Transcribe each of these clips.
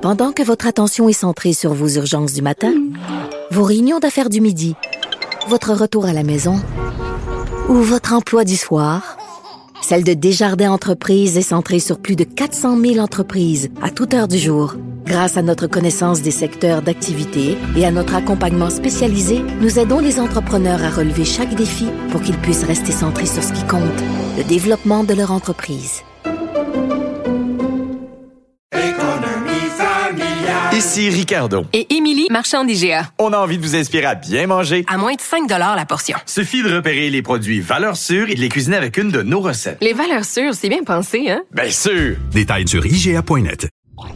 Pendant que votre attention est centrée sur vos urgences du matin, vos réunions d'affaires du midi, votre retour à la maison ou votre emploi du soir, celle de Desjardins Entreprises est centrée sur plus de 400 000 entreprises à toute heure du jour. Grâce à notre connaissance des secteurs d'activité et à notre accompagnement spécialisé, nous aidons les entrepreneurs à relever chaque défi pour qu'ils puissent rester centrés sur ce qui compte, le développement de leur entreprise. Ici Ricardo. Et Émilie, marchand d'IGA. On a envie de vous inspirer à bien manger. À moins de 5 $ la portion. Suffit de repérer les produits valeurs sûres et de les cuisiner avec une de nos recettes. Les valeurs sûres, c'est bien pensé, hein? Bien sûr! Détails sur IGA.net.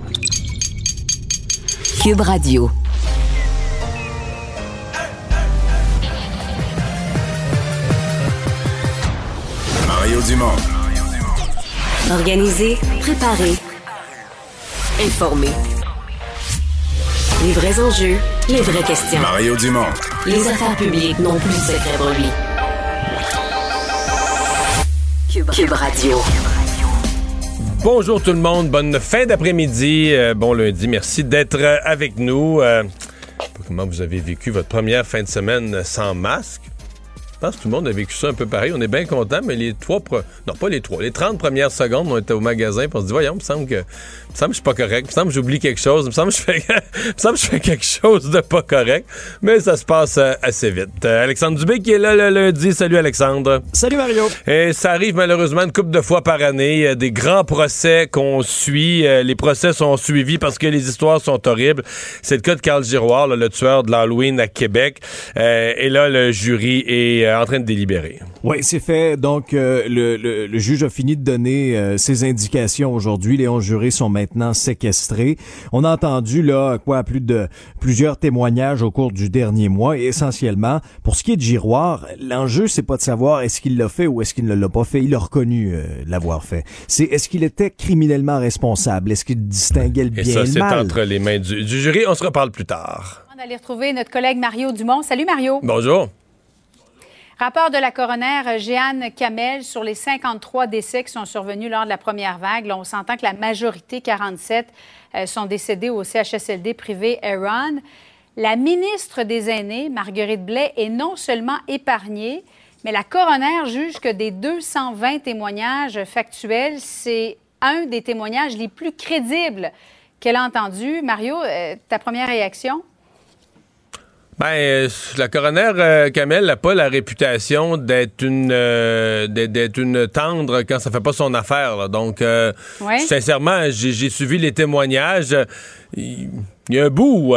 Cube Radio. Mario Dumont. Organiser, préparer, informer. Les vrais enjeux, les vraies questions. Mario Dumont. Les affaires publiques n'ont plus de secret pour lui. Cube Radio. Bonjour tout le monde, bonne fin d'après-midi, bon lundi, merci d'être avec nous. Comment vous avez vécu votre première fin de semaine sans masque? Je pense que tout le monde a vécu ça un peu pareil. On est bien content, mais les 30 premières secondes, on était au magasin et on se dit, voyons, il me semble que je suis pas correct, il me semble que j'oublie quelque chose, il me semble que je fais quelque chose de pas correct, mais ça se passe assez vite. Alexandre Dubé qui est là le lundi. Salut Alexandre. Salut Mario. Et ça arrive malheureusement une couple de fois par année, des grands procès qu'on suit. Les procès sont suivis parce que les histoires sont horribles. C'est le cas de Carl Giroir, le tueur de l'Halloween à Québec. Et là, le jury est en train de délibérer. Oui, c'est fait. Donc, le juge a fini de donner ses indications aujourd'hui. Les 11 jurés sont maintenant séquestrés. On a entendu là plusieurs témoignages au cours du dernier mois. Et essentiellement, pour ce qui est de Giroir, l'enjeu, c'est pas de savoir est-ce qu'il l'a fait ou est-ce qu'il ne l'a pas fait. Il a reconnu l'avoir fait. C'est est-ce qu'il était criminellement responsable? Est-ce qu'il distinguait le bien et le mal? Et ça, c'est entre les mains du jury. On se reparle plus tard. On va aller retrouver notre collègue Mario Dumont. Salut Mario. Bonjour. Rapport de la coroner Jeanne Kamel sur les 53 décès qui sont survenus lors de la première vague. Là, on s'entend que la majorité, 47, sont décédés au CHSLD privé Aaron. La ministre des Aînés, Marguerite Blais, est non seulement épargnée, mais la coroner juge que des 220 témoignages factuels, c'est un des témoignages les plus crédibles qu'elle a entendus. Mario, ta première réaction? Ben, la coroner Kamel n'a pas la réputation d'être une tendre quand ça fait pas son affaire. Là. Donc, ouais. Sincèrement, j'ai suivi les témoignages. Il y a un bout,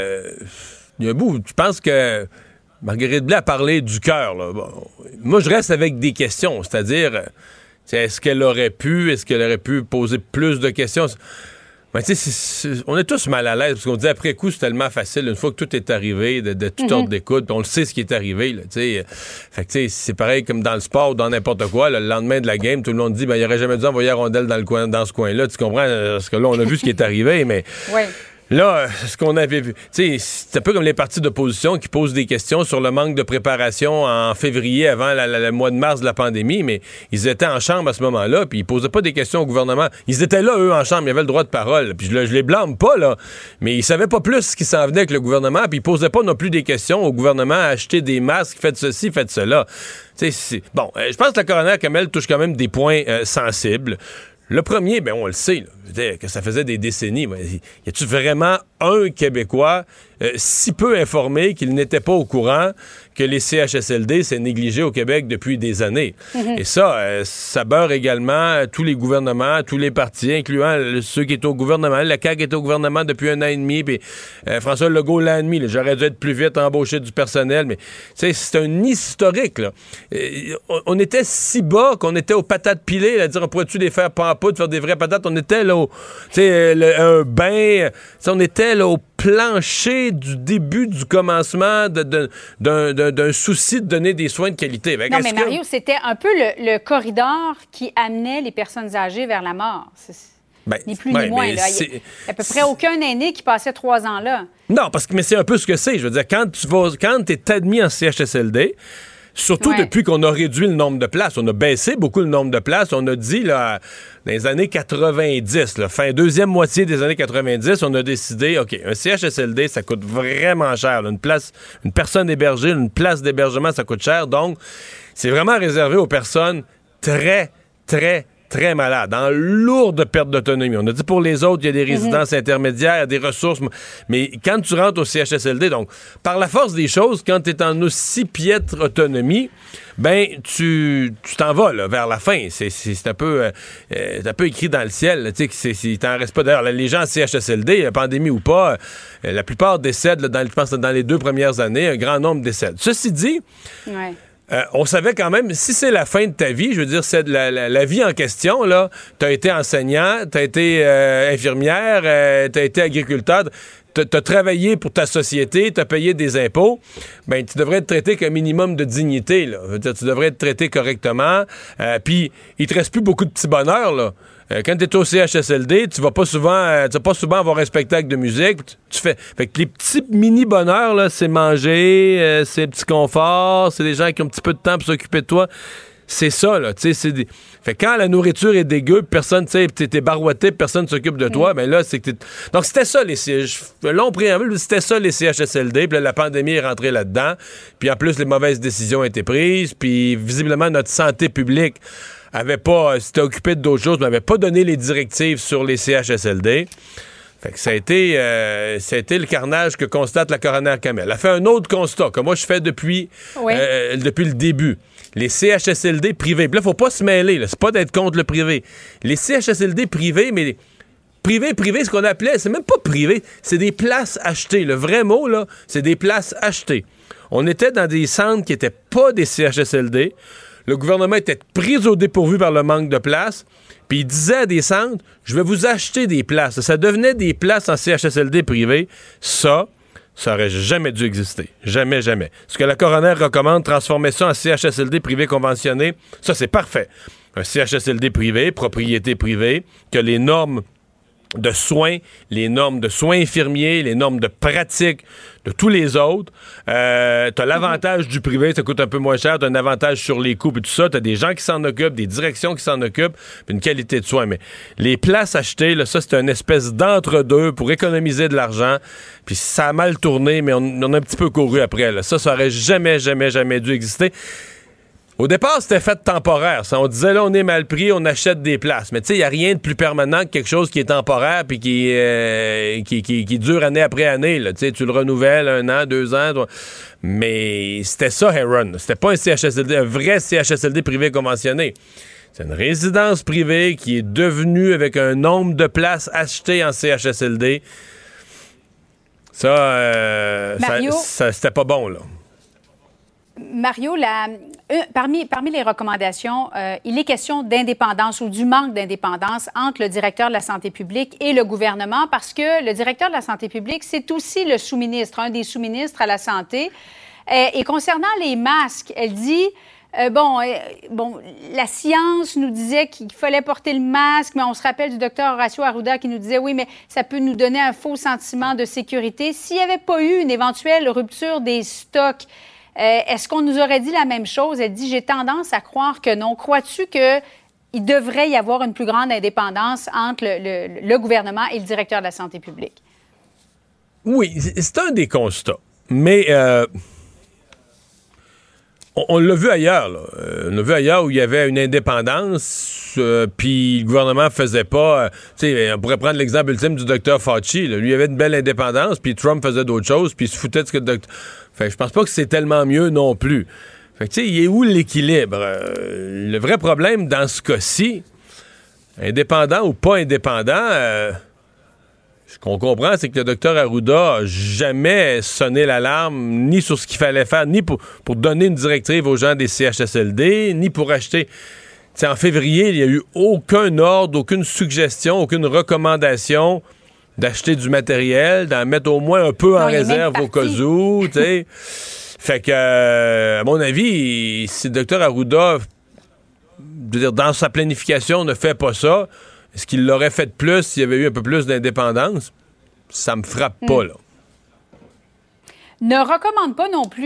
je pense que Marguerite Blais a parlé du cœur. Bon, moi, je reste avec des questions, c'est-à-dire, est-ce qu'elle aurait pu poser plus de questions? Ben, on est tous mal à l'aise parce qu'on dit après coup, c'est tellement facile une fois que tout est arrivé de toute ordre d'écoute, puis on le sait ce qui est arrivé. Là, fait que c'est pareil comme dans le sport ou dans n'importe quoi. Là, le lendemain de la game, tout le monde dit il aurait jamais dû envoyer la rondelle dans ce coin-là. Tu comprends? Parce que là, on a vu ce qui est arrivé, mais. Ouais. Là, ce qu'on avait vu, c'est un peu comme les partis d'opposition qui posent des questions sur le manque de préparation en février avant le mois de mars de la pandémie, mais ils étaient en chambre à ce moment-là, puis ils posaient pas des questions au gouvernement. Ils étaient là, eux, en chambre, ils avaient le droit de parole. Puis je les blâme pas, là, mais ils savaient pas plus ce qui s'en venait avec le gouvernement, puis ils posaient pas non plus des questions au gouvernement, acheter des masques, faites ceci, faites cela. Bon, je pense que la coroner Kamel touche quand même des points sensibles. Le premier, ben on le sait, là, que ça faisait des décennies. Y a-tu vraiment un Québécois si peu informé qu'il n'était pas au courant que les CHSLD s'est négligé au Québec depuis des années? Et ça beurre également tous les gouvernements, tous les partis, incluant ceux qui étaient au gouvernement. La CAQ est au gouvernement depuis 1 an et demi, puis François Legault l'a admis. Là, j'aurais dû être plus vite embauché du personnel, mais c'est un historique. Là. On était si bas qu'on était aux patates pilées, à dire on pourrait-tu les faire pas en poudre, faire des vraies patates? On était là un bain, on était là au plancher du début du commencement d'un souci de donner des soins de qualité. Non, mais Mario, c'était un peu le corridor qui amenait les personnes âgées vers la mort. Ni plus ni moins. Là. Il n'y a à peu près aucun aîné qui passait 3 ans là. Non, mais c'est un peu ce que c'est. Je veux dire, quand tu es admis en CHSLD, Surtout depuis qu'on a réduit le nombre de places. On a baissé beaucoup le nombre de places. On a dit, là, dans les années 90, là, fin deuxième moitié des années 90, on a décidé, OK, un CHSLD, ça coûte vraiment cher. Là. Une personne hébergée, une place d'hébergement, ça coûte cher. Donc, c'est vraiment réservé aux personnes très, très, très malades, en lourde perte d'autonomie. On a dit pour les autres, il y a des résidences intermédiaires, des ressources, mais quand tu rentres au CHSLD, donc, par la force des choses, quand tu es en aussi piètre autonomie, ben, tu t'en vas, là, vers la fin. C'est un peu écrit dans le ciel, tu sais, il t'en reste pas. D'ailleurs, les gens en CHSLD, pandémie ou pas, la plupart décèdent, là, je pense, dans les 2 premières années, un grand nombre décèdent. Ceci dit, on savait quand même, si c'est la fin de ta vie, je veux dire, c'est la vie en question, là, t'as été enseignant, t'as été infirmière, t'as été agriculteur, t'as travaillé pour ta société, t'as payé des impôts, ben tu devrais être traité qu'un minimum de dignité, là. Je veux dire, tu devrais être traité correctement, puis il te reste plus beaucoup de petits bonheurs, là. Quand tu es au CHSLD, tu vas pas souvent avoir un spectacle de musique. Fait que les petits mini-bonheurs, là, c'est manger, c'est petit confort, c'est des gens qui ont un petit peu de temps pour s'occuper de toi. C'est ça, là. Fait que quand la nourriture est dégueu, personne, tu sais, t'es barouetté, personne s'occupe de toi, ben là, c'est que donc c'était ça, long préambule, c'était ça, les CHSLD, puis là, la pandémie est rentrée là-dedans, puis en plus, les mauvaises décisions ont été prises, puis visiblement, notre santé publique s'était occupé d'autres choses, mais n'avait pas donné les directives sur les CHSLD. Fait que ça a été le carnage que constate la coroner Kamel. Elle a fait un autre constat que moi je fais depuis le début. Les CHSLD privés. Puis là, faut pas se mêler. Là. C'est pas d'être contre le privé. Les CHSLD privés, mais privé, ce qu'on appelait, c'est même pas privé, c'est des places achetées. Le vrai mot, là, c'est des places achetées. On était dans des centres qui étaient pas des CHSLD. Le gouvernement était pris au dépourvu par le manque de places. Puis il disait à des centres, je vais vous acheter des places. Ça devenait des places en CHSLD privé. Ça aurait jamais dû exister. Jamais, jamais. Ce que la coroner recommande, transformer ça en CHSLD privé conventionné, ça, c'est parfait. Un CHSLD privé, propriété privée, que les normes de soins, les normes de soins infirmiers, les normes de pratique de tous les autres. T'as l'avantage du privé, ça coûte un peu moins cher, t'as un avantage sur les coûts et tout ça, t'as des gens qui s'en occupent, des directions qui s'en occupent, puis une qualité de soins. Mais les places achetées, là, ça, c'est une espèce d'entre-deux pour économiser de l'argent, puis ça a mal tourné, mais on a un petit peu couru après. Là. Ça aurait jamais, jamais, jamais dû exister. Au départ, c'était fait temporaire. Ça, on disait, là, on est mal pris, on achète des places. Mais tu sais, il n'y a rien de plus permanent que quelque chose qui est temporaire puis qui dure année après année. Là. Tu le renouvelles 1 an, 2 ans. Mais c'était ça, Heron. C'était pas un vrai CHSLD privé conventionné. C'est une résidence privée qui est devenue avec un nombre de places achetées en CHSLD. Ça, c'était pas bon, là. Mario, parmi les recommandations, il est question d'indépendance ou du manque d'indépendance entre le directeur de la santé publique et le gouvernement parce que le directeur de la santé publique, c'est aussi le sous-ministre, un des sous-ministres à la santé. Et concernant les masques, elle dit... la science nous disait qu'il fallait porter le masque, mais on se rappelle du docteur Horacio Arruda qui nous disait, oui, mais ça peut nous donner un faux sentiment de sécurité. S'il n'y avait pas eu une éventuelle rupture des stocks, est-ce qu'on nous aurait dit la même chose? Elle dit, j'ai tendance à croire que non. Crois-tu qu'il devrait y avoir une plus grande indépendance entre le gouvernement et le directeur de la santé publique? Oui, c'est un des constats. Mais on l'a vu ailleurs, là. On l'a vu ailleurs où il y avait une indépendance, puis le gouvernement faisait pas... on pourrait prendre l'exemple ultime du docteur Fauci. Là. Lui, il avait une belle indépendance, puis Trump faisait d'autres choses, puis il se foutait de ce que le docteur... Fait que je pense pas que c'est tellement mieux non plus. Fait que, il est où l'équilibre? Le vrai problème dans ce cas-ci, indépendant ou pas indépendant... ce qu'on comprend, c'est que le docteur Arruda n'a jamais sonné l'alarme, ni sur ce qu'il fallait faire, ni pour donner une directive aux gens des CHSLD, ni pour acheter. T'sais, en février, il n'y a eu aucun ordre, aucune suggestion, aucune recommandation d'acheter du matériel, d'en mettre au moins un peu en réserve au cas où. Fait que, à mon avis, si le docteur Arruda, je veux dire, dans sa planification, ne fait pas ça, est-ce qu'il l'aurait fait de plus s'il y avait eu un peu plus d'indépendance? Ça me frappe pas, là. Ne recommande pas non plus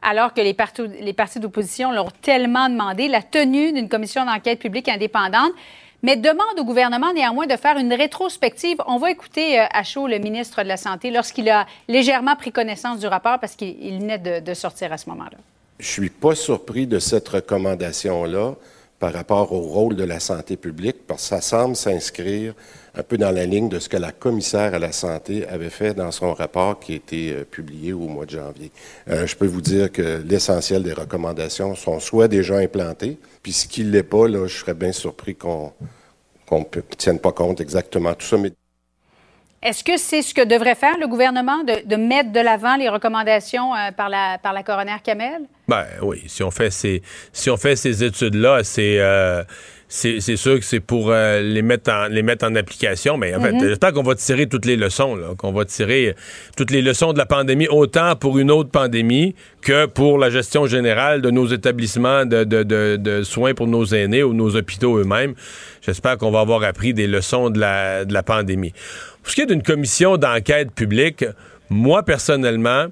alors que les partis d'opposition l'ont tellement demandé, la tenue d'une commission d'enquête publique indépendante, mais demande au gouvernement néanmoins de faire une rétrospective. On va écouter à chaud le ministre de la Santé lorsqu'il a légèrement pris connaissance du rapport parce qu'il venait de sortir à ce moment-là. Je suis pas surpris de cette recommandation-là par rapport au rôle de la santé publique, parce que ça semble s'inscrire un peu dans la ligne de ce que la commissaire à la santé avait fait dans son rapport qui a été publié au mois de janvier. Je peux vous dire que l'essentiel des recommandations sont soit déjà implantées, puis ce qui ne l'est pas, là, je serais bien surpris qu'on ne tienne pas compte exactement de tout ça. Mais... Est-ce que c'est ce que devrait faire le gouvernement, de mettre de l'avant les recommandations par la coroner Kamel? Ben oui, si on fait ces études-là, c'est sûr que c'est pour les mettre en application, mais en fait, j'espère qu'on va tirer toutes les leçons, là, qu'on va tirer toutes les leçons de la pandémie, autant pour une autre pandémie que pour la gestion générale de nos établissements de soins pour nos aînés ou nos hôpitaux eux-mêmes. J'espère qu'on va avoir appris des leçons de la pandémie. Pour ce qui est d'une commission d'enquête publique, moi, personnellement,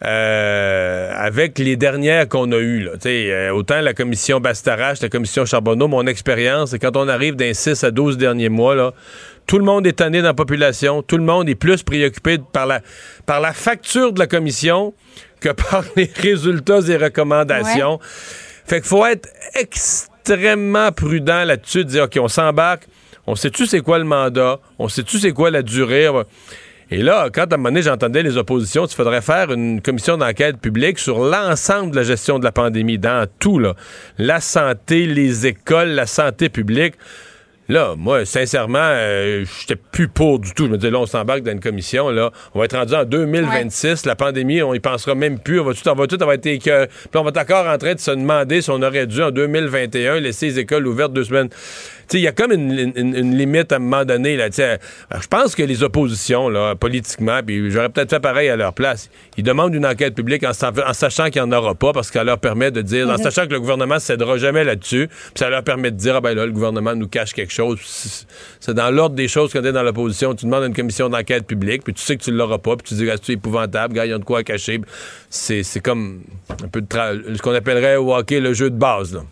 avec les dernières qu'on a eues, là, autant la commission Bastarache, la commission Charbonneau, mon expérience, c'est quand on arrive d'un 6 à 12 derniers mois, là, tout le monde est tanné dans la population, tout le monde est plus préoccupé par la facture de la commission que par les résultats et recommandations. Ouais. Fait qu'il faut être extrêmement prudent là-dessus, de dire, OK, on s'embarque, on sait-tu c'est quoi le mandat, on sait-tu c'est quoi la durée. Et là, quand à un moment donné, j'entendais les oppositions, il faudrait faire une commission d'enquête publique sur l'ensemble de la gestion de la pandémie, dans tout, là. La santé, les écoles, la santé publique. Là, moi, sincèrement, j'étais plus pour du tout. Je me disais, là, on s'embarque dans une commission, là. On va être rendu en 2026. Ouais. La pandémie, on y pensera même plus. On va tout avoir été écœuré. Puis on va être encore en train de se demander si on aurait dû, en 2021, laisser les écoles ouvertes 2 semaines. Il y a comme une limite à un moment donné. Là, je pense que les oppositions, là, politiquement, puis j'aurais peut-être fait pareil à leur place, ils demandent une enquête publique en sachant qu'il n'y en aura pas, parce que ça leur permet de dire, en sachant que le gouvernement ne cédera jamais là-dessus, puis ça leur permet de dire, ah ben là, le gouvernement nous cache quelque chose. C'est dans l'ordre des choses quand tu es dans l'opposition. Tu demandes une commission d'enquête publique, puis tu sais que tu ne l'auras pas, puis tu dis, c'est épouvantable, gars, ils ont de quoi cacher. C'est comme un peu ce qu'on appellerait au hockey le jeu de base, là.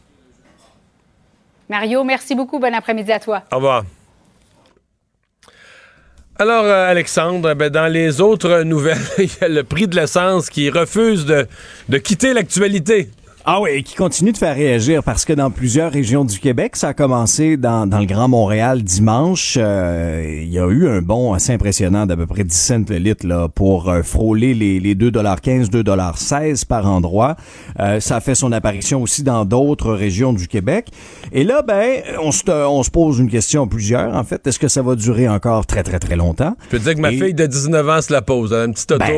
Mario, merci beaucoup. Bon après-midi à toi. Au revoir. Alors, Alexandre, dans les autres nouvelles, il y a le prix de l'essence qui refuse de quitter l'actualité. Ah oui, qui continue de faire réagir parce que dans plusieurs régions du Québec, ça a commencé dans le Grand Montréal dimanche. Il y a eu un bond assez impressionnant d'à peu près 10 cents le litre là, pour frôler les 2,15 $2,16 par endroit. Ça a fait son apparition aussi dans d'autres régions du Québec. Et là, on se pose une question plusieurs. En fait, est-ce que ça va durer encore très, très, très longtemps? Je peux te dire que ma fille de 19 ans se la pose. Elle a une petite auto.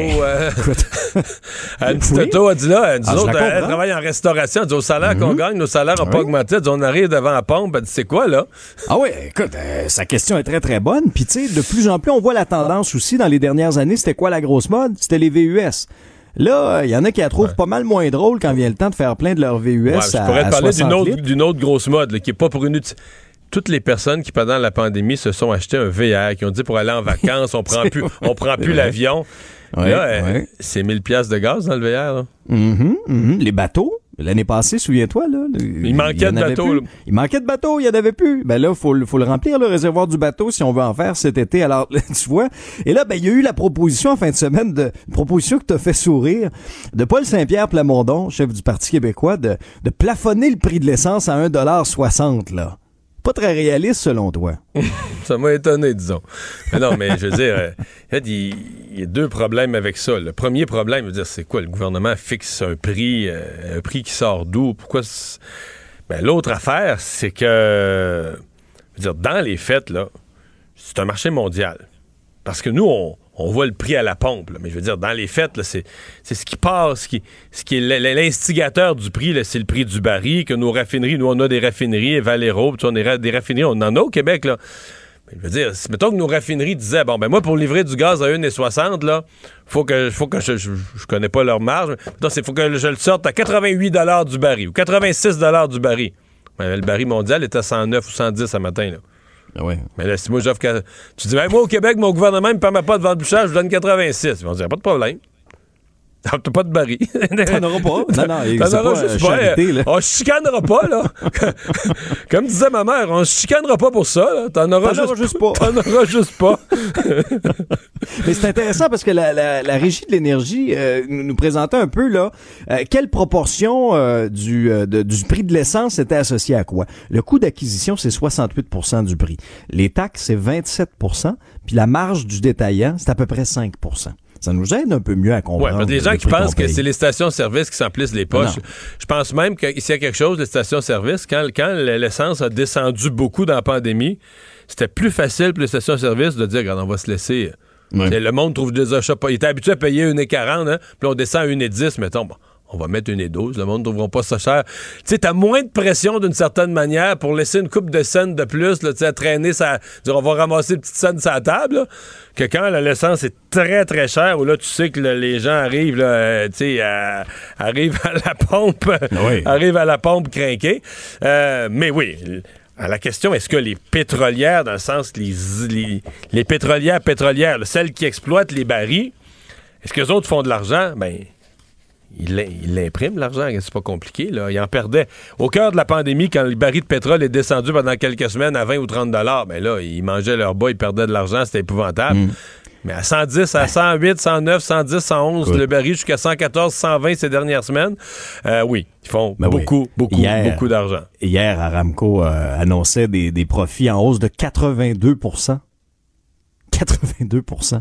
Auto, elle dit là, elle travaille en restauration. Elle dit, au salaire qu'on gagne, nos salaires n'ont pas augmenté. Elle dit, on arrive devant la pompe. Elle dit, c'est quoi, là? Ah oui, écoute, sa question est très, très bonne. Puis, tu sais, de plus en plus, on voit la tendance aussi dans les dernières années. C'était quoi la grosse mode? C'était les VUS. Là, il y en a qui la trouvent pas mal moins drôle quand vient le temps de faire plein de leurs VUS à 60 litres. Je pourrais te parler d'une autre grosse mode, là, qui est pas pour une... Toutes les personnes qui, pendant la pandémie, se sont achetées un VR, qui ont dit, pour aller en vacances, on prend plus l'avion. Ouais, là, c'est 1000 piastres de gaz dans le VR, là. Les bateaux? L'année passée, souviens-toi, là. Il manquait de bateaux. Il manquait de bateaux, il n'y en avait plus. Ben là, faut le remplir, le réservoir du bateau, si on veut en faire cet été. Alors, tu vois. Et là, il y a eu la proposition en fin de semaine, une proposition qui t'a fait sourire, de Paul Saint-Pierre Plamondon, chef du Parti québécois, de plafonner le prix de l'essence à 1,60 $, là. Pas très réaliste, selon toi. Ça m'a étonné, disons. Mais non, mais je veux dire, il y a 2 problèmes avec ça. Le premier problème, je veux dire, c'est quoi? Le gouvernement fixe un prix qui sort d'où? Pourquoi? L'autre affaire, c'est que, je veux dire, dans les faits, là, c'est un marché mondial. Parce que nous, on voit le prix à la pompe, là, mais je veux dire, dans les faits, là, c'est ce qui passe, ce qui est l'instigateur du prix, là, c'est le prix du baril, que nos raffineries, nous, on a des raffineries, Valero, on a des raffineries, on en a au Québec, là. Mais je veux dire, mettons que nos raffineries disaient, moi, pour livrer du gaz à 1,60 $, là, faut que je connais pas leur marge, mais faut que je le sorte à 88 $ du baril, ou 86 $ du baril. Mais le baril mondial est à 109 ou 110 ce matin, là. Ah ouais. Mais là, si moi j'offre tu dis, moi au Québec, mon gouvernement ne me permet pas de vendre plus cher, je vous donne 86. Ils vont dire, pas de problème. T'as pas de baril. T'en auras pas. Non, t'en c'est auras pas juste charité, là. On se chicanera pas, là. Comme disait ma mère, on se chicanera pas pour ça, là. T'en auras juste pas. T'en auras juste pas. Mais c'est intéressant parce que la Régie de l'énergie nous présentait un peu, là, quelle proportion du prix de l'essence était associée à quoi? Le coût d'acquisition, c'est 68% du prix. Les taxes, c'est 27%. Puis la marge du détaillant, c'est à peu près 5%. Ça nous aide un peu mieux à comprendre. Oui, parce que les gens qui pensent que c'est les stations-service qui s'emplissent les poches. Je pense même que s'il y a quelque chose, les stations-service, quand l'essence a descendu beaucoup dans la pandémie, c'était plus facile pour les stations-service de dire, regarde, on va se laisser. Ouais. Le monde trouve des achats. Il était habitué à payer 1,40, hein, puis on descend à 1,10, mettons. Bon, on va mettre 1,12. Le monde ne trouvera pas ça cher. Tu sais, t'as moins de pression d'une certaine manière pour laisser une coupe de scènes de plus, là, à traîner, on va ramasser une petite scène sur la table, là, que quand l'essence est très, très chère, où là, tu sais que les gens arrivent, là, arrivent à la pompe, arrivent à la pompe crinquée. Mais oui, à la question, est-ce que les pétrolières, dans le sens, les pétrolières, là, celles qui exploitent les barils, est-ce qu'eux autres font de l'argent? Ben, ils l'impriment, l'argent, c'est pas compliqué, là. Ils en perdaient. Au cœur de la pandémie, quand le baril de pétrole est descendu pendant quelques semaines à 20 ou 30 $, ben là, ils mangeaient leur bas, ils perdaient de l'argent, c'était épouvantable. Mais à 110, à 108, 109, 110, 111, le baril jusqu'à 114, 120 ces dernières semaines, oui, ils font beaucoup d'argent. Hier, Aramco annonçait des profits en hausse de 82%. 82%.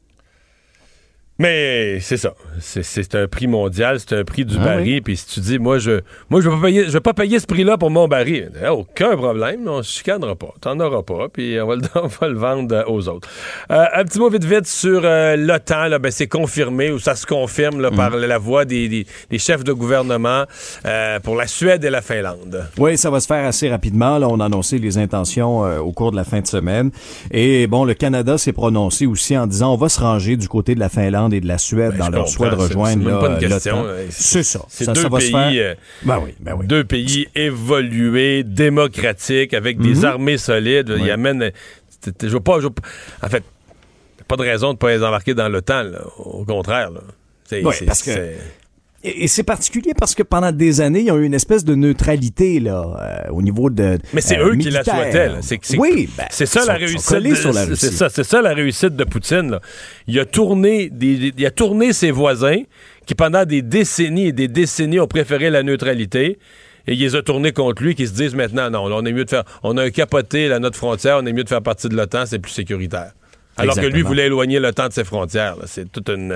Mais c'est ça. C'est un prix mondial, c'est un prix du baril. Puis si tu dis, moi, je vais pas payer ce prix-là pour mon baril. Aucun problème, on se chicanera pas. T'en auras pas, puis on va le vendre aux autres. Un petit mot vite sur l'OTAN. Là, ben, c'est confirmé, ou ça se confirme là, par la voix des chefs de gouvernement pour la Suède et la Finlande. Oui, ça va se faire assez rapidement. Là, on a annoncé les intentions au cours de la fin de semaine. Et bon, le Canada s'est prononcé aussi en disant on va se ranger du côté de la Finlande et de la Suède dans leur souhait de rejoindre l'OTAN. C'est ça. C'est ça deux va pays, se faire. Oui. Deux pays évolués, démocratiques, avec des armées solides. Ils amènent. En fait, pas de raison de ne pas les embarquer dans l'OTAN. Là. Au contraire. Là. Parce que. Et c'est particulier parce que pendant des années, il y a eu une espèce de neutralité là, au niveau de. Mais c'est eux militaire. qui la souhaitaient. Là. C'est ça la réussite. C'est ça la réussite de Poutine. Là. Il a tourné ses voisins qui pendant des décennies et des décennies ont préféré la neutralité. Et il les a tournés contre lui, qui se disent maintenant non, là, on a un capoté à notre frontière, on est mieux de faire partie de l'OTAN, c'est plus sécuritaire. Alors que lui voulait éloigner l'OTAN de ses frontières. Là. C'est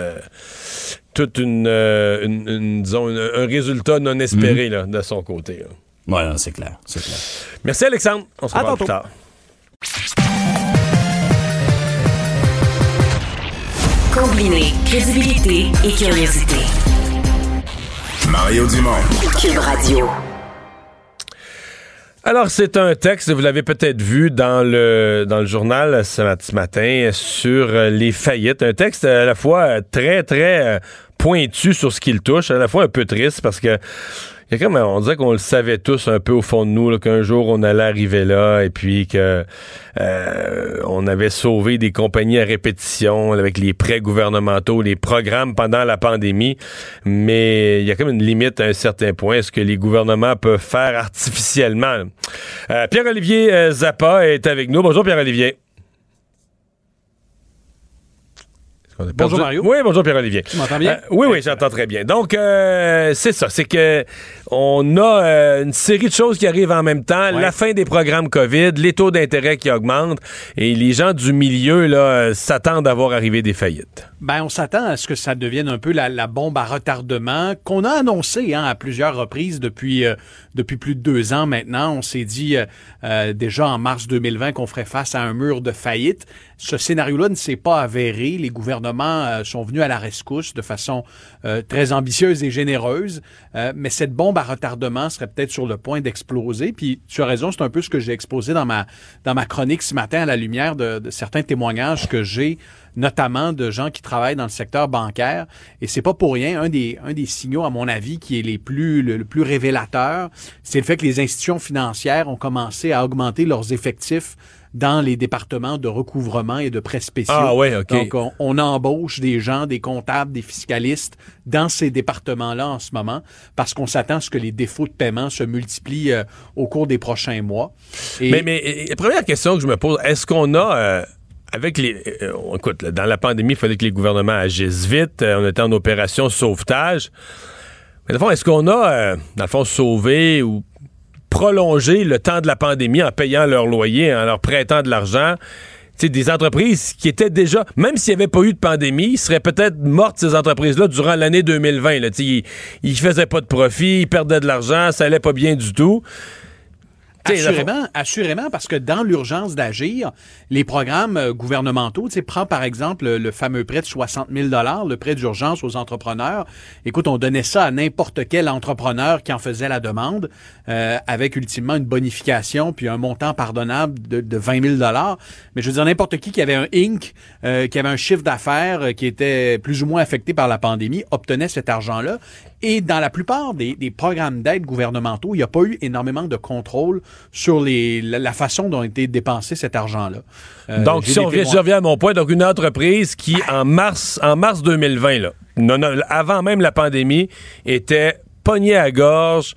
disons, un résultat non espéré là, de son côté. Oui, c'est clair. Merci Alexandre. On se revoit plus tard. Combiner crédibilité et curiosité. Mario Dumont. Cube Radio. Alors, c'est un texte, vous l'avez peut-être vu dans le journal ce matin, sur les faillites. Un texte à la fois très, très pointu sur ce qu'il touche, à la fois un peu triste parce que on dirait qu'on le savait tous un peu au fond de nous, là, qu'un jour on allait arriver là et puis que on avait sauvé des compagnies à répétition avec les prêts gouvernementaux, les programmes pendant la pandémie. Mais il y a comme une limite à un certain point. Est-ce que les gouvernements peuvent faire artificiellement? Pierre-Olivier Zappa est avec nous. Bonjour Pierre-Olivier. Bonjour Mario. Oui, bonjour Pierre-Olivier. Tu m'entends bien? Oui, j'entends très bien. Donc, c'est ça, c'est que on a une série de choses qui arrivent en même temps. Ouais. La fin des programmes COVID, les taux d'intérêt qui augmentent et les gens du milieu là s'attendent à voir arriver des faillites. Ben, on s'attend à ce que ça devienne un peu la bombe à retardement qu'on a annoncé à plusieurs reprises depuis plus de 2 ans maintenant. On s'est dit déjà en mars 2020 qu'on ferait face à un mur de faillite. Ce scénario-là ne s'est pas avéré. Les gouvernements sont venus à la rescousse de façon très ambitieuse et généreuse. Mais cette bombe à retardement serait peut-être sur le point d'exploser. Puis tu as raison, c'est un peu ce que j'ai exposé dans ma chronique ce matin à la lumière de certains témoignages que j'ai notamment de gens qui travaillent dans le secteur bancaire. Et c'est pas pour rien. Un des signaux, à mon avis, qui est le plus révélateur, c'est le fait que les institutions financières ont commencé à augmenter leurs effectifs dans les départements de recouvrement et de prêts spéciaux. Ah ouais, OK. Donc, on embauche des gens, des comptables, des fiscalistes dans ces départements-là en ce moment parce qu'on s'attend à ce que les défauts de paiement se multiplient au cours des prochains mois. Mais la première question que je me pose, est-ce qu'on a... écoute, là, dans la pandémie, il fallait que les gouvernements agissent vite. On était en opération sauvetage. Mais dans le fond, est-ce qu'on a, sauvé ou prolongé le temps de la pandémie en payant leur loyer, en leur prêtant de l'argent? T'sais, des entreprises qui étaient déjà, même s'il n'y avait pas eu de pandémie, ils seraient peut-être mortes, ces entreprises-là, durant l'année 2020. Là. Ils faisaient pas de profit, ils perdaient de l'argent, ça allait pas bien du tout. Assurément, parce que dans l'urgence d'agir, les programmes gouvernementaux, prends par exemple le fameux prêt de 60 000 $, le prêt d'urgence aux entrepreneurs. Écoute, on donnait ça à n'importe quel entrepreneur qui en faisait la demande, avec ultimement une bonification puis un montant pardonnable de 20 000 $. Mais je veux dire, n'importe qui avait un Inc., qui avait un chiffre d'affaires qui était plus ou moins affecté par la pandémie, obtenait cet argent-là. Et dans la plupart des programmes d'aide gouvernementaux, il n'y a pas eu énormément de contrôle sur la façon dont a été dépensé cet argent-là. Donc, si je reviens à mon point, donc une entreprise qui, en mars 2020, là, avant même la pandémie, était pognée à gorge,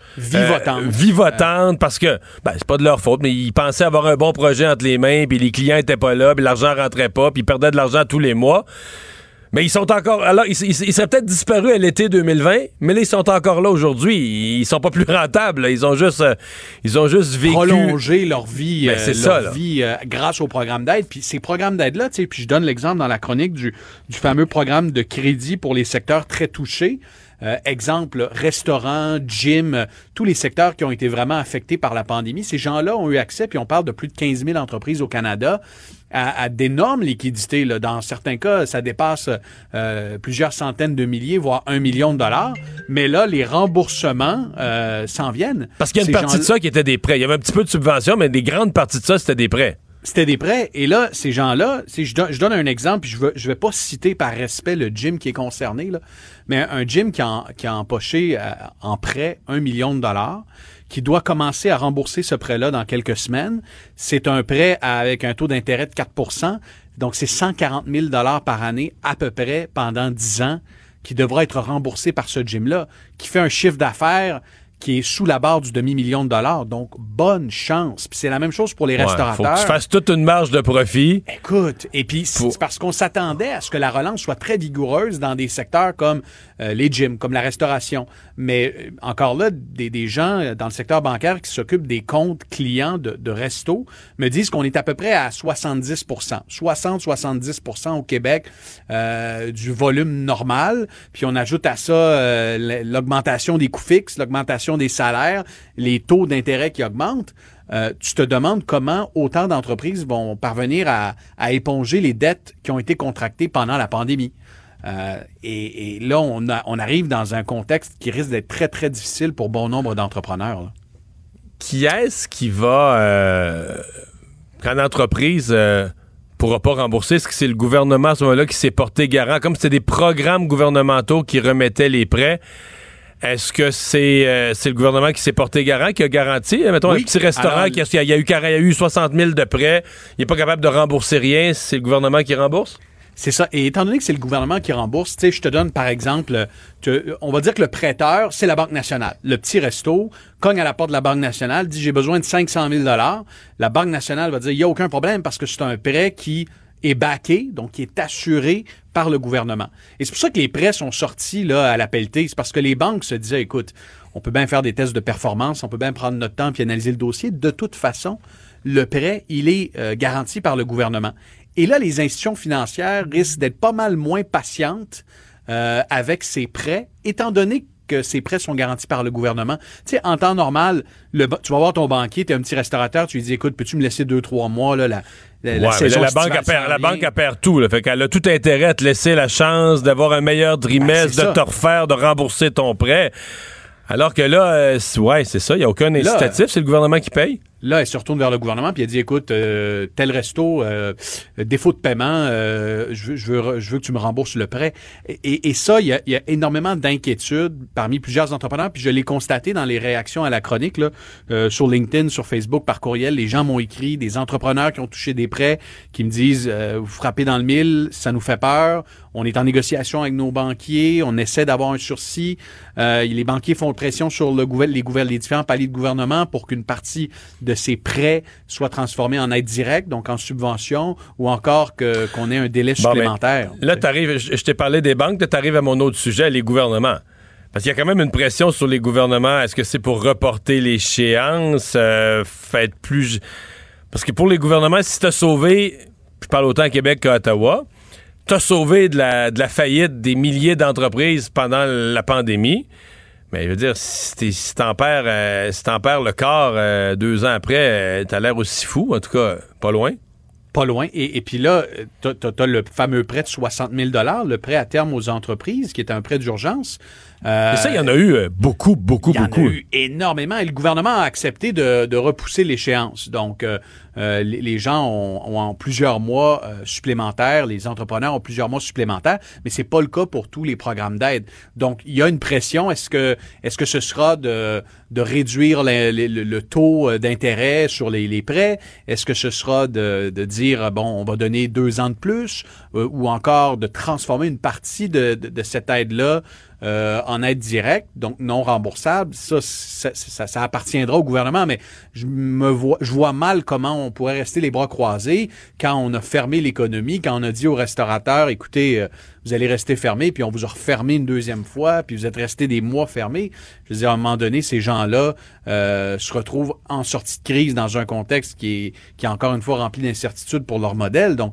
vivotante, parce que, c'est pas de leur faute, mais ils pensaient avoir un bon projet entre les mains, puis les clients étaient pas là, puis l'argent rentrait pas, puis ils perdaient de l'argent tous les mois. Mais ils sont encore... Alors, ils seraient peut-être disparus à l'été 2020, mais là, ils sont encore là aujourd'hui. Ils sont pas plus rentables. Là. Ils ont juste vécu... Prolonger leur vie, vie grâce aux programmes d'aide. Puis ces programmes d'aide-là, puis je donne l'exemple dans la chronique du fameux programme de crédit pour les secteurs très touchés. Exemple, restaurants, gym, tous les secteurs qui ont été vraiment affectés par la pandémie. Ces gens-là ont eu accès, puis on parle de plus de 15 000 entreprises au Canada, à d'énormes liquidités. Là. Dans certains cas, ça dépasse plusieurs centaines de milliers, voire 1 million de $. Mais là, les remboursements s'en viennent. Parce qu'il y a une partie de ça qui était des prêts. Il y avait un petit peu de subvention, mais des grandes parties de ça, c'était des prêts. C'était des prêts. Et là, ces gens-là, je donne un exemple, puis je vais pas citer par respect le gym qui est concerné, là, mais un gym qui a empoché en prêt 1 million de $, qui doit commencer à rembourser ce prêt-là dans quelques semaines. C'est un prêt avec un taux d'intérêt de 4 %. Donc, c'est 140 000 $ par année, à peu près, pendant 10 ans, qui devra être remboursé par ce gym-là, qui fait un chiffre d'affaires qui est sous la barre du demi-million de $. Donc, bonne chance. Puis c'est la même chose pour les restaurateurs. Faut que tu fasses toute une marge de profit. Écoute, et puis c'est parce qu'on s'attendait à ce que la relance soit très vigoureuse dans des secteurs comme les gyms, comme la restauration. Mais encore là, des gens dans le secteur bancaire qui s'occupent des comptes clients de resto me disent qu'on est à peu près à 70 %. 60-70 % au Québec du volume normal. Puis on ajoute à ça l'augmentation des coûts fixes, l'augmentation des salaires, les taux d'intérêt qui augmentent. Tu te demandes comment autant d'entreprises vont parvenir à éponger les dettes qui ont été contractées pendant la pandémie. Et là, on arrive dans un contexte qui risque d'être très, très difficile pour bon nombre d'entrepreneurs. Là. Qui est-ce qui va... quand l'entreprise pourra pas rembourser, est-ce que c'est le gouvernement à ce moment-là qui s'est porté garant? Comme c'était des programmes gouvernementaux qui remettaient les prêts, est-ce que c'est le gouvernement qui s'est porté garant, qui a garanti? Mettons, un petit restaurant qui a eu 60 000 de prêts, il n'est pas capable de rembourser rien, c'est le gouvernement qui rembourse? C'est ça. Et étant donné que c'est le gouvernement qui rembourse, tu sais, je te donne par exemple, on va dire que le prêteur, c'est la Banque nationale. Le petit resto cogne à la porte de la Banque nationale, dit j'ai besoin de 500 000 $. La Banque nationale va dire il n'y a aucun problème parce que c'est un prêt qui est backé, donc qui est assuré par le gouvernement. Et c'est pour ça que les prêts sont sortis là à la pelletée. C'est parce que les banques se disaient, écoute, on peut bien faire des tests de performance, on peut bien prendre notre temps puis analyser le dossier. De toute façon, le prêt, il est garanti par le gouvernement. Et là, les institutions financières risquent d'être pas mal moins patientes avec ces prêts, étant donné que ces prêts sont garantis par le gouvernement. Tu sais, en temps normal, tu vas voir ton banquier, tu es un petit restaurateur, tu lui dis, écoute, peux-tu me laisser 2-3 mois, là, la saison la banque elle perd tout. Là, fait qu'elle a tout intérêt à te laisser la chance d'avoir un meilleur trimestre, de te refaire, de rembourser ton prêt. Alors que là, c'est ça, il n'y a aucun incitatif, c'est le gouvernement qui paye. Là, elle se retourne vers le gouvernement puis elle dit, écoute, tel resto, défaut de paiement, je veux que tu me rembourses le prêt. Et ça, il y a énormément d'inquiétudes parmi plusieurs entrepreneurs. Puis je l'ai constaté dans les réactions à la chronique là, sur LinkedIn, sur Facebook, par courriel. Les gens m'ont écrit, des entrepreneurs qui ont touché des prêts, qui me disent, vous frappez dans le mille, ça nous fait peur. On est en négociation avec nos banquiers, on essaie d'avoir un sursis. Les banquiers font pression sur les différents paliers de gouvernement pour qu'une partie de ces prêts soit transformée en aide directe, donc en subvention, ou encore qu'on ait un délai supplémentaire. Là, je t'ai parlé des banques, là, t'arrives à mon autre sujet, les gouvernements. Parce qu'il y a quand même une pression sur les gouvernements. Est-ce que c'est pour reporter l'échéance? Faites plus... Parce que pour les gouvernements, si t'as sauvé, je parle autant à Québec qu'à Ottawa, t'as sauvé de la faillite des milliers d'entreprises pendant la pandémie. Mais je veux dire, si t'en perds le quart 2 ans après, t'as l'air aussi fou, en tout cas, pas loin. Pas loin. Et puis là, t'as le fameux prêt de 60 000 $, le prêt à terme aux entreprises, qui est un prêt d'urgence. Et ça, il y en a eu beaucoup. Il y en a eu énormément. Et le gouvernement a accepté de repousser l'échéance. Donc, les gens ont plusieurs mois supplémentaires. Les entrepreneurs ont plusieurs mois supplémentaires. Mais c'est pas le cas pour tous les programmes d'aide. Donc, il y a une pression. Est-ce que ce sera de réduire le taux d'intérêt sur les prêts? Est-ce que ce sera de dire, bon, on va donner 2 ans de plus? Ou encore de transformer une partie de cette aide-là en aide directe, donc non remboursable, ça appartiendra au gouvernement, mais je vois mal comment on pourrait rester les bras croisés quand on a fermé l'économie, quand on a dit aux restaurateurs, écoutez, vous allez rester fermés, puis on vous a refermé une deuxième fois, puis vous êtes restés des mois fermés. Je veux dire, à un moment donné, ces gens-là se retrouvent en sortie de crise dans un contexte qui est encore une fois rempli d'incertitudes pour leur modèle, donc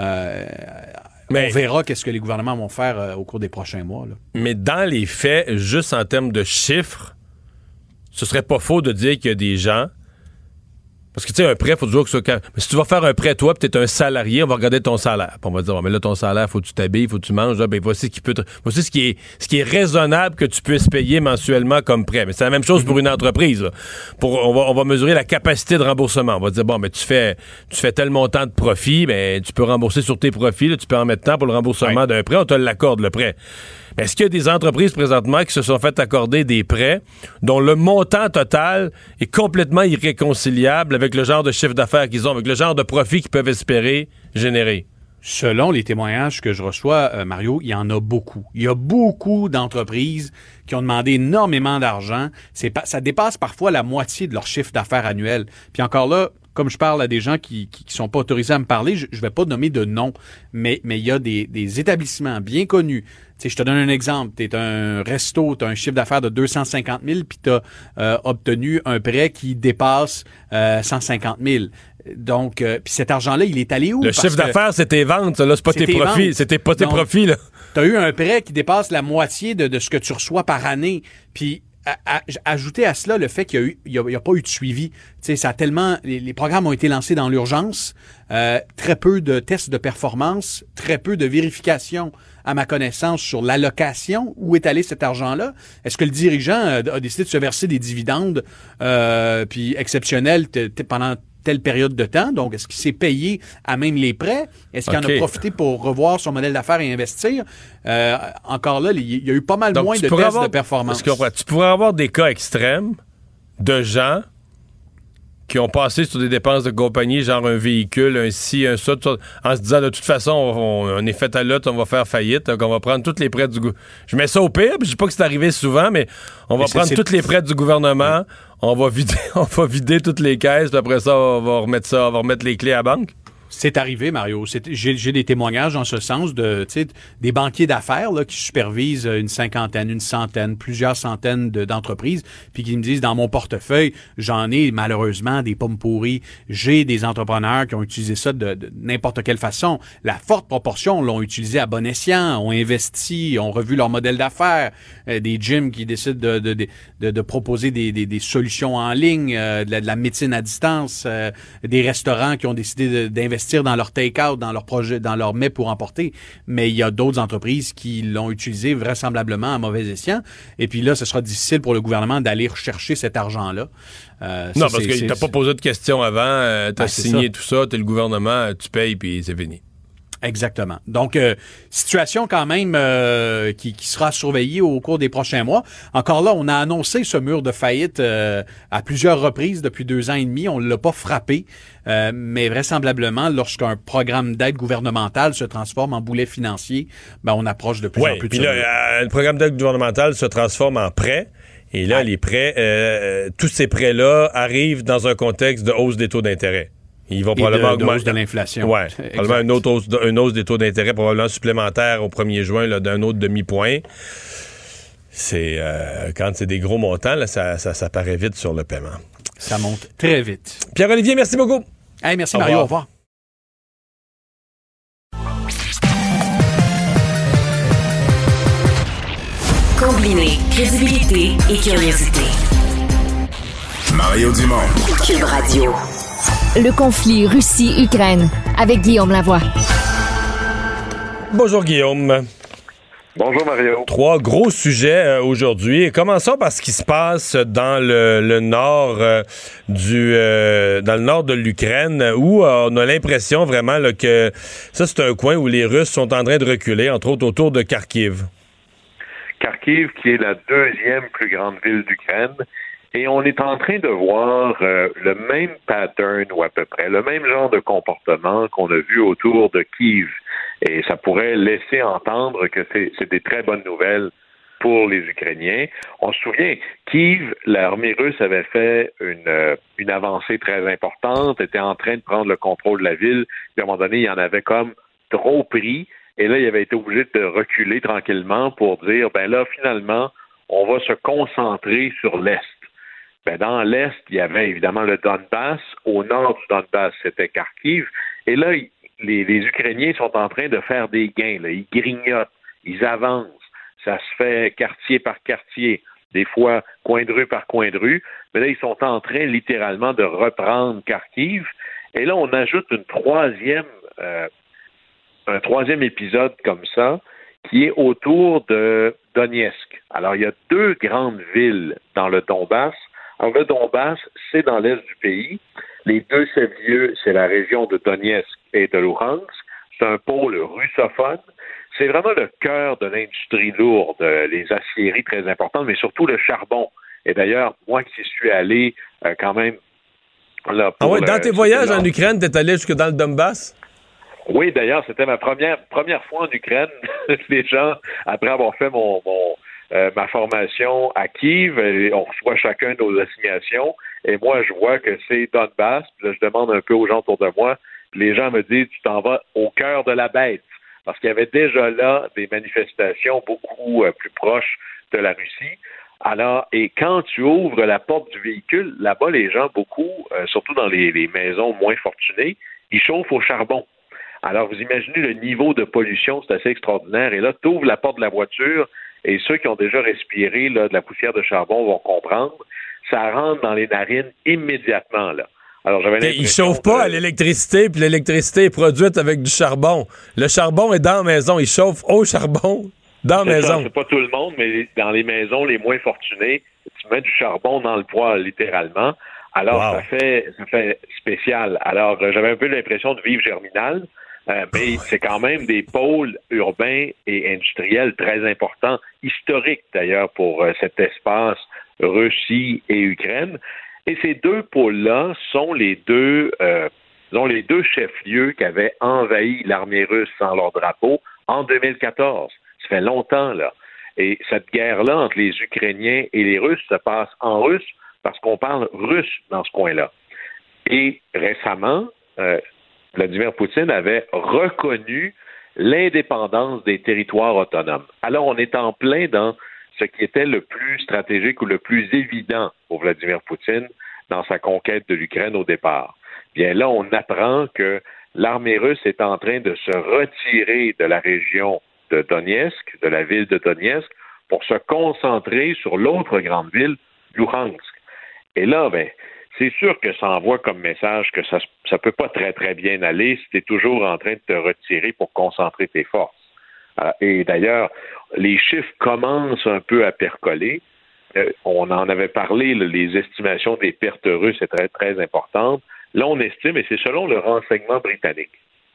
on verra qu'est-ce que les gouvernements vont faire au cours des prochains mois. Là. Mais dans les faits, juste en termes de chiffres, ce serait pas faux de dire qu'il y a des gens... Parce que, tu sais, un prêt, il faut toujours que ça... Mais si tu vas faire un prêt, toi, puis t'es un salarié, on va regarder ton salaire. Puis on va dire, mais là, ton salaire, faut que tu t'habilles, faut que tu manges. Là, ben, voici ce qui est raisonnable que tu puisses payer mensuellement comme prêt. Mais c'est la même chose pour une entreprise. Là. On va mesurer la capacité de remboursement. On va dire, bon, mais tu fais tel montant de profit, ben, tu peux rembourser sur tes profits, là, tu peux en mettre tant pour le remboursement d'un prêt, on te l'accorde, le prêt. Est-ce qu'il y a des entreprises présentement qui se sont fait accorder des prêts dont le montant total est complètement irréconciliable avec le genre de chiffre d'affaires qu'ils ont, avec le genre de profit qu'ils peuvent espérer générer? Selon les témoignages que je reçois, Mario, il y en a beaucoup. Il y a beaucoup d'entreprises qui ont demandé énormément d'argent. Ça dépasse parfois la moitié de leur chiffre d'affaires annuel. Puis encore là, comme je parle à des gens qui sont pas autorisés à me parler, je vais pas nommer de nom, mais il y a des établissements bien connus. Tu sais, je te donne un exemple. T'es un resto, t'as un chiffre d'affaires de 250 000, puis t'as obtenu un prêt qui dépasse 150 000. Donc, puis cet argent-là, il est allé où? Le chiffre d'affaires, c'est tes ventes, là, c'est pas tes profits. C'était pas tes profits, là. T'as eu un prêt qui dépasse la moitié de ce que tu reçois par année, puis ajouter à cela le fait qu'il y a pas eu de suivi. Tu sais, ça a tellement... Les programmes ont été lancés dans l'urgence, très peu de tests de performance, très peu de vérification, à ma connaissance, sur l'allocation, où est allé cet argent-là. Est-ce que le dirigeant a décidé de se verser des dividendes puis exceptionnels pendant telle période de temps? Donc, est-ce qu'il s'est payé à même les prêts? Est-ce qu'il en a profité pour revoir son modèle d'affaires et investir? Encore là, il y a eu pas mal moins de tests de performance. Tu pourrais avoir des cas extrêmes de gens qui ont passé sur des dépenses de compagnie, genre un véhicule, un ci, un ça, en se disant, de toute façon, on est fait à l'autre, on va faire faillite, donc on va prendre tous les prêts du gouvernement. Je mets ça au pire, puis je dis pas que c'est arrivé souvent, mais on va prendre tous les prêts du gouvernement, on va vider toutes les caisses, puis après ça, on va remettre les clés à la banque. C'est arrivé, Mario. J'ai des témoignages en ce sens des banquiers d'affaires là, qui supervisent une cinquantaine, une centaine, plusieurs centaines d'entreprises, puis qui me disent, dans mon portefeuille, j'en ai malheureusement des pommes pourries. J'ai des entrepreneurs qui ont utilisé ça de n'importe quelle façon. La forte proportion l'ont utilisé à bon escient, ont investi, ont revu leur modèle d'affaires. Des gyms qui décident de proposer des solutions en ligne, de la médecine à distance, des restaurants qui ont décidé d'investir investir dans leur take-out, dans leur projet, dans leur mets pour emporter. Mais il y a d'autres entreprises qui l'ont utilisé vraisemblablement à mauvais escient. Et puis là, ce sera difficile pour le gouvernement d'aller rechercher cet argent-là. Non, parce qu'il t'a pas posé de questions avant, t'as signé tout ça, t'es le gouvernement, tu payes, puis c'est fini. Exactement. Donc, situation quand même qui sera surveillée au cours des prochains mois. Encore là, on a annoncé ce mur de faillite à plusieurs reprises depuis 2 ans et demi. On ne l'a pas frappé, mais vraisemblablement, lorsqu'un programme d'aide gouvernementale se transforme en boulet financier, ben, on approche de plus en plus de ça. Oui, puis là, le programme d'aide gouvernementale se transforme en prêt. Et là, les prêts, tous ces prêts-là arrivent dans un contexte de hausse des taux d'intérêt. Ils vont probablement augmenter. Hausse de l'inflation. Oui, probablement une hausse des taux d'intérêt, probablement supplémentaire au 1er juin là, d'un autre demi-point. C'est quand c'est des gros montants, là, ça paraît vite sur le paiement. Ça monte très vite. Pierre-Olivier, merci beaucoup. Hey, merci Mario, au revoir. Combiner crédibilité et curiosité. Mario Dumont. Cube Radio. Le conflit Russie-Ukraine avec Guillaume Lavoie. Bonjour Guillaume. Bonjour Mario. 3 gros sujets aujourd'hui. Commençons par ce qui se passe dans le nord dans le nord de l'Ukraine, où on a l'impression vraiment là, que ça c'est un coin où les Russes sont en train de reculer, entre autres autour de Kharkiv. Kharkiv, qui est la 2e plus grande ville d'Ukraine. Et on est en train de voir le même pattern, ou à peu près, le même genre de comportement qu'on a vu autour de Kiev. Et ça pourrait laisser entendre que c'est des très bonnes nouvelles pour les Ukrainiens. On se souvient, Kiev, l'armée russe avait fait une avancée très importante, était en train de prendre le contrôle de la ville. Puis à un moment donné, il y en avait comme trop pris. Et là, il avait été obligé de reculer tranquillement pour dire, ben là, finalement, on va se concentrer sur l'Est. Ben, dans l'Est, il y avait évidemment le Donbass. Au nord du Donbass, c'était Kharkiv. Et là, les Ukrainiens sont en train de faire des gains. Là. Ils grignotent, ils avancent. Ça se fait quartier par quartier, des fois coin de rue par coin de rue. Mais là, ils sont en train littéralement de reprendre Kharkiv. Et là, on ajoute un troisième épisode comme ça, qui est autour de Donetsk. Alors, il y a 2 grandes villes dans le Donbass. Alors, le Donbass, c'est dans l'est du pays. Les 2 chefs-lieux, c'est la région de Donetsk et de Luhansk. C'est un pôle russophone. C'est vraiment le cœur de l'industrie lourde, les aciéries très importantes, mais surtout le charbon. Et d'ailleurs, moi qui suis allé quand même... Là, dans tes voyages en Ukraine, t'es allé jusque dans le Donbass? Oui, d'ailleurs, c'était ma première fois en Ukraine. Les gens, après avoir fait ma formation à Kiev, on reçoit chacun nos assignations, et moi, je vois que c'est Donbass, puis là, je demande un peu aux gens autour de moi, puis les gens me disent, tu t'en vas au cœur de la bête, parce qu'il y avait déjà là des manifestations beaucoup plus proches de la Russie. Alors, et quand tu ouvres la porte du véhicule, là-bas, les gens, beaucoup, surtout dans les maisons moins fortunées, ils chauffent au charbon. Alors, vous imaginez le niveau de pollution, c'est assez extraordinaire. Et là, tu ouvres la porte de la voiture et ceux qui ont déjà respiré là, de la poussière de charbon vont comprendre. Ça rentre dans les narines immédiatement, là. Alors, j'avais l'impression... Ils chauffent pas à l'électricité, puis l'électricité est produite avec du charbon. Le charbon est dans la maison. Ils chauffent au charbon dans la maison. C'est pas tout le monde, mais dans les maisons les moins fortunées, tu mets du charbon dans le poêle, littéralement. Alors, ça fait spécial. Alors, j'avais un peu l'impression de vivre Germinal. Mais c'est quand même des pôles urbains et industriels très importants, historiques d'ailleurs pour cet espace Russie et Ukraine. Et ces 2 pôles-là sont les deux chefs-lieux qui avaient envahi l'armée russe sans leur drapeau en 2014. Ça fait longtemps, là. Et cette guerre-là entre les Ukrainiens et les Russes se passe en russe parce qu'on parle russe dans ce coin-là. Et récemment, Vladimir Poutine avait reconnu l'indépendance des territoires autonomes. Alors, on est en plein dans ce qui était le plus stratégique ou le plus évident pour Vladimir Poutine dans sa conquête de l'Ukraine au départ. Bien là, on apprend que l'armée russe est en train de se retirer de la région de Donetsk, de la ville de Donetsk, pour se concentrer sur l'autre grande ville, Luhansk. Et là, c'est sûr que ça envoie comme message que ça peut pas très, très bien aller si tu es toujours en train de te retirer pour concentrer tes forces. Et d'ailleurs, les chiffres commencent un peu à percoler. On en avait parlé, les estimations des pertes russes est très, très importante. Là, on estime, et c'est selon le renseignement britannique,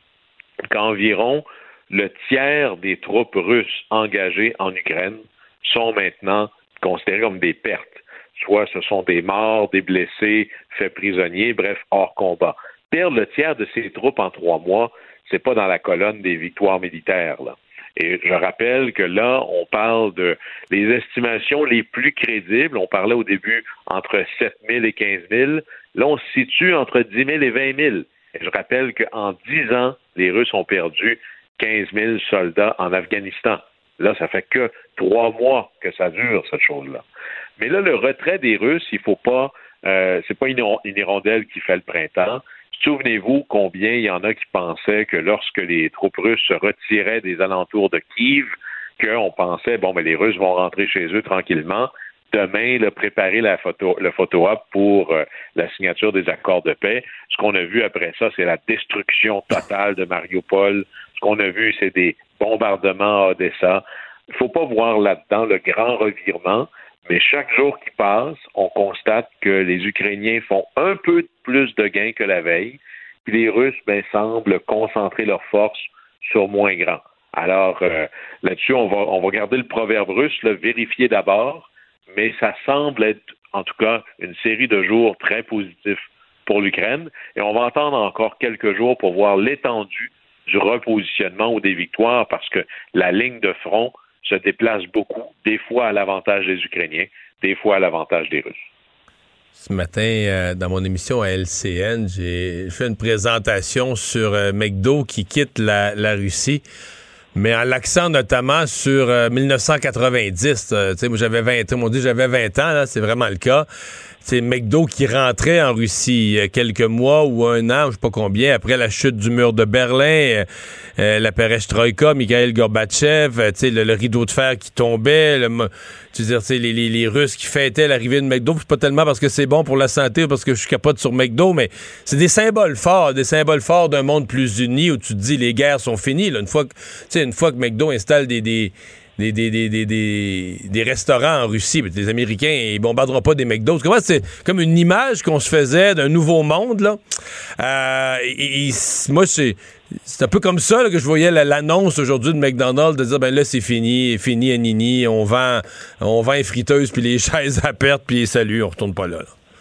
qu'environ le tiers des troupes russes engagées en Ukraine sont maintenant considérées comme des pertes. Soit ce sont des morts, des blessés, faits prisonniers, bref, hors combat. Perdre le tiers de ces troupes en 3 mois, c'est pas dans la colonne des victoires militaires, là. Et je rappelle que là, on parle de les estimations les plus crédibles. On parlait au début entre 7 000 et 15 000. Là, on se situe entre 10 000 et 20 000. Et je rappelle qu'en 10 ans, les Russes ont perdu 15 000 soldats en Afghanistan. Là, ça fait que 3 mois que ça dure, cette chose-là. Mais là, le retrait des Russes, il faut pas, c'est pas une hirondelle qui fait le printemps. Souvenez-vous combien il y en a qui pensaient que lorsque les troupes russes se retiraient des alentours de Kiev, qu'on pensait, les Russes vont rentrer chez eux tranquillement. Demain, préparer le photo-op pour la signature des accords de paix. Ce qu'on a vu après ça, c'est la destruction totale de Mariupol. Ce qu'on a vu, c'est des bombardements à Odessa. Il ne faut pas voir là-dedans le grand revirement, mais chaque jour qui passe, on constate que les Ukrainiens font un peu plus de gains que la veille, puis les Russes semblent concentrer leurs forces sur moins grand. Alors, là-dessus, on va garder le proverbe russe, vérifier d'abord, mais ça semble être, en tout cas, une série de jours très positifs pour l'Ukraine, et on va attendre encore quelques jours pour voir l'étendue du repositionnement ou des victoires, parce que la ligne de front se déplace beaucoup, des fois à l'avantage des Ukrainiens, des fois à l'avantage des Russes. Ce matin, dans mon émission à LCN, j'ai fait une présentation sur McDo qui quitte la Russie, mais en l'accent notamment sur 1990. Moi, j'avais 20 ans. On dit j'avais 20 ans, là, c'est vraiment le cas. C'est McDo qui rentrait en Russie quelques mois ou un an, je sais pas combien, après la chute du mur de Berlin, la perestroïka, Mikhail Gorbatchev, le rideau de fer qui tombait, les Russes qui fêtaient l'arrivée de McDo. C'est pas tellement parce que c'est bon pour la santé ou parce que je suis capote sur McDo, mais c'est des symboles forts d'un monde plus uni où tu te dis les guerres sont finies. Là, une fois que McDo installe des restaurants en Russie, les Américains, ils bombarderont pas des McDo. C'est comme une image qu'on se faisait d'un nouveau monde, là. Moi, c'est un peu comme ça là, que je voyais l'annonce aujourd'hui de McDonald's de dire, là, c'est fini, Nini, on vend les friteuses puis les chaises à perte puis salut, on retourne pas là.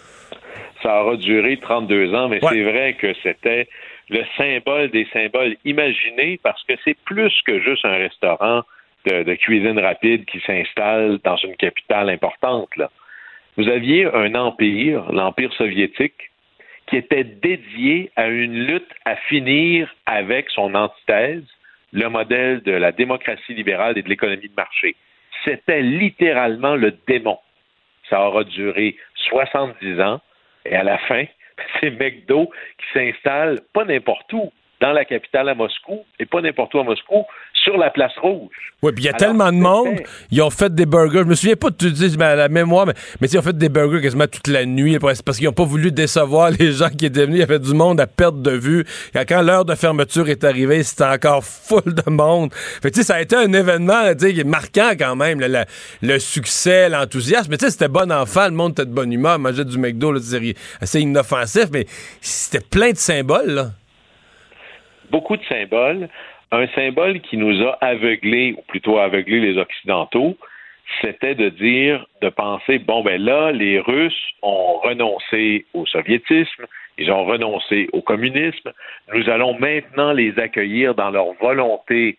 Ça aura duré 32 ans, mais c'est vrai que c'était le symbole des symboles imaginés, parce que c'est plus que juste un restaurant de cuisine rapide qui s'installe dans une capitale importante, là. Vous aviez un empire, l'Empire soviétique, qui était dédié à une lutte à finir avec son antithèse, le modèle de la démocratie libérale et de l'économie de marché. C'était littéralement le démon. Ça aura duré 70 ans, et à la fin, c'est McDo qui s'installe pas n'importe où, dans la capitale à Moscou, et pas n'importe où à Moscou, sur la place rouge. Oui, puis il y a tellement de monde, ils ont fait des burgers, je me souviens pas de la mémoire, mais ils ont fait des burgers quasiment toute la nuit, parce qu'ils n'ont pas voulu décevoir les gens qui étaient venus, il y avait du monde à perte de vue. Et quand l'heure de fermeture est arrivée, c'était encore full de monde. Fait que ça a été un événement marquant quand même, le succès, l'enthousiasme, mais c'était bon enfant, le monde était de bonne humeur, mangeait du McDo, c'est assez inoffensif, mais c'était plein de symboles, là. Beaucoup de symboles. Un symbole qui nous a aveuglés, ou plutôt aveuglés les Occidentaux, c'était de penser, là, les Russes ont renoncé au soviétisme, ils ont renoncé au communisme, nous allons maintenant les accueillir dans leur volonté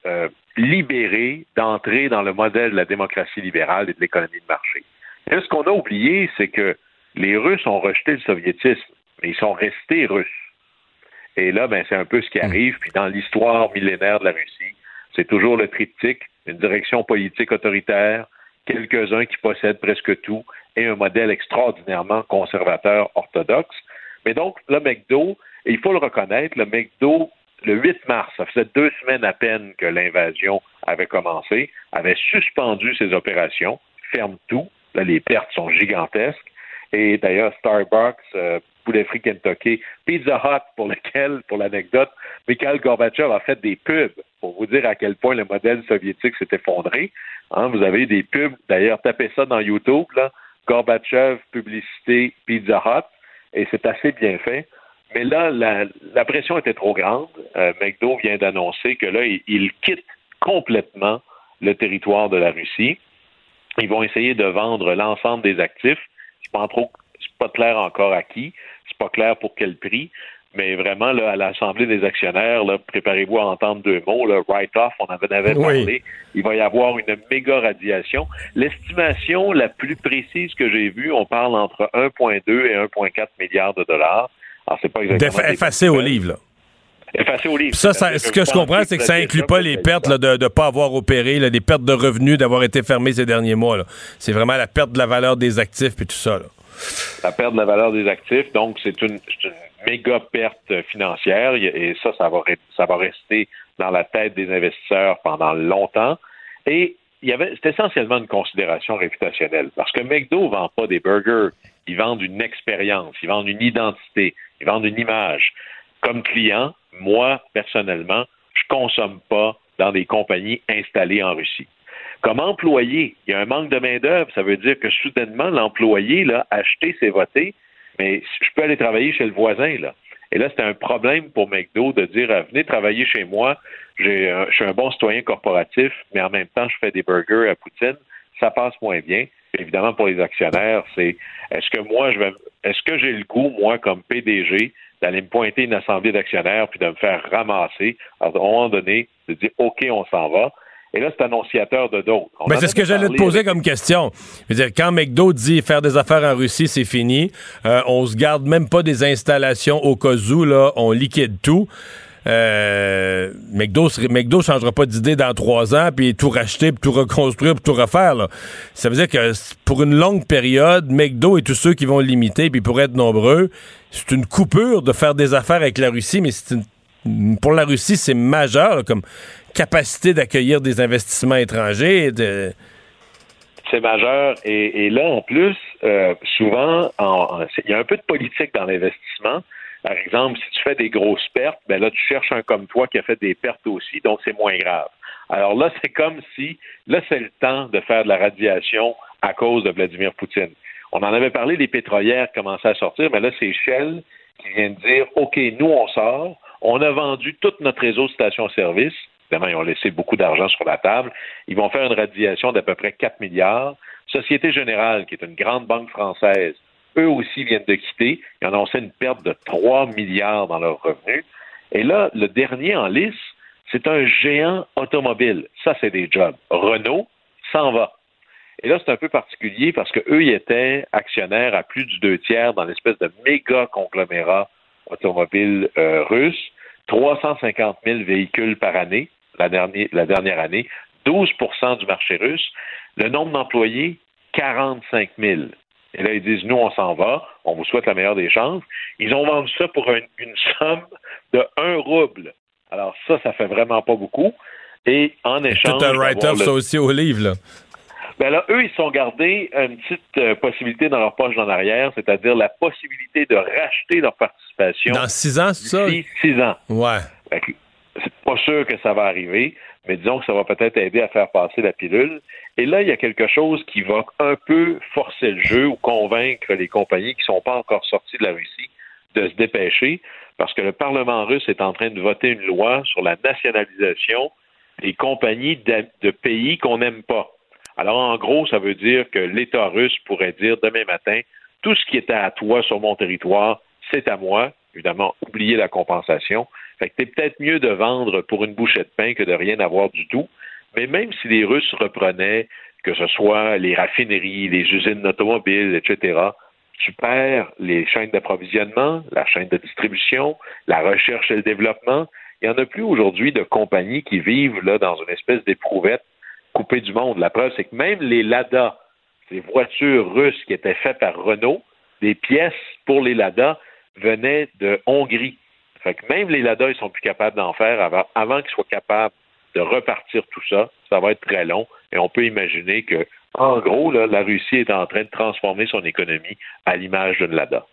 libérée d'entrer dans le modèle de la démocratie libérale et de l'économie de marché. Et là, ce qu'on a oublié, c'est que les Russes ont rejeté le soviétisme, mais ils sont restés Russes. Et là, c'est un peu ce qui arrive. Puis dans l'histoire millénaire de la Russie, c'est toujours le triptyque, une direction politique autoritaire, quelques-uns qui possèdent presque tout, et un modèle extraordinairement conservateur orthodoxe. Mais donc, le McDo, et il faut le reconnaître, le McDo, le 8 mars, ça faisait 2 semaines à peine que l'invasion avait commencé, avait suspendu ses opérations, ferme tout, là, les pertes sont gigantesques, et d'ailleurs Starbucks, poulet frit Kentucky, Pizza Hut, pour l'anecdote, Mikhail Gorbatchev a fait des pubs pour vous dire à quel point le modèle soviétique s'est effondré. Hein, vous avez des pubs, d'ailleurs, tapez ça dans YouTube, là, Gorbatchev, publicité, Pizza Hut, et c'est assez bien fait. Mais là, la pression était trop grande. McDo vient d'annoncer que là, il quitte complètement le territoire de la Russie. Ils vont essayer de vendre l'ensemble des actifs. C'est pas clair encore à qui. C'est pas clair pour quel prix. Mais vraiment, là, à l'Assemblée des actionnaires, là, préparez-vous à entendre deux mots. Là, write-off, on en avait parlé. Il va y avoir une méga radiation. L'estimation la plus précise que j'ai vue, on parle entre 1,2 et 1,4 milliards de dollars. Alors, c'est pas exactement... Effacé au livre, là. Effacé au livre. Ça, ce que je comprends, c'est que ça inclut pas les pertes là, de ne pas avoir opéré, là, des pertes de revenus, d'avoir été fermé ces derniers mois. Là. C'est vraiment la perte de la valeur des actifs et tout ça. Là. La perte de la valeur des actifs, donc c'est une méga perte financière et ça va rester dans la tête des investisseurs pendant longtemps. Et c'est essentiellement une considération réputationnelle parce que McDo ne vend pas des burgers, ils vendent une expérience, ils vendent une identité, ils vendent une image. Comme client, moi, personnellement, je consomme pas dans des compagnies installées en Russie. Comme employé, il y a un manque de main-d'œuvre. Ça veut dire que soudainement, l'employé, là, acheter, c'est voter, mais je peux aller travailler chez le voisin, là. Et là, c'était un problème pour McDo de dire venez travailler chez moi, je suis un bon citoyen corporatif, mais en même temps, je fais des burgers à poutine. Ça passe moins bien. Évidemment, pour les actionnaires, c'est est-ce que j'ai le goût, moi, comme PDG, d'aller me pointer une assemblée d'actionnaires puis de me faire ramasser, à un moment donné, de dire OK, on s'en va. Et là, c'est annonciateur de d'autres. Mais c'est ce que j'allais te poser comme question. Je veux dire, quand McDo dit faire des affaires en Russie, c'est fini. On se garde même pas des installations au cas où, là, on liquide tout. McDo changera pas d'idée dans 3 ans, puis tout racheter, puis tout reconstruire, puis tout refaire. Là. Ça veut dire que pour une longue période, McDo et tous ceux qui vont limiter, puis pour être nombreux, c'est une coupure de faire des affaires avec la Russie, mais pour la Russie, c'est majeur là, comme capacité d'accueillir des investissements étrangers. C'est majeur. Et là, en plus, souvent, il y a un peu de politique dans l'investissement. Par exemple, si tu fais des grosses pertes, ben là, tu cherches un comme toi qui a fait des pertes aussi, donc c'est moins grave. Alors là, c'est comme si, là, c'est le temps de faire de la radiation à cause de Vladimir Poutine. On en avait parlé, les pétrolières commençaient à sortir, mais là, c'est Shell qui vient de dire, OK, nous, on sort, on a vendu tout notre réseau de stations-service. Évidemment, ils ont laissé beaucoup d'argent sur la table. Ils vont faire une radiation d'à peu près 4 milliards. Société Générale, qui est une grande banque française, eux aussi viennent de quitter. Ils ont annoncé une perte de 3 milliards dans leurs revenus. Et là, le dernier en lice, c'est un géant automobile. Ça, c'est des jobs. Renault s'en va. Et là, c'est un peu particulier parce qu'eux, ils étaient actionnaires à plus du 2/3 dans l'espèce de méga conglomérat automobile russe. 350 000 véhicules par année, la dernière année. 12% du marché russe. Le nombre d'employés, 45 000. Et là, ils disent, nous, on s'en va, on vous souhaite la meilleure des chances. Ils ont vendu ça pour une somme de 1 rouble. Alors ça fait vraiment pas beaucoup. Et en échange... Tout un write-off, ça aussi au livre, là. Ben là, eux, ils se sont gardés une petite possibilité dans leur poche d'en arrière, c'est-à-dire la possibilité de racheter leur participation. Dans 6 ans, c'est ça? 6 ans. Ouais. Fait que c'est pas sûr que ça va arriver, mais disons que ça va peut-être aider à faire passer la pilule. Et là, il y a quelque chose qui va un peu forcer le jeu ou convaincre les compagnies qui ne sont pas encore sorties de la Russie de se dépêcher, parce que le Parlement russe est en train de voter une loi sur la nationalisation des compagnies de pays qu'on n'aime pas. Alors, en gros, ça veut dire que l'État russe pourrait dire demain matin, tout ce qui était à toi sur mon territoire, c'est à moi. Évidemment, oubliez la compensation. Fait que c'est peut-être mieux de vendre pour une bouchée de pain que de rien avoir du tout. Mais même si les Russes reprenaient, que ce soit les raffineries, les usines automobiles, etc., tu perds les chaînes d'approvisionnement, la chaîne de distribution, la recherche et le développement. Il n'y en a plus aujourd'hui de compagnies qui vivent là dans une espèce d'éprouvette coupée du monde. La preuve, c'est que même les Lada, ces voitures russes qui étaient faites par Renault, des pièces pour les Lada venaient de Hongrie. Fait que même les Lada, ils sont plus capables d'en faire avant qu'ils soient capables de repartir tout ça, ça va être très long. Et on peut imaginer que, en gros, là, la Russie est en train de transformer son économie à l'image d'une Lada.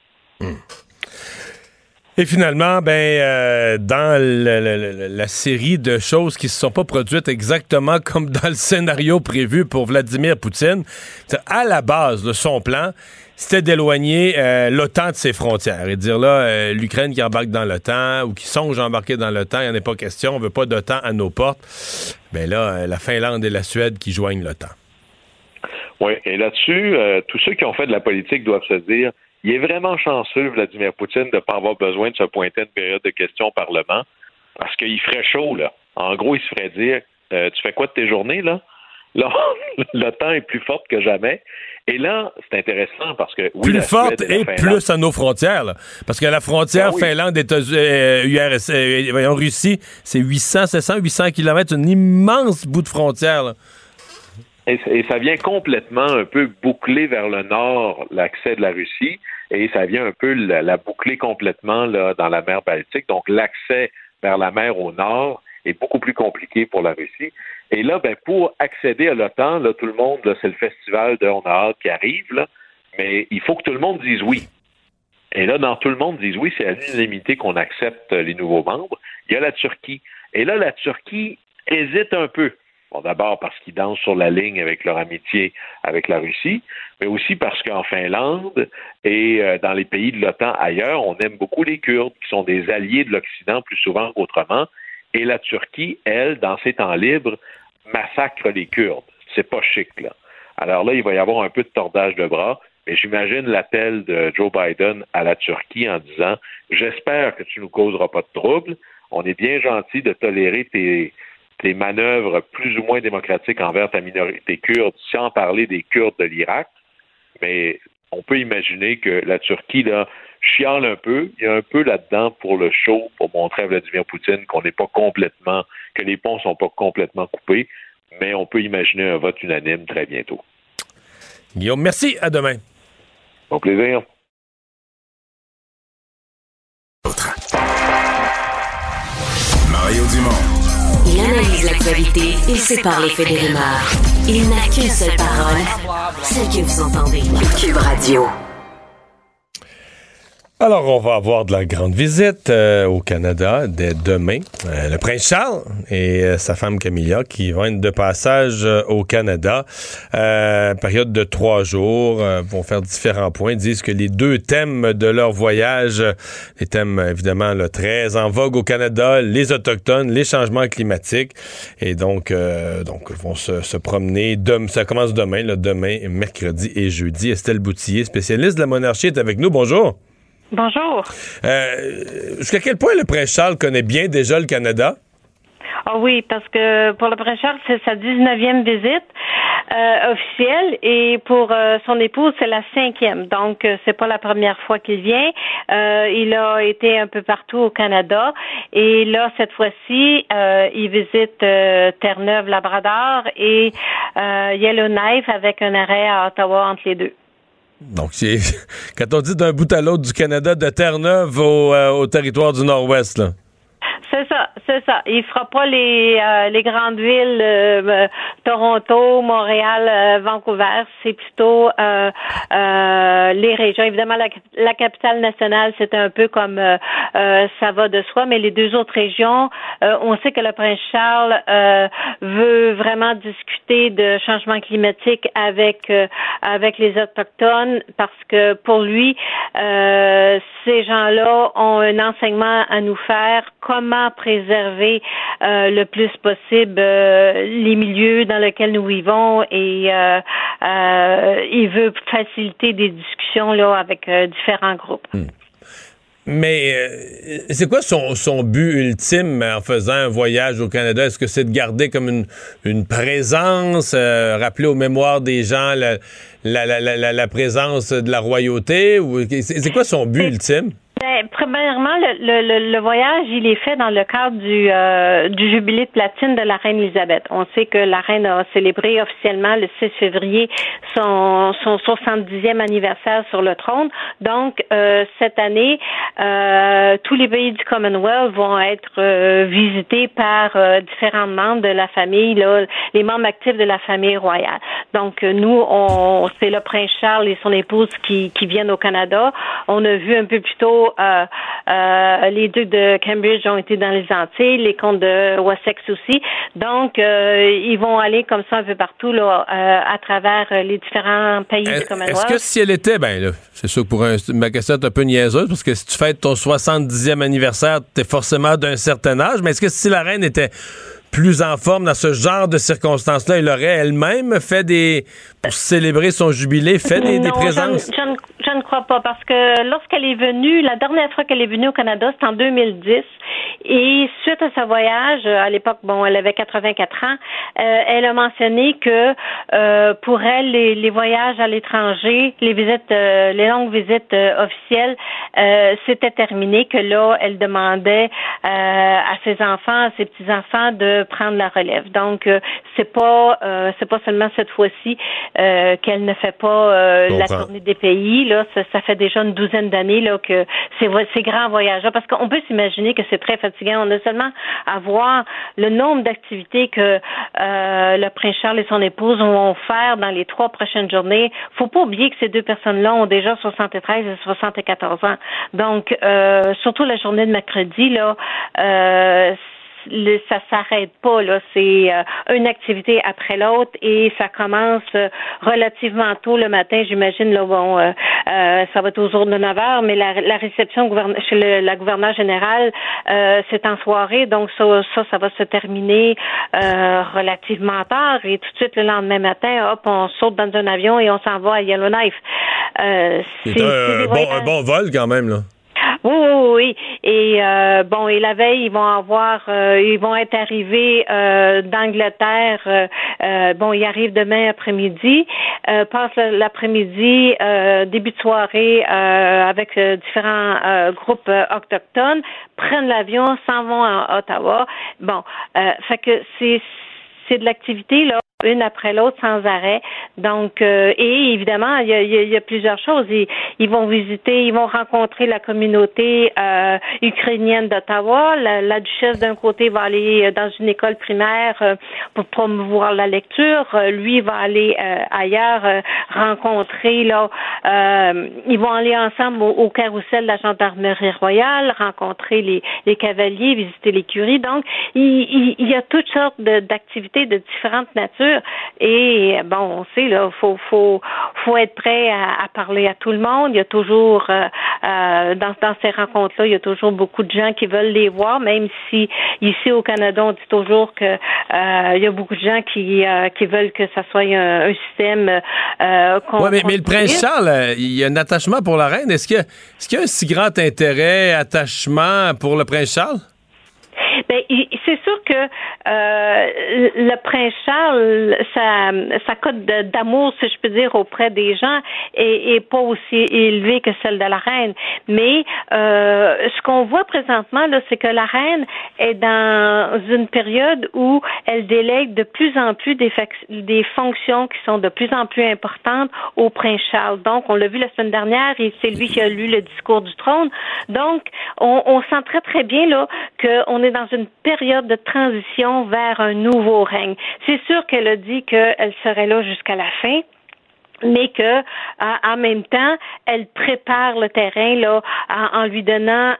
Et finalement, dans la série de choses qui se sont pas produites exactement comme dans le scénario prévu pour Vladimir Poutine, à la base, son plan, c'était d'éloigner l'OTAN de ses frontières et dire là, l'Ukraine qui embarque dans l'OTAN ou qui songe à embarquer dans l'OTAN, il n'y en a pas question, on veut pas d'OTAN à nos portes. Ben là, la Finlande et la Suède qui joignent l'OTAN. Oui, et là-dessus, tous ceux qui ont fait de la politique doivent se dire, il est vraiment chanceux, Vladimir Poutine, de ne pas avoir besoin de se pointer à une période de questions au Parlement, parce qu'il ferait chaud, là. En gros, il se ferait dire, tu fais quoi de tes journées, là? Là, l'OTAN est plus forte que jamais. Et là, c'est intéressant parce que... Oui, plus forte et plus à nos frontières, là. Parce que la frontière Finlande, Russie, c'est 800 kilomètres, un immense bout de frontière, là. Et ça vient complètement un peu boucler vers le nord l'accès de la Russie et ça vient un peu la boucler complètement là, dans la mer Baltique. Donc, l'accès vers la mer au nord est beaucoup plus compliqué pour la Russie. Et là, pour accéder à l'OTAN, là, tout le monde, là, c'est le festival de On a hâte qui arrive, là, mais il faut que tout le monde dise oui. Et là, dans tout le monde dise oui, c'est à l'unanimité qu'on accepte les nouveaux membres. Il y a la Turquie. Et là, la Turquie hésite un peu. Bon, d'abord parce qu'ils dansent sur la ligne avec leur amitié avec la Russie, mais aussi parce qu'en Finlande et dans les pays de l'OTAN ailleurs, on aime beaucoup les Kurdes, qui sont des alliés de l'Occident plus souvent qu'autrement. Et la Turquie, elle, dans ses temps libres, massacre les Kurdes. C'est pas chic, là. Alors là, il va y avoir un peu de tordage de bras, mais j'imagine l'appel de Joe Biden à la Turquie en disant « J'espère que tu nous causeras pas de troubles. On est bien gentil de tolérer tes manœuvres plus ou moins démocratiques envers ta minorité kurde, sans parler des Kurdes de l'Irak. Mais on peut imaginer que la Turquie, là, chiale un peu. Il y a un peu là-dedans pour le show, pour montrer à Vladimir Poutine qu'on n'est pas complètement, que les ponts sont pas complètement coupés. Mais on peut imaginer un vote unanime très bientôt. Guillaume, merci. À demain. Au plaisir. Mario Dumont. Il analyse l'actualité et sépare les faits des rumeurs. Il n'a qu'une seule parole, celle que vous entendez. Cube Radio. Alors, on va avoir de la grande visite au Canada dès demain. Le prince Charles et sa femme Camilla qui vont être de passage au Canada. Période de 3 jours, vont faire différents points. Ils disent que les 2 thèmes de leur voyage, les thèmes évidemment là, très en vogue au Canada, les Autochtones, les changements climatiques. Et donc vont se promener. Ça commence demain, mercredi et jeudi. Estelle Boutillier, spécialiste de la monarchie, est avec nous. Bonjour. Bonjour. Jusqu'à quel point le prince Charles connaît bien déjà le Canada? Ah oui, parce que pour le prince Charles, c'est sa 19e visite officielle et pour son épouse, c'est la 5e. Donc, c'est pas la première fois qu'il vient. Il a été un peu partout au Canada et là, cette fois-ci, il visite Terre-Neuve-Labrador et Yellowknife avec un arrêt à Ottawa entre les deux. Donc, quand on dit d'un bout à l'autre du Canada, de Terre-Neuve au territoire du Nord-Ouest, là. C'est ça. Il fera pas les grandes villes, Toronto, Montréal, Vancouver. C'est plutôt les régions. Évidemment, la capitale nationale, c'est un peu comme ça va de soi, mais les 2 autres régions, on sait que le prince Charles veut vraiment discuter de changement climatique avec les Autochtones parce que pour lui, ces gens-là ont un enseignement à nous faire. Comment préserver le plus possible les milieux dans lesquels nous vivons et il veut faciliter des discussions là avec différents groupes. Mais c'est quoi son but ultime en faisant un voyage au Canada? Est-ce que c'est de garder comme une présence, rappeler aux mémoires des gens la présence de la royauté? Ou c'est quoi son but ultime? premièrement, le voyage, il est fait dans le cadre du jubilé de platine de la reine Élisabeth. On sait que la reine a célébré officiellement le 6 février son 70e anniversaire sur le trône. Donc, cette année, tous les pays du Commonwealth vont être visités par différents membres de la famille, là, les membres actifs de la famille royale. Donc, nous, c'est le prince Charles et son épouse qui viennent au Canada. On a vu un peu plus tôt les ducs de Cambridge ont été dans les Antilles, les comtes de Wessex aussi. Donc, ils vont aller comme ça un peu partout là, à travers les différents pays du Commonwealth. Est-ce que si elle était, ben là, c'est sûr que pour ma question est un peu niaiseuse, parce que si tu fêtes ton 70e anniversaire, t'es forcément d'un certain âge, mais est-ce que si la reine était plus en forme dans ce genre de circonstances-là, elle aurait elle-même fait pour célébrer son jubilé, fait des présences? Je ne crois pas, parce que lorsqu'elle est venue, la dernière fois qu'elle est venue au Canada, c'était en 2010, et suite à ce voyage, à l'époque, elle avait 84 ans, elle a mentionné que pour elle, les voyages à l'étranger, les longues visites officielles, c'était terminé, que là, elle demandait à ses enfants, à ses petits-enfants de prendre la relève. Donc, c'est pas seulement cette fois-ci qu'elle ne fait pas la tournée des pays. Là, ça fait déjà une douzaine d'années là que ces grands voyages-là, parce qu'on peut s'imaginer que c'est très fatigant. On a seulement à voir le nombre d'activités que le prince Charles et son épouse vont faire dans les 3 prochaines journées. Faut pas oublier que ces deux personnes-là ont déjà 73 et 74 ans. Donc, surtout la journée de mercredi, là, ça s'arrête pas, là. C'est une activité après l'autre et ça commence relativement tôt le matin. J'imagine, là, ça va être aux ordres de 9h, mais la réception chez la gouverneure générale, c'est en soirée, donc ça va se terminer relativement tard et tout de suite le lendemain matin, hop, on saute dans un avion et on s'en va à Yellowknife. C'est un bon vol quand même, là. Oui. Et et la veille, ils vont être arrivés d'Angleterre. Ils arrivent demain après-midi, passent l'après-midi, début de soirée avec différents groupes autochtones, prennent l'avion, s'en vont à Ottawa. Fait que c'est de l'activité là, une après l'autre sans arrêt. Donc, et évidemment, il y a plusieurs choses. Ils vont visiter, ils vont rencontrer la communauté ukrainienne d'Ottawa. La duchesse d'un côté va aller dans une école primaire pour promouvoir la lecture. Lui va aller ailleurs rencontrer là. Ils vont aller ensemble au carrousel de la gendarmerie royale, rencontrer les cavaliers, visiter l'écurie. Donc, il y a toutes sortes d'activités de différentes natures. Et on sait là, faut être prêt à parler à tout le monde. Il y a toujours dans ces rencontres-là, il y a toujours beaucoup de gens qui veulent les voir, même si ici au Canada, on dit toujours que il y a beaucoup de gens qui veulent que ça soit un système. Mais le prince Charles, il y a un attachement pour la reine. Est-ce qu'il y a un si grand attachement pour le prince Charles? C'est sûr que le prince Charles, sa cote d'amour, si je peux dire, auprès des gens est pas aussi élevée que celle de la reine. Mais ce qu'on voit présentement, là, c'est que la reine est dans une période où elle délègue de plus en plus des fonctions qui sont de plus en plus importantes au prince Charles. Donc, on l'a vu la semaine dernière, et c'est lui qui a lu le discours du trône. Donc, on sent très, très bien là qu'on est dans une période de transition vers un nouveau règne. C'est sûr qu'elle a dit qu'elle serait là jusqu'à la fin, mais que en même temps, elle prépare le terrain là en lui demandant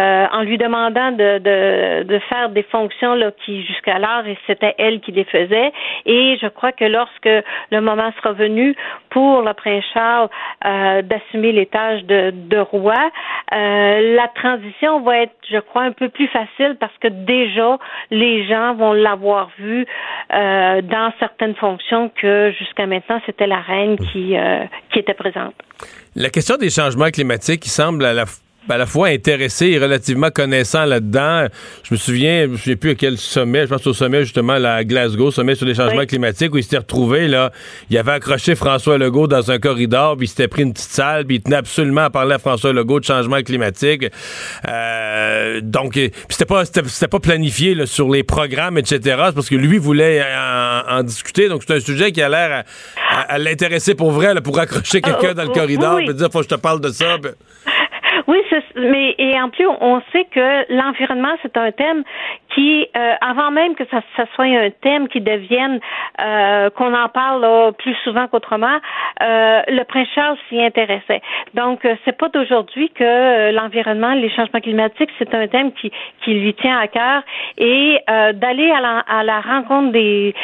de faire des fonctions là qui jusqu'alors c'était elle qui les faisait. Et je crois que lorsque le moment sera venu pour le prince Charles d'assumer les tâches de roi, la transition va être, je crois, un peu plus facile parce que déjà les gens vont l'avoir vu dans certaines fonctions que jusqu'à maintenant c'était la reine qui était présente. La question des changements climatiques qui semble à la fois intéressé et relativement connaissant là-dedans. Je me souviens plus à quel sommet, je pense au sommet justement à Glasgow, sommet sur les changements climatiques, où il s'était retrouvé, là, il avait accroché François Legault dans un corridor, puis il s'était pris une petite salle, puis il tenait absolument à parler à François Legault de changement climatique. Donc, c'était pas planifié là, sur les programmes, etc. C'est parce que lui voulait en discuter. Donc, c'est un sujet qui a l'air à l'intéresser pour vrai, là, pour accrocher quelqu'un dans le corridor, puis dire, faut que je te parle de ça. Oui, mais et en plus, on sait que l'environnement, c'est un thème qui, avant même que ça soit un thème qui devienne, qu'on en parle là, plus souvent qu'autrement, le prince Charles s'y intéressait. Donc, c'est pas d'aujourd'hui que l'environnement, les changements climatiques, c'est un thème qui lui tient à cœur, et d'aller à la rencontre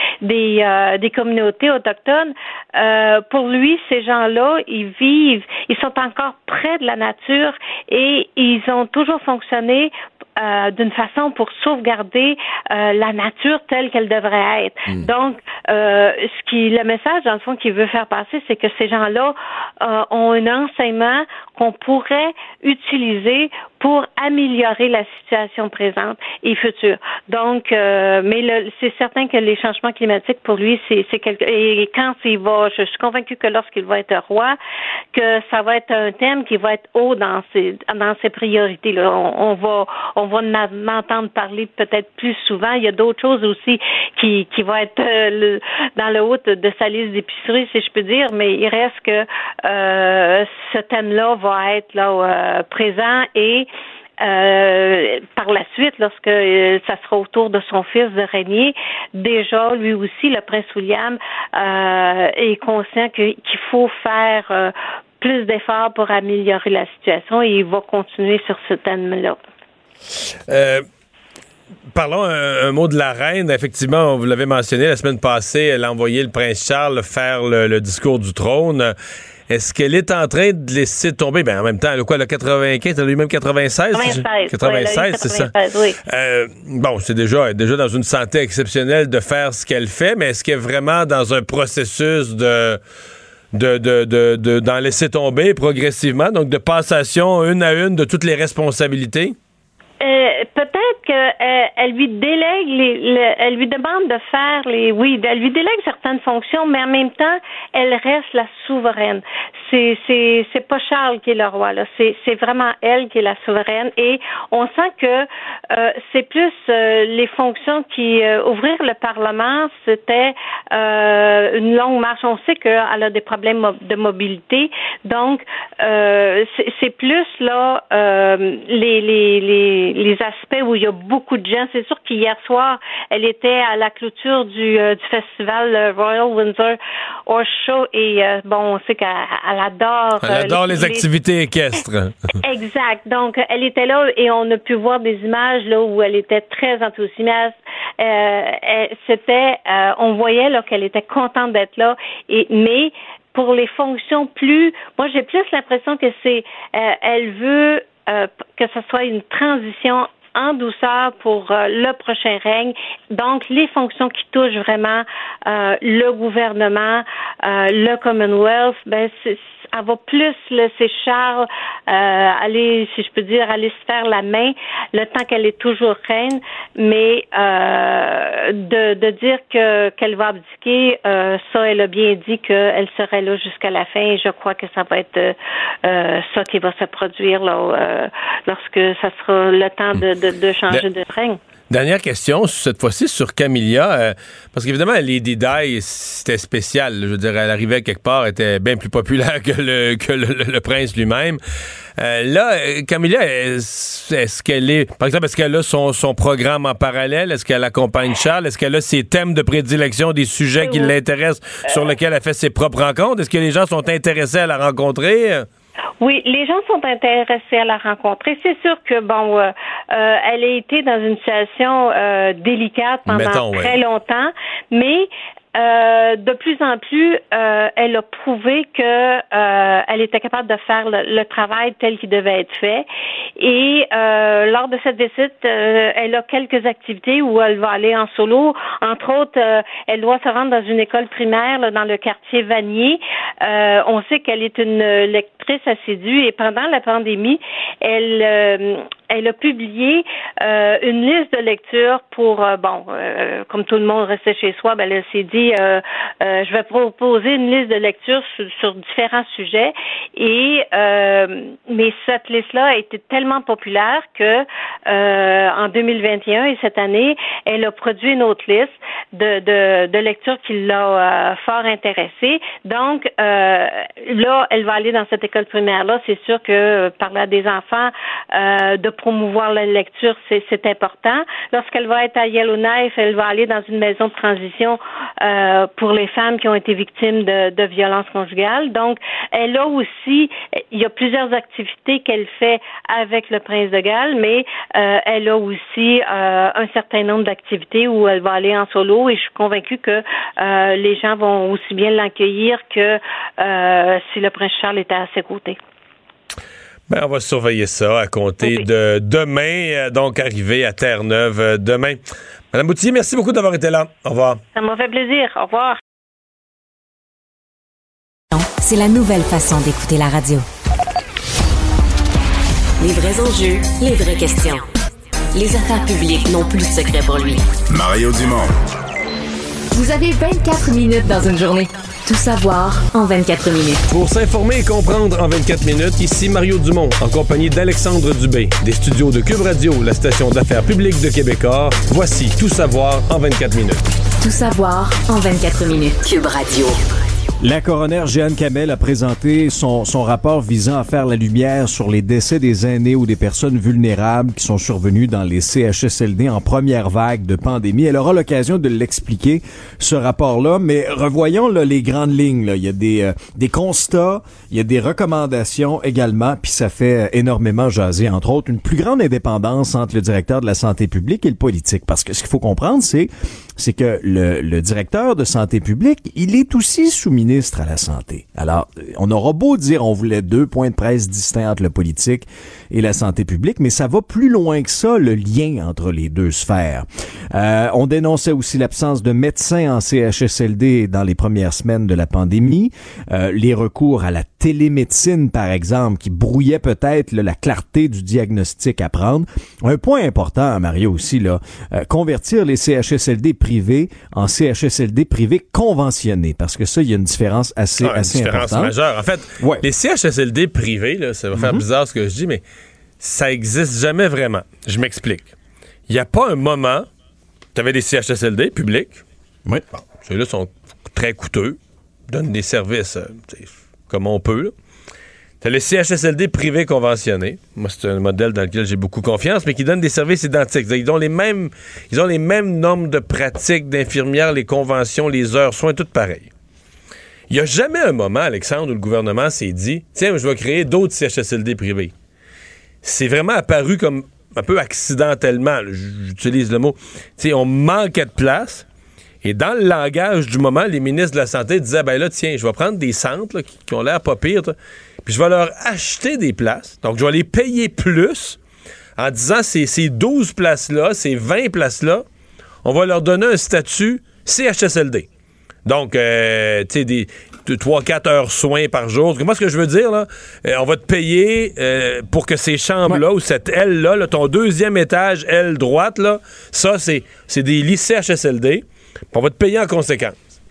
des communautés autochtones. Pour lui, ces gens-là, ils sont encore près de la nature, et ils ont toujours fonctionné d'une façon pour sauvegarder la nature telle qu'elle devrait être. Donc, le message, dans le fond, qu'il veut faire passer, c'est que ces gens-là ont un enseignement qu'on pourrait utiliser pour améliorer la situation présente et future. Donc, c'est certain que les changements climatiques, pour lui, c'est quelque... Et quand il va, je suis convaincue que lorsqu'il va être roi, que ça va être un thème qui va être haut dans ses priorités. Là. On va en entendre parler peut-être plus souvent. Il y a d'autres choses aussi qui vont être dans le haut de sa liste d'épicerie, si je peux dire, mais il reste que ce thème-là va être là présent, et par la suite, lorsque ça sera au tour de son fils de régner, déjà, lui aussi, le prince William est conscient qu'il faut faire plus d'efforts pour améliorer la situation, et il va continuer sur ce thème-là. Parlons un mot de la reine. Effectivement, vous l'avez mentionné, la semaine passée, elle a envoyé le prince Charles faire le discours du trône. Est-ce qu'elle est en train de laisser tomber? Ben, en même temps, elle a 95, elle a eu même 96? 96, c'est ça. Oui. Bon, c'est déjà dans une santé exceptionnelle de faire ce qu'elle fait, mais est-ce qu'elle est vraiment dans un processus d'en laisser tomber progressivement, donc de passation une à une de toutes les responsabilités? Peut-être qu'elle lui délègue elle lui demande de faire elle lui délègue certaines fonctions, mais en même temps, elle reste la souveraine. C'est pas Charles qui est le roi, là. C'est vraiment elle qui est la souveraine, et on sent que c'est plus les fonctions qui ouvrir le Parlement, c'était une longue marche. On sait qu'elle a des problèmes de mobilité, donc c'est plus là les aspects où il y a beaucoup de gens. C'est sûr qu'hier soir, elle était à la clôture du festival Royal Windsor Horse Show, et on sait qu'elle adore... Elle adore les activités équestres. Exact. Donc, elle était là, et on a pu voir des images là où elle était très enthousiaste. On voyait là qu'elle était contente d'être là, mais pour les fonctions moi j'ai plus l'impression que elle veut que ce soit une transition en douceur pour le prochain règne. Donc, les fonctions qui touchent vraiment le gouvernement, le Commonwealth, elle va plus laisser Charles aller, si je peux dire, aller se faire la main le temps qu'elle est toujours reine, mais de dire qu'elle va abdiquer, ça, elle a bien dit qu'elle serait là jusqu'à la fin, et je crois que ça va être ça qui va se produire là, lorsque ça sera le temps de changer de règne. Dernière question, cette fois-ci sur Camilla, parce qu'évidemment, Lady Di, c'était spécial. Je veux dire, elle arrivait quelque part, elle était bien plus populaire que le prince lui-même. Là, Camilla, est-ce qu'elle est... Par exemple, est-ce qu'elle a son programme en parallèle? Est-ce qu'elle accompagne Charles? Est-ce qu'elle a ses thèmes de prédilection, des sujets qui l'intéressent, sur lesquels elle fait ses propres rencontres? Est-ce que les gens sont intéressés à la rencontrer? Oui, les gens sont intéressés à la rencontrer. C'est sûr que, elle a été dans une situation délicate pendant très longtemps, mais de plus en plus, elle a prouvé que elle était capable de faire le travail tel qu'il devait être fait. Et lors de cette visite, elle a quelques activités où elle va aller en solo. Entre autres, elle doit se rendre dans une école primaire là, dans le quartier Vanier. On sait qu'elle est une lectrice lectrice assidue et pendant la pandémie, elle a publié une liste de lecture pour, comme tout le monde restait chez soi, elle s'est dit, je vais proposer une liste de lecture sur différents sujets mais cette liste-là a été tellement populaire que en 2021 et cette année, elle a produit une autre liste de lectures qui l'a fort intéressée. Donc, là, elle va aller dans cette école primaire-là. C'est sûr que parler à des enfants, de promouvoir la lecture, c'est important. Lorsqu'elle va être à Yellowknife, elle va aller dans une maison de transition pour les femmes qui ont été victimes de violences conjugales. Donc, elle a aussi, il y a plusieurs activités qu'elle fait avec le prince de Galles, mais elle a aussi un certain nombre d'activités où elle va aller en solo et je suis convaincue que les gens vont aussi bien l'accueillir que si le prince Charles était à ses côtés. Ben, on va surveiller ça à compter de demain, donc arrivé à Terre-Neuve demain. Madame Boutillier, merci beaucoup d'avoir été là. Au revoir. Ça m'a fait plaisir. Au revoir. C'est la nouvelle façon d'écouter la radio. Les vrais enjeux, les vraies questions. Les affaires publiques n'ont plus de secret pour lui. Mario Dumont. Vous avez 24 minutes dans une journée. Tout savoir en 24 minutes. Pour s'informer et comprendre en 24 minutes, ici Mario Dumont, en compagnie d'Alexandre Dubé, des studios de Cube Radio, la station d'affaires publique de Québecor. Voici Tout savoir en 24 minutes. Tout savoir en 24 minutes. Cube Radio. La coroner Jeanne Kamel a présenté son rapport visant à faire la lumière sur les décès des aînés ou des personnes vulnérables qui sont survenus dans les CHSLD en première vague de pandémie. Elle aura l'occasion de l'expliquer, ce rapport-là, mais revoyons là, les grandes lignes. Là. Il y a des constats, il y a des recommandations également, puis ça fait énormément jaser, entre autres, une plus grande indépendance entre le directeur de la santé publique et le politique. Parce que ce qu'il faut comprendre, c'est que le directeur de santé publique, il est aussi sous-ministre à la santé. Alors, on aura beau dire on voulait 2 points de presse distincts entre le politique et la santé publique, mais ça va plus loin que ça, le lien entre les deux sphères. On dénonçait aussi l'absence de médecins en CHSLD dans les premières semaines de la pandémie, les recours à la télémédecine, par exemple, qui brouillait peut-être la clarté du diagnostic à prendre. Un point important, Mario, aussi, là, convertir les CHSLD privés en CHSLD privés conventionnés, parce que ça, il y a une différence assez différence importante. Majeure. En fait, les CHSLD privés, là, ça va faire bizarre ce que je dis, mais ça existe jamais vraiment. Je m'explique. Il n'y a pas un moment, tu avais des CHSLD publics. Oui. Bon, ceux-là sont très coûteux, donnent des services comme on peut. Tu as les CHSLD privés conventionnés. Moi, c'est un modèle dans lequel j'ai beaucoup confiance, mais qui donnent des services identiques. Ils ont les mêmes normes de pratique d'infirmières, les conventions, les heures, soins, tout pareil. Il n'y a jamais un moment, Alexandre, où le gouvernement s'est dit « Tiens, je vais créer d'autres CHSLD privés ». C'est vraiment apparu comme un peu accidentellement. J'utilise le mot. Tu sais, on manquait de place. Et dans le langage du moment, les ministres de la Santé disaient « Ben là, tiens, je vais prendre des centres là, qui ont l'air pas pires, puis je vais leur acheter des places. Donc, je vais les payer plus en disant ces 12 places-là, ces 20 places-là, on va leur donner un statut CHSLD. » Donc, tu sais, des 3-4 heures soins par jour. Moi, ce que je veux dire, là, on va te payer pour que ces chambres-là, ou cette aile-là, là, ton deuxième étage, aile droite, là, ça, c'est des lits CHSLD. On va te payer en conséquence.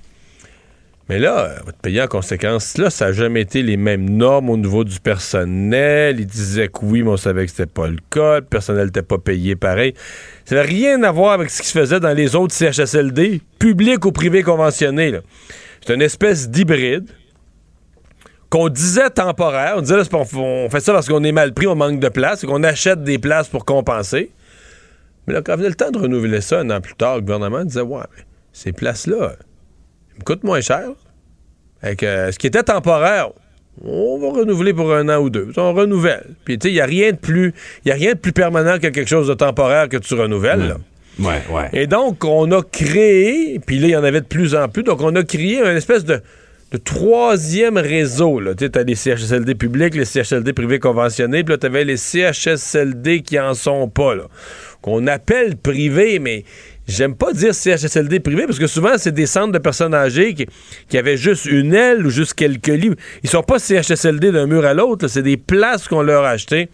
Mais là, on va te payer en conséquence. Là, ça n'a jamais été les mêmes normes au niveau du personnel. Ils disaient que oui, mais on savait que c'était pas le cas. Le personnel n'était pas payé pareil. Ça n'a rien à voir avec ce qui se faisait dans les autres CHSLD, publics ou privés conventionnés. Là. C'est une espèce d'hybride qu'on disait temporaire. On disait, là, on fait ça parce qu'on est mal pris, on manque de place, qu'on achète des places pour compenser. Mais là, quand venait le temps de renouveler ça un an plus tard, le gouvernement disait, ouais, mais ces places-là, me coûte moins cher. Avec, ce qui était temporaire, on va renouveler pour 1 an ou 2. On renouvelle. Puis, tu sais, il n'y a rien de plus permanent que quelque chose de temporaire que tu renouvelles. Là. Ouais. Et donc, on a créé, puis là, il y en avait de plus en plus, donc on a créé une espèce de troisième réseau. Tu sais, t'as les CHSLD publics, les CHSLD privés conventionnés, puis là, t'avais les CHSLD qui en sont pas, là, qu'on appelle privés, mais j'aime pas dire CHSLD privé, parce que souvent, c'est des centres de personnes âgées qui avaient juste une aile ou juste quelques lits. Ils sont pas CHSLD d'un mur à l'autre, là, c'est des places qu'on leur a achetées.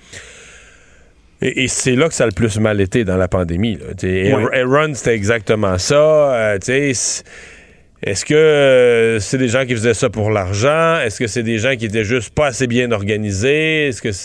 Et c'est là que ça a le plus mal été dans la pandémie. Aaron, c'était exactement ça. Est-ce que c'est des gens qui faisaient ça pour l'argent? Est-ce que c'est des gens qui étaient juste pas assez bien organisés? Est-ce que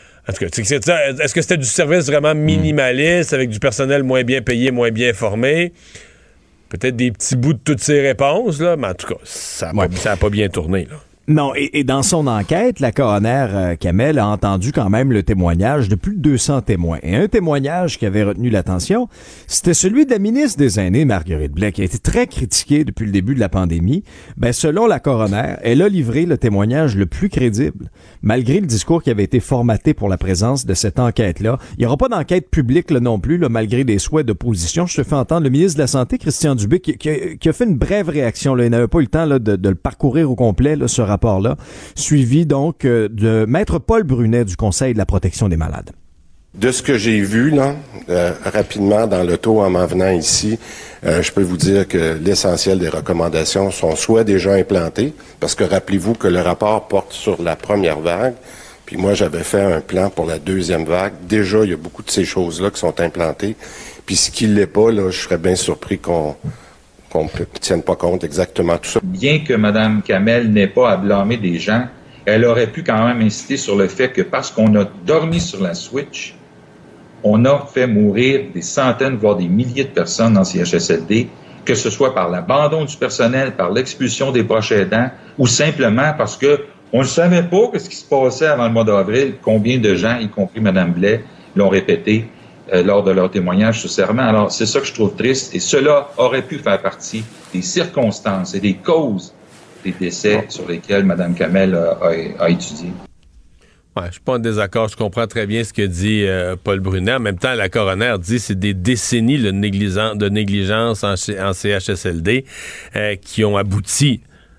c'était du service vraiment minimaliste avec du personnel moins bien payé, moins bien formé? Peut-être des petits bouts de toutes ces réponses, là, mais en tout cas, ça a pas bien tourné, là. Non, et dans son enquête, la coroner Kamel a entendu quand même le témoignage de plus de 200 témoins. Et un témoignage qui avait retenu l'attention, c'était celui de la ministre des Aînés, Marguerite Blais, qui a été très critiquée depuis le début de la pandémie. Selon la coroner, elle a livré le témoignage le plus crédible, malgré le discours qui avait été formaté pour la présence de cette enquête-là. Il n'y aura pas d'enquête publique là, non plus, là, malgré des souhaits d'opposition. Je te fais entendre le ministre de la Santé, Christian Dubé, qui a fait une brève réaction. Là. Il n'avait pas eu le temps là, de le parcourir au complet, là, ce rapport-là, suivi donc de Maître Paul Brunet du Conseil de la protection des malades. De ce que j'ai vu, là, rapidement dans l'auto en m'en venant ici, je peux vous dire que l'essentiel des recommandations sont soit déjà implantées, parce que rappelez-vous que le rapport porte sur la première vague, puis moi j'avais fait un plan pour la deuxième vague. Déjà, il y a beaucoup de ces choses-là qui sont implantées, puis ce qui ne l'est pas, là, je serais bien surpris qu'on ne tienne pas compte exactement de tout ça. Bien que Mme Kamel n'ait pas à blâmer des gens, elle aurait pu quand même insister sur le fait que parce qu'on a dormi sur la switch, on a fait mourir des centaines, voire des milliers de personnes dans CHSLD, que ce soit par l'abandon du personnel, par l'expulsion des proches aidants, ou simplement parce que on ne savait pas ce qui se passait avant le mois d'avril, combien de gens, y compris Mme Blais, l'ont répété lors de leur témoignage sur serment. Alors, c'est ça que je trouve triste, et cela aurait pu faire partie des circonstances et des causes des décès sur lesquels Mme Kamel a étudié. Ouais, je suis pas en désaccord. Je comprends très bien ce que dit Paul Brunet. En même temps, la coroner dit que c'est des décennies de négligence en CHSLD qui ont abouti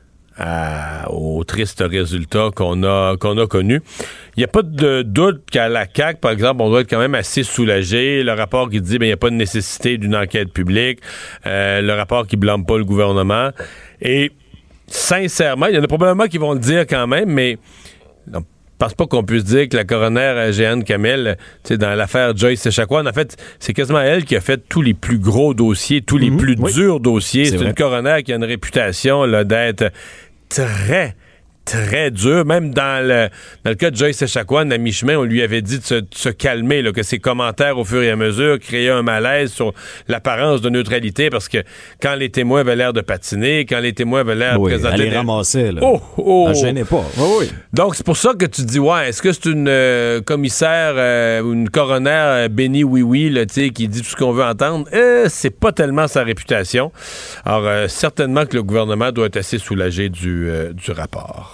aux tristes résultats qu'on a connus. Il n'y a pas de doute qu'à la CAQ, par exemple, on doit être quand même assez soulagé. Le rapport qui dit qu'il n'y a pas de nécessité d'une enquête publique. Le rapport qui blâme pas le gouvernement. Et sincèrement, il y en a probablement qui vont le dire quand même, mais non, je pense pas qu'on puisse dire que la coroner Jeanne Kamel, dans l'affaire Joyce Echaquan, en fait, c'est quasiment elle qui a fait tous les plus gros dossiers, tous les plus durs dossiers. C'est une coroner qui a une réputation là, d'être très, très dur. Même dans le cas de Joyce Echaquan, à mi-chemin, on lui avait dit de se calmer, là, que ses commentaires au fur et à mesure créaient un malaise sur l'apparence de neutralité, parce que quand les témoins avaient l'air de patiner, quand les témoins avaient l'air de présenter... Elle les ramassait, là. Elle gênait pas. Oui. Donc, c'est pour ça que tu te dis, est-ce que c'est une commissaire ou une coroner bénie oui, là, qui dit tout ce qu'on veut entendre? C'est pas tellement sa réputation. Alors, certainement que le gouvernement doit être assez soulagé du rapport.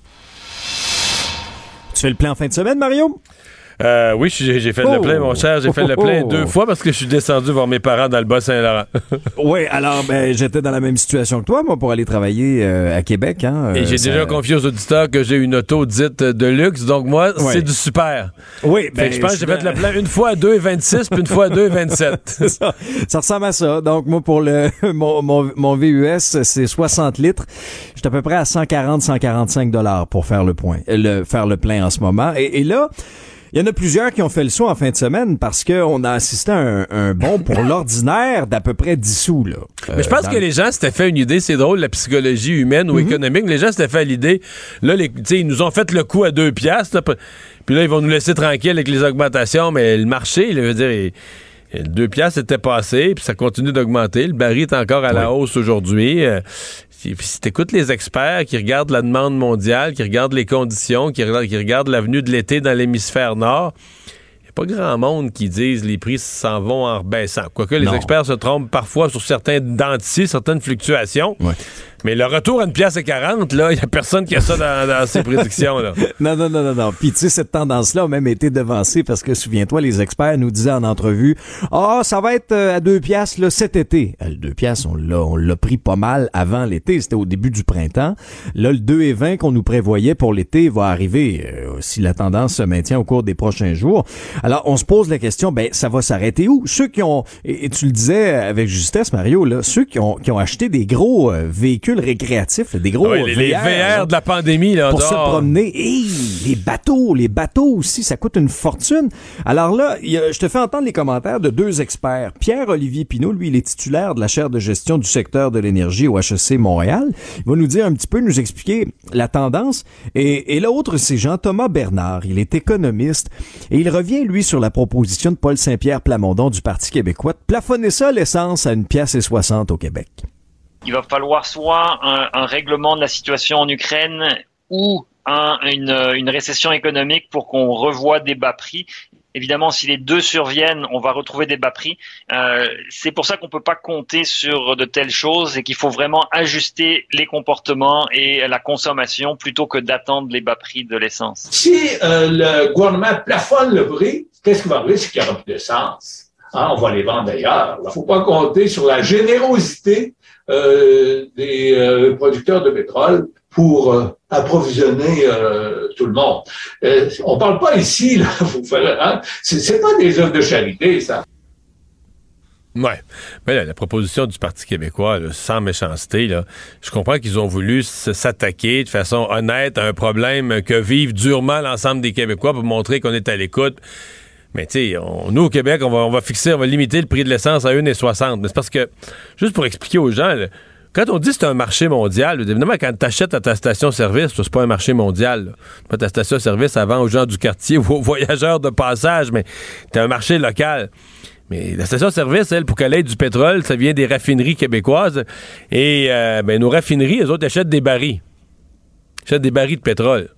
Tu fais le plein en fin de semaine, Mario? Oui, j'ai fait le plein, mon cher. J'ai fait le plein 2 fois parce que je suis descendu voir mes parents dans le Bas-Saint-Laurent. Oui, alors, j'étais dans la même situation que toi, moi, pour aller travailler à Québec. Hein, et j'ai déjà confié aux auditeurs que j'ai une auto dite de luxe, donc moi, c'est du super. Oui, je pense que j'ai fait le plein une fois à 2,26 puis une fois à 2,27. ça ressemble à ça. Donc, moi, pour mon VUS, c'est 60 litres. J'étais à peu près à 140-145 $ pour faire le plein en ce moment. Et là, il y en a plusieurs qui ont fait le saut en fin de semaine parce qu'on a assisté à un bond pour l'ordinaire d'à peu près 10 sous. Là. Mais je pense que les gens s'étaient fait une idée, c'est drôle, la psychologie humaine ou économique, les gens s'étaient fait l'idée, là, ils nous ont fait le coup à 2 piastres, là, puis là, ils vont nous laisser tranquilles avec les augmentations, mais le marché, je veux dire... 2 piastres était passé, puis ça continue d'augmenter. Le baril est encore à la hausse aujourd'hui. Si t'écoutes les experts qui regardent la demande mondiale, qui regardent les conditions, qui regardent l'avenue de l'été dans l'hémisphère nord, il n'y a pas grand monde qui disent les prix s'en vont en baissant. Quoique les experts se trompent parfois sur certaines fluctuations. Ouais. Mais le retour à 1,40 $, là, il n'y a personne qui a ça dans ses prédictions, là. Non. Puis, tu sais, cette tendance-là a même été devancée parce que, souviens-toi, les experts nous disaient en entrevue, ça va être à 2 piastres, là, cet été. Le 2 piastres, on l'a pris pas mal avant l'été. C'était au début du printemps. Là, le 2,20 qu'on nous prévoyait pour l'été va arriver si la tendance se maintient au cours des prochains jours. Alors, Alors, on se pose la question, ça va s'arrêter où? Ceux qui ont, et tu le disais avec justesse, Mario, là, ceux qui ont acheté des gros véhicules récréatifs, des gros les VR de la pandémie, là, pour se promener. Et les bateaux aussi, ça coûte une fortune. Alors là, je te fais entendre les commentaires de deux experts. Pierre-Olivier Pinault, lui, il est titulaire de la chaire de gestion du secteur de l'énergie au HEC Montréal. Il va nous dire un petit peu, nous expliquer la tendance. Et l'autre, c'est Jean-Thomas Bernard. Il est économiste et il revient, lui, sur la proposition de Paul Saint-Pierre Plamondon du Parti québécois de plafonner ça, l'essence, à 1,60 $ au Québec. Il va falloir soit un règlement de la situation en Ukraine ou une récession économique pour qu'on revoie des bas prix. Évidemment, si les deux surviennent, on va retrouver des bas prix. C'est pour ça qu'on peut pas compter sur de telles choses et qu'il faut vraiment ajuster les comportements et la consommation plutôt que d'attendre les bas prix de l'essence. Si le gouvernement plafonne le prix, qu'est-ce qui va arriver? C'est qu'il n'y aura plus d'essence. On va les vendre ailleurs. Il ne faut pas compter sur la générosité des producteurs de pétrole pour approvisionner tout le monde. On parle pas ici, là, c'est pas des œuvres de charité, ça. Ouais. Mais là, la proposition du Parti québécois, là, sans méchanceté, là, je comprends qu'ils ont voulu s'attaquer de façon honnête à un problème que vivent durement l'ensemble des Québécois pour montrer qu'on est à l'écoute. Mais tu sais, nous au Québec, on va limiter le prix de l'essence à 1,60 $. Mais c'est parce que, juste pour expliquer aux gens, là, quand on dit que c'est un marché mondial, évidemment, quand tu achètes à ta station-service, c'est pas un marché mondial. Pas ta station-service, ça vend aux gens du quartier ou aux voyageurs de passage, mais c'est un marché local. Mais la station-service, elle, pour qu'elle ait du pétrole, ça vient des raffineries québécoises. Et nos raffineries, eux autres, achètent des barils. Ils achètent des barils de pétrole.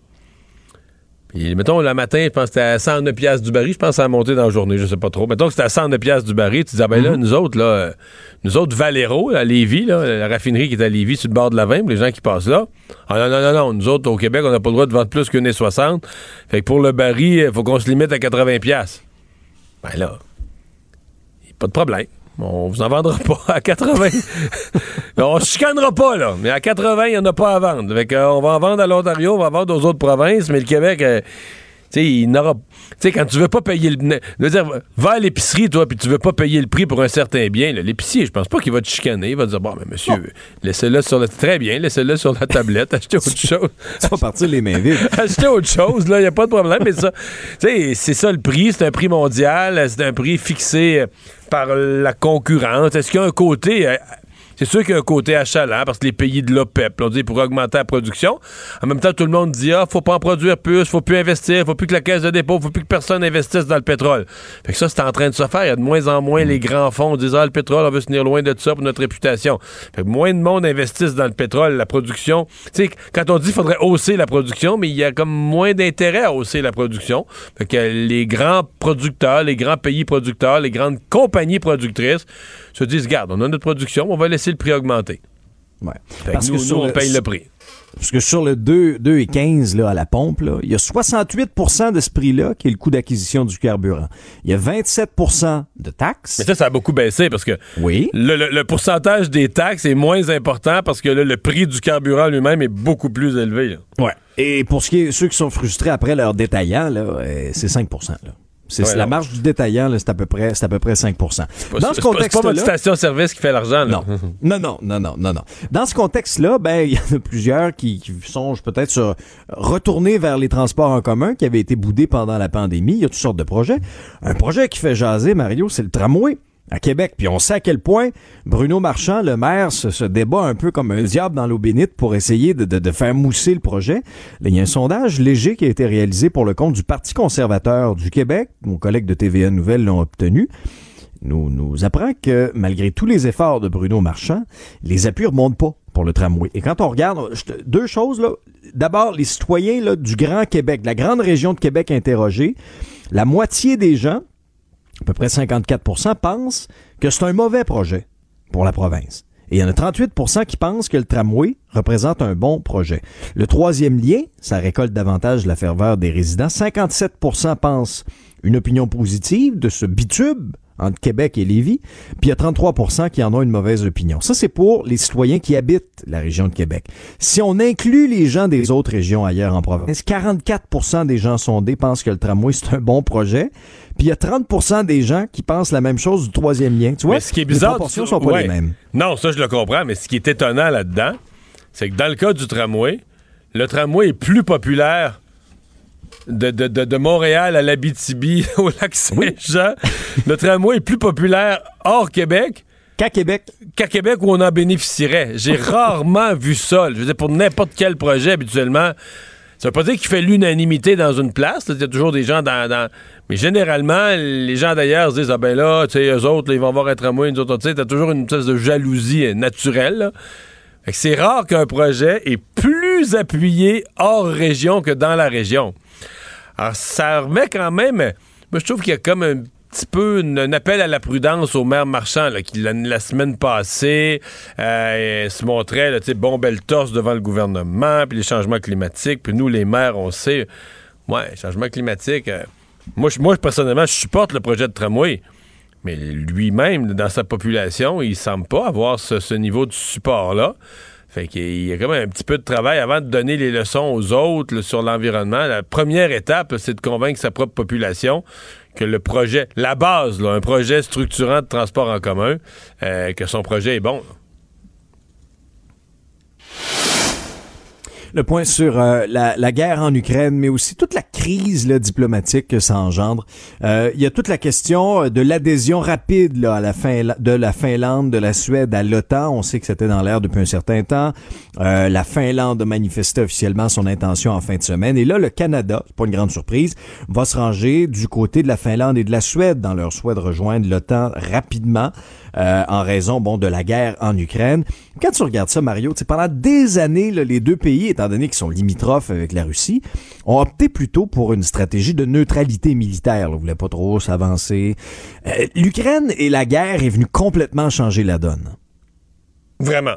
Puis, mettons, le matin, je pense que c'était à 109 $ du baril. Je pense que ça a monté dans la journée, je sais pas trop. Mettons que c'était à 109 $ du baril. Tu dis, là, nous autres, Valero, à Lévis, là, la raffinerie qui est à Lévis, sur le bord de la Vin, les gens qui passent là. Ah non. Nous autres, au Québec, on n'a pas le droit de vendre plus que 1,60 $. Fait que pour le baril, il faut qu'on se limite à 80 $. Ben là, pas de problème. On vous en vendra pas à 80. On se chicanera pas, là. Mais à 80, il n'y en a pas à vendre. Fait qu'on va en vendre à l'Ontario, on va en vendre aux autres provinces, mais le Québec, tu sais, il n'aura. Tu sais, quand tu veux pas payer le. Je veux dire, va à l'épicerie, toi, puis tu veux pas payer le prix pour un certain bien, là, l'épicier, je pense pas qu'il va te chicaner. Il va te dire, bon, mais monsieur, laissez-le sur très bien, laissez-le sur la tablette, achetez autre chose. Tu vas partir les mains vides. Achetez autre chose, là, il n'y a pas de problème, mais ça, tu sais, c'est ça le prix, c'est un prix mondial, c'est un prix fixé par la concurrence. Est-ce qu'il y a un côté... C'est sûr qu'il y a un côté achalant parce que les pays de l'OPEP, on dit pour augmenter la production. En même temps, tout le monde dit faut pas en produire plus, faut plus investir, faut plus que la caisse de dépôt, faut plus que personne investisse dans le pétrole. Fait que ça, c'est en train de se faire. Il y a de moins en moins les grands fonds disent le pétrole, on veut se tenir loin de ça pour notre réputation. Fait que moins de monde investissent dans le pétrole, la production. Tu sais, quand on dit qu'il faudrait hausser la production, mais il y a comme moins d'intérêt à hausser la production. Fait que les grands producteurs, les grands pays producteurs, les grandes compagnies productrices se disent, regarde, on a notre production, on va laisser le prix augmenter. Ouais. Parce que nous, on paye le prix. Parce que sur le 2,15 là, à la pompe, là, il y a 68% de ce prix-là qui est le coût d'acquisition du carburant. Il y a 27% de taxes. Mais ça a beaucoup baissé parce que le pourcentage des taxes est moins important parce que là, le prix du carburant lui-même est beaucoup plus élevé. Là. Ouais. Et pour ce qui est ceux qui sont frustrés après leur détaillant, là, c'est 5%. Là. C'est la marge du détaillant, là, c'est à peu près 5%. Dans ce contexte-là, c'est pas votre station-service qui fait l'argent. Là. Non. Dans ce contexte-là, il y en a plusieurs qui songent peut-être sur retourner vers les transports en commun qui avaient été boudés pendant la pandémie. Il y a toutes sortes de projets. Un projet qui fait jaser, Mario, c'est le tramway à Québec. Puis on sait à quel point Bruno Marchand, le maire, se débat un peu comme un diable dans l'eau bénite pour essayer de faire mousser le projet. Là, il y a un sondage léger qui a été réalisé pour le compte du Parti conservateur du Québec. Nos collègues de TVA Nouvelles l'ont obtenu. Nous apprend que malgré tous les efforts de Bruno Marchand, les appuis ne remontent pas pour le tramway. Et quand on regarde, deux choses, là. D'abord, les citoyens là, du Grand Québec, de la grande région de Québec interrogés, la moitié des gens, à peu près 54%, pensent que c'est un mauvais projet pour la province. Et il y en a 38% qui pensent que le tramway représente un bon projet. Le troisième lien, ça récolte davantage la ferveur des résidents. 57% pensent une opinion positive de ce bitube entre Québec et Lévis, puis il y a 33% qui en ont une mauvaise opinion. Ça, c'est pour les citoyens qui habitent la région de Québec. Si on inclut les gens des autres régions ailleurs en province, 44% des gens sondés pensent que le tramway, c'est un bon projet, puis il y a 30% des gens qui pensent la même chose du troisième lien. Tu vois, mais ce qui est bizarre, les proportions sont pas les mêmes. Non, ça, je le comprends, mais ce qui est étonnant là-dedans, c'est que dans le cas du tramway, le tramway est plus populaire de Montréal à l'Abitibi, au Lac-Saint-Jean. Le tramway est plus populaire hors Québec qu'à Québec. Où on en bénéficierait. J'ai rarement vu ça. Je veux dire, pour n'importe quel projet, habituellement, ça veut pas dire qu'il fait l'unanimité dans une place. Il y a toujours des gens dans... Mais généralement, les gens d'ailleurs se disent « Ah ben là, tu sais, eux autres, là, ils vont avoir un tramway, nous autres, tu sais, t'as toujours une espèce de jalousie naturelle, là. » Fait que c'est rare qu'un projet est plus appuyé hors région que dans la région. Alors, ça remet quand même... Moi, je trouve qu'il y a comme un petit peu un appel à la prudence au maire Marchand, là, qui, la semaine passée, se montrait, là, belle torse devant le gouvernement, puis les changements climatiques, puis nous, les maires, on sait... Ouais, changement climatique... Moi, personnellement, je supporte le projet de tramway. Mais lui-même, dans sa population, il semble pas avoir ce niveau de support-là. Fait qu'il y a quand même un petit peu de travail avant de donner les leçons aux autres là, sur l'environnement. La première étape, là, c'est de convaincre sa propre population que le projet, la base, là, un projet structurant de transport en commun, que son projet est bon. Là. Le point sur la guerre en Ukraine, mais aussi toute la crise là, diplomatique que ça engendre. Il y a toute la question de l'adhésion rapide là, de la Finlande, de la Suède à l'OTAN. On sait que c'était dans l'air depuis un certain temps. La Finlande a manifesté officiellement son intention en fin de semaine. Et là, le Canada, c'est pas une grande surprise, va se ranger du côté de la Finlande et de la Suède dans leur souhait de rejoindre l'OTAN rapidement. En raison de la guerre en Ukraine. Quand tu regardes ça, Mario, pendant des années, là, les deux pays, étant donné qu'ils sont limitrophes avec la Russie, ont opté plutôt pour une stratégie de neutralité militaire. Là, ils voulaient pas trop s'avancer. L'Ukraine et la guerre est venue complètement changer la donne. Vraiment.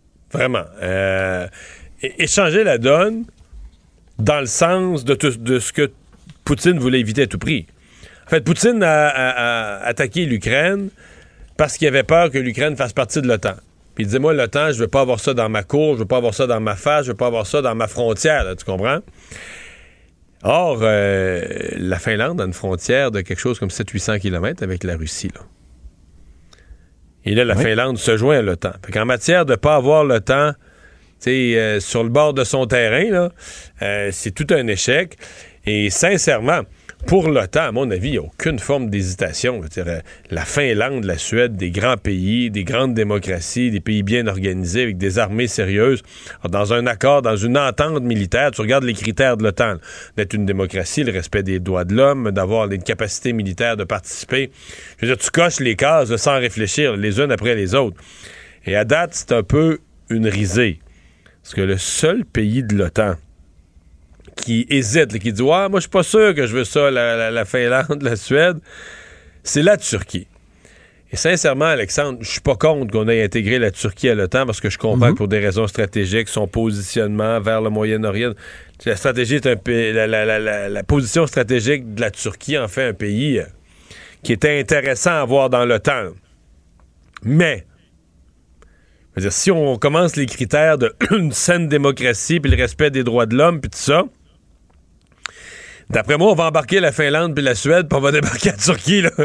Et changer la donne dans le sens de ce que Poutine voulait éviter à tout prix. En fait, Poutine a attaqué l'Ukraine parce qu'il avait peur que l'Ukraine fasse partie de l'OTAN. Puis il disait, moi, l'OTAN, je veux pas avoir ça dans ma cour, je veux pas avoir ça dans ma face, je veux pas avoir ça dans ma frontière, là, tu comprends? Or, la Finlande a une frontière de quelque chose comme 700-800 km avec la Russie, là. Et là, la Finlande se joint à l'OTAN. Fait qu'en matière de pas avoir l'OTAN, sur le bord de son terrain, là, c'est tout un échec. Et sincèrement, pour l'OTAN, à mon avis, il n'y a aucune forme d'hésitation. La Finlande, la Suède, des grands pays, des grandes démocraties, des pays bien organisés avec des armées sérieuses. Alors, dans un accord, dans une entente militaire, tu regardes les critères de l'OTAN. D'être une démocratie, le respect des droits de l'homme, d'avoir les capacités militaires de participer. Je veux dire, tu coches les cases là, sans réfléchir, les unes après les autres. Et à date, c'est un peu une risée. Parce que le seul pays de l'OTAN qui hésite, là, qui dit « Ouais, moi, je suis pas sûr que je veux ça, la Finlande, la Suède », c'est la Turquie. Et sincèrement, Alexandre, je suis pas contre qu'on ait intégré la Turquie à l'OTAN parce que je comprends que pour des raisons stratégiques, son positionnement vers le Moyen-Orient, la stratégie est un pays, la position stratégique de la Turquie en fait un pays qui était intéressant à voir dans l'OTAN. Mais, je veux dire, si on commence les critères d'une saine démocratie puis le respect des droits de l'homme puis tout ça, d'après moi, on va embarquer la Finlande puis la Suède puis on va débarquer la Turquie, là.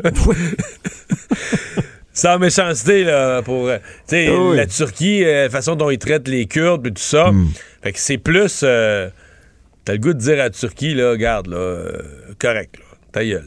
Sans méchanceté, là, pour, la Turquie, la façon dont ils traitent les Kurdes puis tout ça. Fait que c'est plus, t'as le goût de dire à la Turquie, là, regarde, là, correct, là. Ta gueule,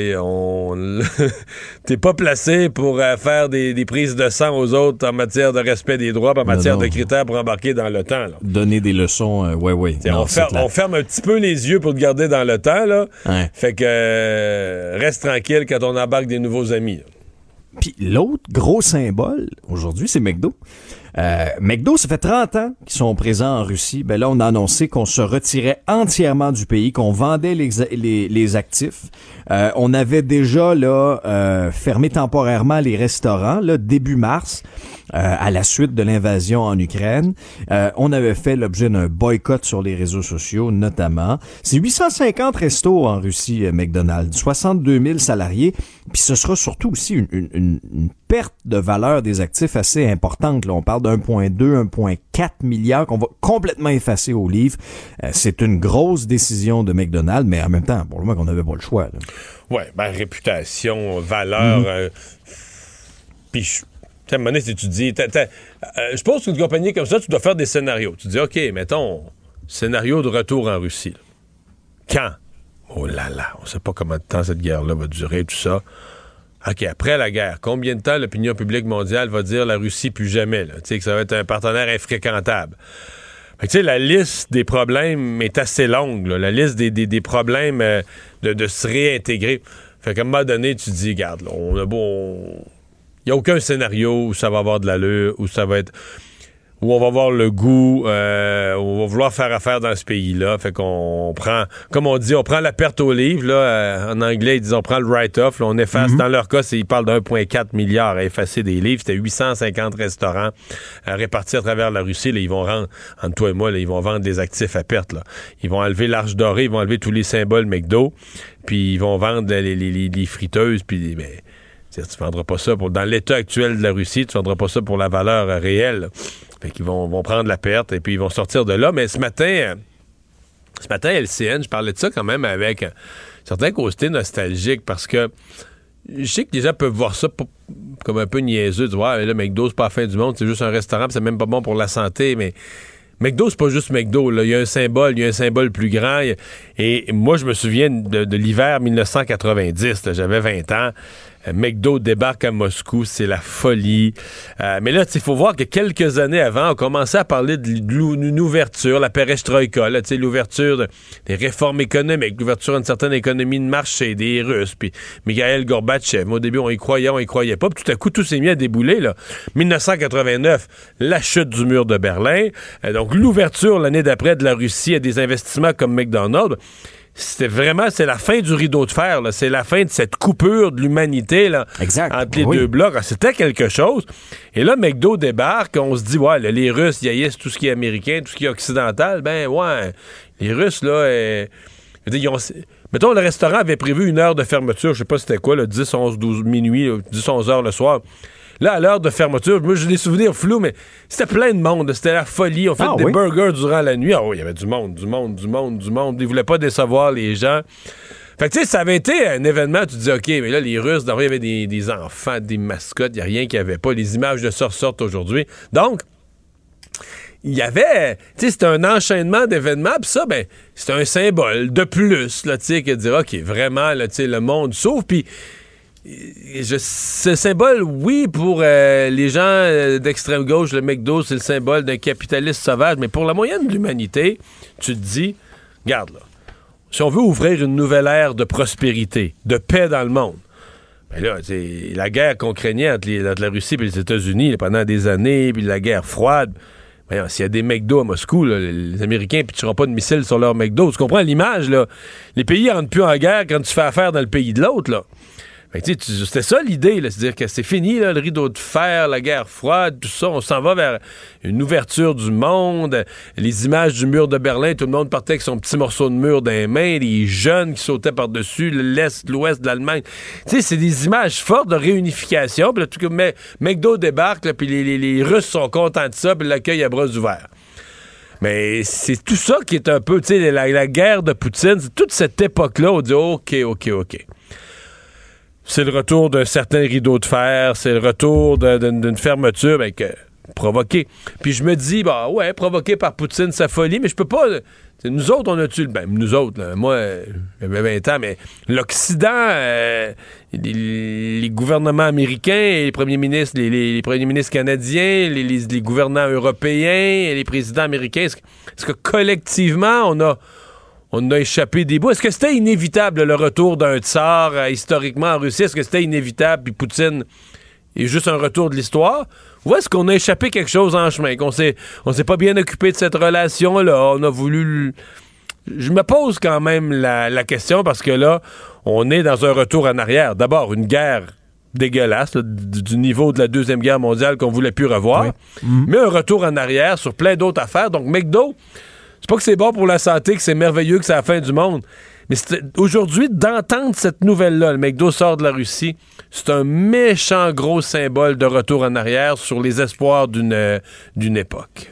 t'es pas placé pour faire des prises de sang aux autres en matière de respect des droits, en matière de critères pour embarquer dans l'OTAN. Là. Donner des leçons, on ferme un petit peu les yeux pour te garder dans l'OTAN, là. Ouais. Fait que reste tranquille quand on embarque des nouveaux amis. Puis l'autre gros symbole, aujourd'hui, c'est McDo. McDo, ça fait 30 ans qu'ils sont présents en Russie. Ben là, on a annoncé qu'on se retirait entièrement du pays, qu'on vendait les actifs. On avait déjà là fermé temporairement les restaurants là, début mars. À la suite de l'invasion en Ukraine. On avait fait l'objet d'un boycott sur les réseaux sociaux, notamment. C'est 850 restos en Russie, McDonald's, 62 000 salariés, puis ce sera surtout aussi une perte de valeur des actifs assez importante. Là, on parle d'1,2, 1,4 milliard qu'on va complètement effacer au livre. C'est une grosse décision de McDonald's, mais en même temps, pour le moment, qu'on n'avait pas le choix. Là. Ouais, ben réputation, valeur, puis à un moment donné, si tu dis... je pense qu'une compagnie comme ça, tu dois faire des scénarios. Tu dis, OK, mettons, scénario de retour en Russie. Là. Quand? Oh là là, on sait pas combien de temps cette guerre-là va durer, tout ça. OK, après la guerre, combien de temps l'opinion publique mondiale va dire la Russie plus jamais? Là? Tu sais, que ça va être un partenaire infréquentable. Fait que, tu sais, la liste des problèmes est assez longue. Là. La liste des problèmes de se réintégrer. Fait qu'à un moment donné, tu te dis, regarde, là, on a beau... Il n'y a aucun scénario où ça va avoir de l'allure, où ça va être... où on va avoir le goût, où on va vouloir faire affaire dans ce pays-là. Fait qu'on prend... Comme on dit, on prend la perte au livre. Là, en anglais, ils disent on prend le write-off. Là, on efface. Dans leur cas, ils parlent d'1,4 milliard à effacer des livres. C'était 850 restaurants répartis à travers la Russie. Là, ils vont rendre... Entre toi et moi, là, ils vont vendre des actifs à perte. Là. Ils vont enlever l'Arche dorée. Ils vont enlever tous les symboles McDo. Puis ils vont vendre les friteuses. Puis... Ben, tu ne vendras pas ça dans l'état actuel de la Russie, tu ne vendras pas ça pour la valeur réelle. Fait qu'ils vont prendre la perte et puis ils vont sortir de là. Mais ce matin, LCN, je parlais de ça quand même avec un certain côté nostalgique parce que je sais que les gens peuvent voir ça comme un peu niaiseux. Tu vois, là, McDo, c'est pas la fin du monde, c'est juste un restaurant, c'est même pas bon pour la santé, mais McDo, c'est pas juste McDo. Là. Il y a un symbole plus grand. Et moi, je me souviens de l'hiver 1990. Là, j'avais 20 ans. McDo débarque à Moscou, c'est la folie. Mais là, il faut voir que quelques années avant, on commençait à parler d'une ouverture, la perestroïka, là, l'ouverture des réformes économiques, l'ouverture d'une certaine économie de marché, des Russes, puis Mikhail Gorbatchev. Au début, on y croyait pas. Puis tout à coup, tout s'est mis à débouler. Là. 1989, la chute du mur de Berlin. Donc, l'ouverture l'année d'après de la Russie à des investissements comme McDonald's. C'est la fin du rideau de fer, là. C'est la fin de cette coupure de l'humanité là, entre les deux blocs. Alors, c'était quelque chose. Et là, McDo débarque, on se dit, ouais, là, les Russes, ils haïssent tout ce qui est américain, tout ce qui est occidental. Ben, ouais, les Russes, là, mettons, le restaurant avait prévu 1 heure de fermeture, je sais pas c'était quoi, là, 10, 11, 12, minuit, 10, 11 heures le soir. Là, à l'heure de fermeture, moi, j'ai des souvenirs flous, mais c'était plein de monde. C'était la folie. On fait des burgers durant la nuit. Ah oui, il y avait du monde. Ils voulaient pas décevoir les gens. Fait que, tu sais, ça avait été un événement. Tu te dis, OK, mais là, les Russes, d'abord, il y avait des enfants, des mascottes. Il n'y a rien qu'il n'y avait pas. Les images de ça ressortent aujourd'hui. Donc, il y avait, tu sais, c'était un enchaînement d'événements, puis ça, ben, c'était un symbole de plus, là, tu sais, que de dire, OK, vraiment, là, tu sais, le monde s'ouvre, puis ce symbole, oui, pour les gens d'extrême gauche, le McDo, c'est le symbole d'un capitaliste sauvage, mais pour la moyenne de l'humanité, tu te dis, regarde là, si on veut ouvrir une nouvelle ère de prospérité, de paix dans le monde, ben là, la guerre qu'on craignait entre la Russie et les États-Unis là, pendant des années, puis la guerre froide, ben, s'il y a des McDo à Moscou, là, les Américains ne pitcheront pas de missiles sur leur McDo. Tu comprends l'image, là? Les pays rentrent plus en guerre quand tu fais affaire dans le pays de l'autre, là. C'était ça l'idée, là, c'est-à-dire que c'est fini, là, le rideau de fer, la guerre froide, tout ça, on s'en va vers une ouverture du monde, les images du mur de Berlin, tout le monde partait avec son petit morceau de mur dans les mains, les jeunes qui sautaient par-dessus, l'Est, l'Ouest de l'Allemagne. Tu sais, c'est des images fortes de réunification, puis là, tout comme McDo débarque, puis les Russes sont contents de ça, puis l'accueil à bras ouverts. Mais c'est tout ça qui est un peu, tu sais, la guerre de Poutine, c'est toute cette époque-là, on dit OK. C'est le retour d'un certain rideau de fer, c'est le retour d'une fermeture provoquée. Puis je me dis, provoqué par Poutine, sa folie, mais je peux pas... Nous autres, on a tué... nous autres, là, moi, j'avais 20 ans, mais l'Occident, les gouvernements américains, les premiers ministres, les premiers ministres canadiens, les gouvernants européens, les présidents américains, est-ce que collectivement, on a échappé des bouts? Est-ce que c'était inévitable, le retour d'un tsar historiquement en Russie? Est-ce que c'était inévitable, puis Poutine est juste un retour de l'histoire? Ou est-ce qu'on a échappé quelque chose en chemin, qu'on s'est pas bien occupé de cette relation-là, on a voulu... Je me pose quand même la question parce que là, on est dans un retour en arrière. D'abord, une guerre dégueulasse, là, du niveau de la Deuxième Guerre mondiale qu'on voulait plus revoir, mais un retour en arrière sur plein d'autres affaires. Donc, McDo, c'est pas que c'est bon pour la santé, que c'est merveilleux, que c'est la fin du monde, mais aujourd'hui, d'entendre cette nouvelle-là, le McDo sort de la Russie, c'est un méchant gros symbole de retour en arrière sur les espoirs d'une époque.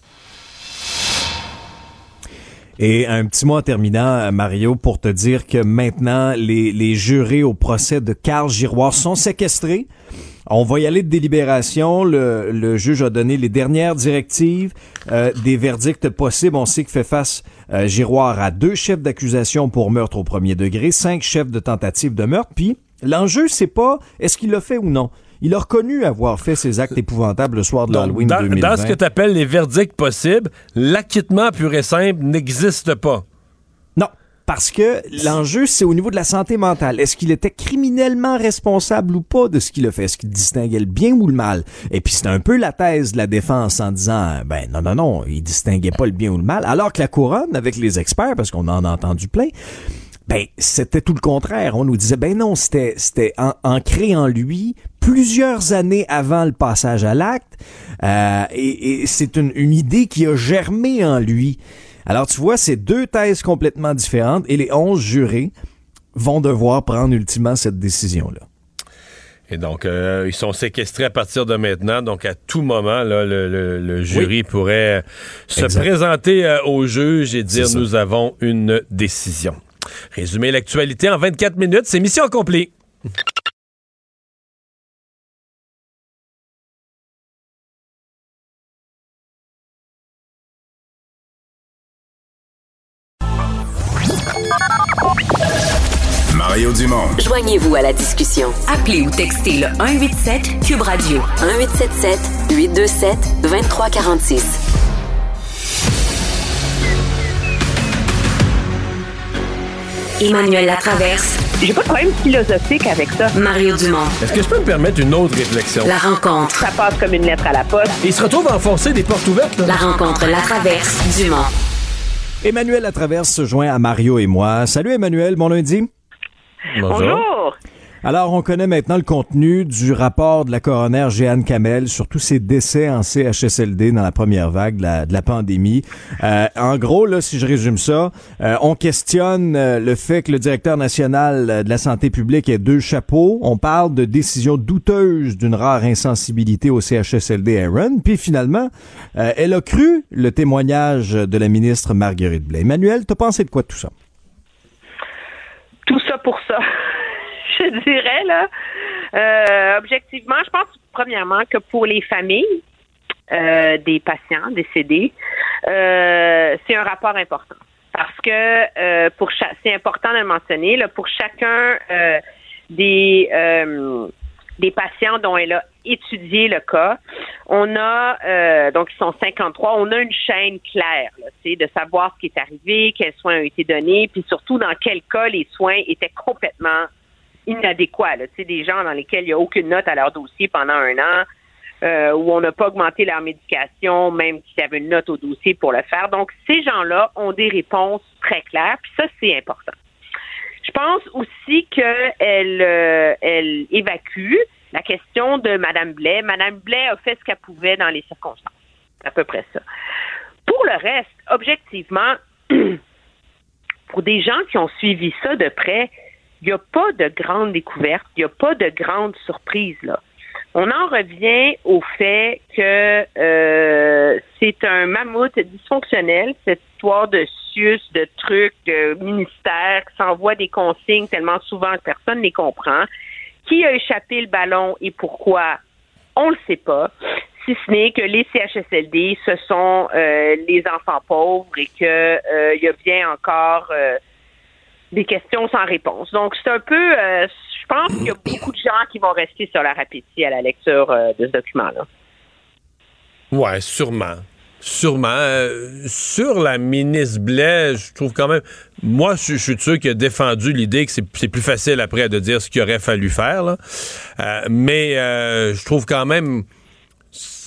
Et un petit mot en terminant, Mario, pour te dire que maintenant, les jurés au procès de Carl Giroir sont séquestrés. On va y aller de délibération. Le juge a donné les dernières directives, des verdicts possibles. On sait que fait face Giroir à 2 chefs d'accusation pour meurtre au premier degré, 5 chefs de tentative de meurtre. Puis l'enjeu, c'est pas est-ce qu'il l'a fait ou non. Il a reconnu avoir fait ces actes épouvantables le soir de l'Halloween 2020. Dans ce que tu appelles les verdicts possibles, l'acquittement pur et simple n'existe pas. Non, parce que l'enjeu, c'est au niveau de la santé mentale. Est-ce qu'il était criminellement responsable ou pas de ce qu'il a fait? Est-ce qu'il distinguait le bien ou le mal? Et puis c'est un peu la thèse de la défense en disant, non, il distinguait pas le bien ou le mal. Alors que la couronne, avec les experts, parce qu'on en a entendu plein, c'était tout le contraire. On nous disait, non, c'était ancré en lui plusieurs années avant le passage à l'acte, et c'est une idée qui a germé en lui. Alors, tu vois, c'est 2 thèses complètement différentes, et les 11 jurés vont devoir prendre ultimement cette décision-là. Et donc, ils sont séquestrés à partir de maintenant. Donc, à tout moment, là, le jury pourrait se présenter au juge et dire « Nous avons une décision ». Résumer l'actualité en 24 minutes, c'est mission accomplie. Mario Dumont. Joignez-vous à la discussion. Appelez ou textez le 187 Cube Radio. 1877 827 2346. Emmanuel Latraverse. J'ai pas de problème philosophique avec ça. Mario Dumont. Est-ce que je peux me permettre une autre réflexion? La rencontre. Ça passe comme une lettre à la poste. Et il se retrouve à enfoncer des portes ouvertes, là. La rencontre Latraverse Dumont. Emmanuel Latraverse se joint à Mario et moi. Salut Emmanuel, bon lundi. Bonjour. Alors, on connaît maintenant le contenu du rapport de la coroner Jeanne Kamel sur tous ces décès en CHSLD dans la première vague de la pandémie. En gros, là, si je résume ça, on questionne le fait que le directeur national de la santé publique ait 2 chapeaux. On parle de décisions douteuses d'une rare insensibilité au CHSLD Aaron. Puis finalement, elle a cru le témoignage de la ministre Marguerite Blais. Emmanuel, t'as pensé de quoi de tout ça? Tout ça pour ça. Je dirais, là, objectivement, je pense premièrement que pour les familles des patients décédés, c'est un rapport important. Parce que c'est important de le mentionner, là, pour chacun des patients dont elle a étudié le cas, on a, donc ils sont 53, on a une chaîne claire, là, de savoir ce qui est arrivé, quels soins ont été donnés, puis surtout dans quel cas les soins étaient complètement inadéquats, là, des gens dans lesquels il n'y a aucune note à leur dossier pendant 1 an, où on n'a pas augmenté leur médication, même s'il y avait une note au dossier pour le faire. Donc, ces gens-là ont des réponses très claires, puis ça, c'est important. Je pense aussi qu'elle évacue la question de Mme Blais. Mme Blais a fait ce qu'elle pouvait dans les circonstances. C'est à peu près ça. Pour le reste, objectivement, pour des gens qui ont suivi ça de près, il n'y a pas de grande découverte, il n'y a pas de grande surprise, là. On en revient au fait que c'est un mammouth dysfonctionnel, cette histoire de CIUS, de trucs, de ministères qui s'envoient des consignes tellement souvent que personne ne les comprend. Qui a échappé le ballon et pourquoi? On le sait pas. Si ce n'est que les CHSLD, ce sont les enfants pauvres et que il y a bien encore des questions sans réponse. Donc, c'est un peu... je pense qu'il y a beaucoup de gens qui vont rester sur leur appétit à la lecture de ce document-là. Ouais, sûrement. Sûrement. Sur la ministre Blais, je trouve quand même... Moi, je suis sûr qu'il a défendu l'idée que c'est plus facile après de dire ce qu'il aurait fallu faire, là. Mais je trouve quand même...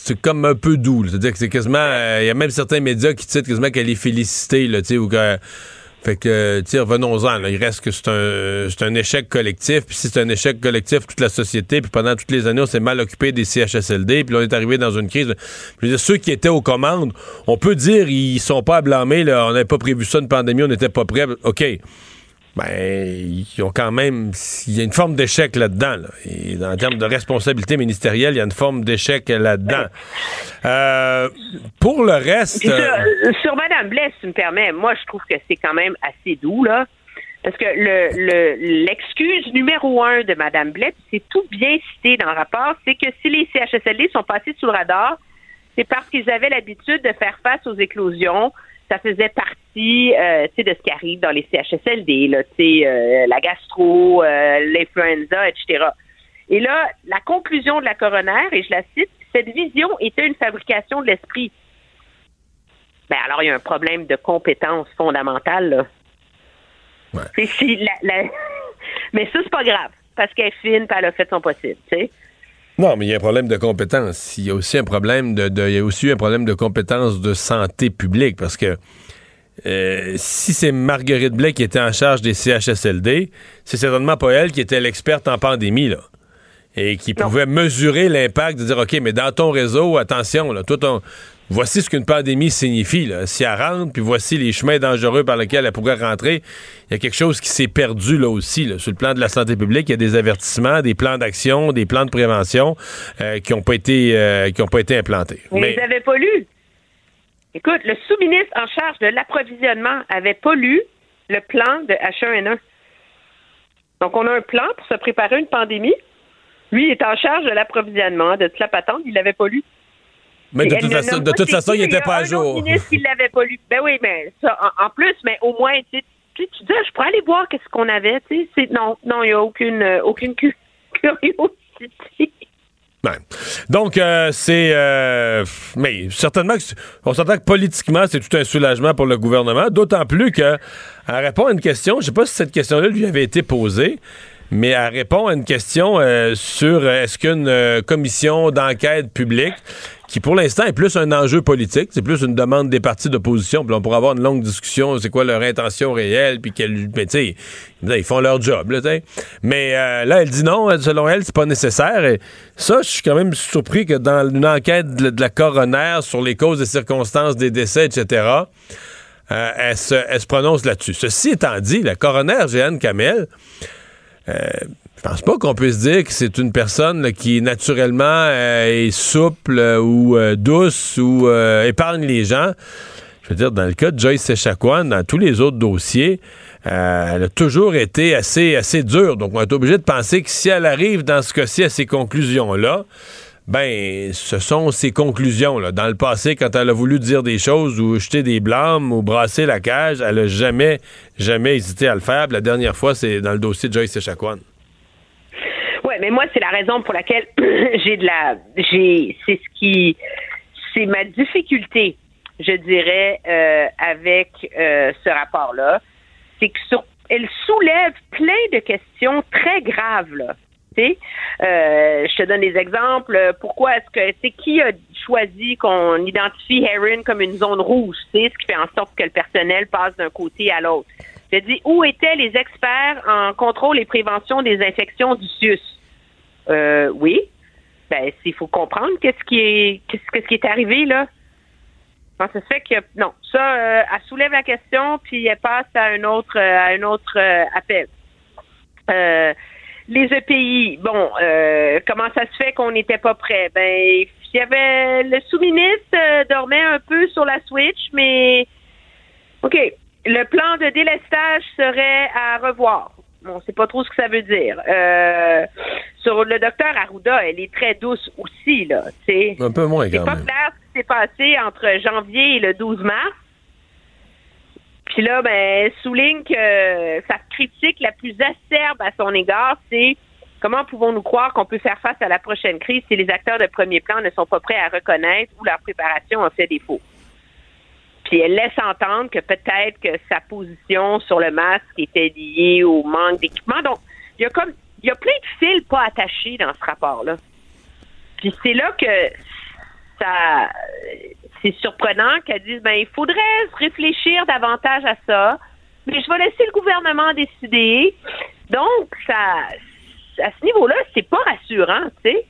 c'est comme un peu doux. C'est-à-dire que c'est quasiment... Il y a même certains médias qui citent quasiment qu'elle est félicitée, là, tu sais, ou que... Fait que, tu sais, revenons-en, là. Il reste que c'est un échec collectif, puis si c'est un échec collectif, toute la société, puis pendant toutes les années, on s'est mal occupé des CHSLD, puis là, on est arrivé dans une crise. Je veux dire, ceux qui étaient aux commandes, on peut dire, ils sont pas à blâmer, là, on n'avait pas prévu ça, une pandémie, on n'était pas prêts. OK. Ben, ils ont quand même... Il y a une forme d'échec là-dedans, là. Et en termes de responsabilité ministérielle, il y a une forme d'échec là-dedans. Pour le reste... Sur Mme Blais, si tu me permets, moi, je trouve que c'est quand même assez doux, là. Parce que l'excuse numéro 1 de Mme Blais, c'est tout bien cité dans le rapport, c'est que si les CHSLD sont passés sous le radar, c'est parce qu'ils avaient l'habitude de faire face aux éclosions. Ça faisait partie de ce qui arrive dans les CHSLD, là, la gastro, l'influenza, etc. Et là, la conclusion de la coroner, et je la cite, cette vision était une fabrication de l'esprit. Ben alors, il y a un problème de compétence fondamentale, là. Ouais. Mais ça, c'est pas grave, parce qu'elle est fine, puis elle a fait son possible, tu sais. Non, mais il y a un problème de compétence. Il y a aussi un problème de compétence de santé publique, parce que si c'est Marguerite Blais qui était en charge des CHSLD, c'est certainement pas elle qui était l'experte en pandémie, là, et qui pouvait mesurer l'impact, de dire, OK, mais dans ton réseau, attention, là, voici ce qu'une pandémie signifie, là. Si elle rentre, puis voici les chemins dangereux par lesquels elle pourrait rentrer, il y a quelque chose qui s'est perdu là aussi. Là. Sur le plan de la santé publique, il y a des avertissements, des plans d'action, des plans de prévention qui n'ont pas été implantés. Mais ils n'avaient pas lu. Écoute, le sous-ministre en charge de l'approvisionnement avait pas lu le plan de H1N1. Donc, on a un plan pour se préparer à une pandémie. Lui, il est en charge de l'approvisionnement, de toute la patente, il l'avait pas lu. Mais de toute façon, il n'était pas à jour. Le ministre, il l'avait pas lu. Ben oui, mais ça, en plus, mais au moins, tu dis, je pourrais aller voir qu'est-ce qu'on avait, tu sais. Non, il n'y a aucune curiosité. Ouais. Donc, mais certainement, on s'entend que politiquement, c'est tout un soulagement pour le gouvernement, d'autant plus qu'elle répond à une question, je ne sais pas si cette question-là lui avait été posée, mais elle répond à une question sur est-ce qu'une commission d'enquête publique, qui pour l'instant est plus un enjeu politique, c'est plus une demande des partis d'opposition, puis on pourra avoir une longue discussion, c'est quoi leur intention réelle, puis tu sais, ils font leur job, là, t'sais. Mais là, elle dit non, selon elle, c'est pas nécessaire, et ça, je suis quand même surpris que dans une enquête de la coroner sur les causes et circonstances des décès, etc., elle se prononce là-dessus. Ceci étant dit, la coroner Jeanne Kamel, je pense pas qu'on puisse dire que c'est une personne là, qui naturellement est souple ou douce ou épargne les gens. Je veux dire, dans le cas de Joyce Echaquan, dans tous les autres dossiers, elle a toujours été assez dure. Donc, on est obligé de penser que si elle arrive dans ce cas-ci à ces conclusions-là, ben, ce sont ses conclusions. Là. Dans le passé, quand elle a voulu dire des choses ou jeter des blâmes ou brasser la cage, elle a jamais hésité à le faire. La dernière fois, c'est dans le dossier de Joyce Echaquan. Ouais, mais moi, c'est la raison pour laquelle c'est ma difficulté, je dirais, avec ce rapport-là. C'est que elle soulève plein de questions très graves, là. Je te donne des exemples. Pourquoi est-ce que c'est qui a choisi qu'on identifie Heron comme une zone rouge, ce qui fait en sorte que le personnel passe d'un côté à l'autre. Je te dis, où étaient les experts en contrôle et prévention des infections du CIUS? Oui. Ben, il faut comprendre qu'est-ce qui est arrivé là. Ça se fait que non, ça, elle soulève la question puis elle passe à un autre appel. Les EPI, bon, comment ça se fait qu'on n'était pas prêt? Ben, il y avait le sous-ministre dormait un peu sur la switch, mais OK, le plan de délestage serait à revoir. On ne sait pas trop ce que ça veut dire. Sur le docteur Arruda, elle est très douce aussi, là. T'sais. Un peu moins, quand même. C'est pas clair ce qui s'est passé entre janvier et le 12 mars. Puis là, ben, elle souligne que sa critique la plus acerbe à son égard, c'est comment pouvons-nous croire qu'on peut faire face à la prochaine crise si les acteurs de premier plan ne sont pas prêts à reconnaître où leur préparation a fait défaut. Puis elle laisse entendre que peut-être que sa position sur le masque était liée au manque d'équipement. Donc, il y a plein de fils pas attachés dans ce rapport-là. Puis c'est là que c'est surprenant qu'elle dise, il faudrait réfléchir davantage à ça, mais je vais laisser le gouvernement décider. Donc, à ce niveau-là, c'est pas rassurant, tu sais.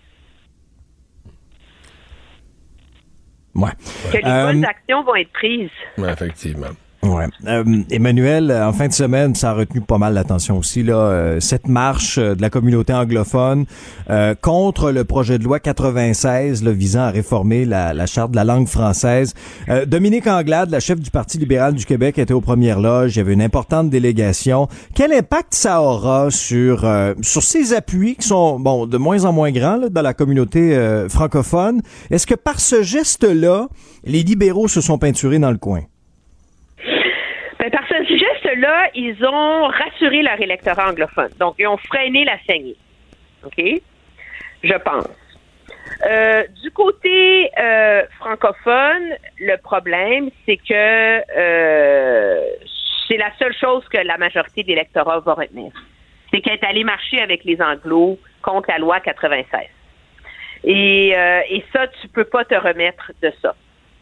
Ouais. Que les bonnes actions vont être prises. Ouais, effectivement. Ouais. Emmanuel, en fin de semaine, ça a retenu pas mal l'attention aussi, là, cette marche de la communauté anglophone contre le projet de loi 96 là, visant à réformer la charte de la langue française. Dominique Anglade, la chef du Parti libéral du Québec, était aux premières loges. Il y avait une importante délégation. Quel impact ça aura sur ces appuis qui sont de moins en moins grands là, dans la communauté francophone? Est-ce que par ce geste-là, les libéraux se sont peinturés dans le coin? Par ce geste-là, ils ont rassuré leur électorat anglophone. Donc, ils ont freiné la saignée. OK? Je pense. Du côté francophone, le problème, c'est que c'est la seule chose que la majorité de l'électorat va retenir. C'est qu'elle est allée marcher avec les Anglos contre la loi 96. Et ça, tu peux pas te remettre de ça.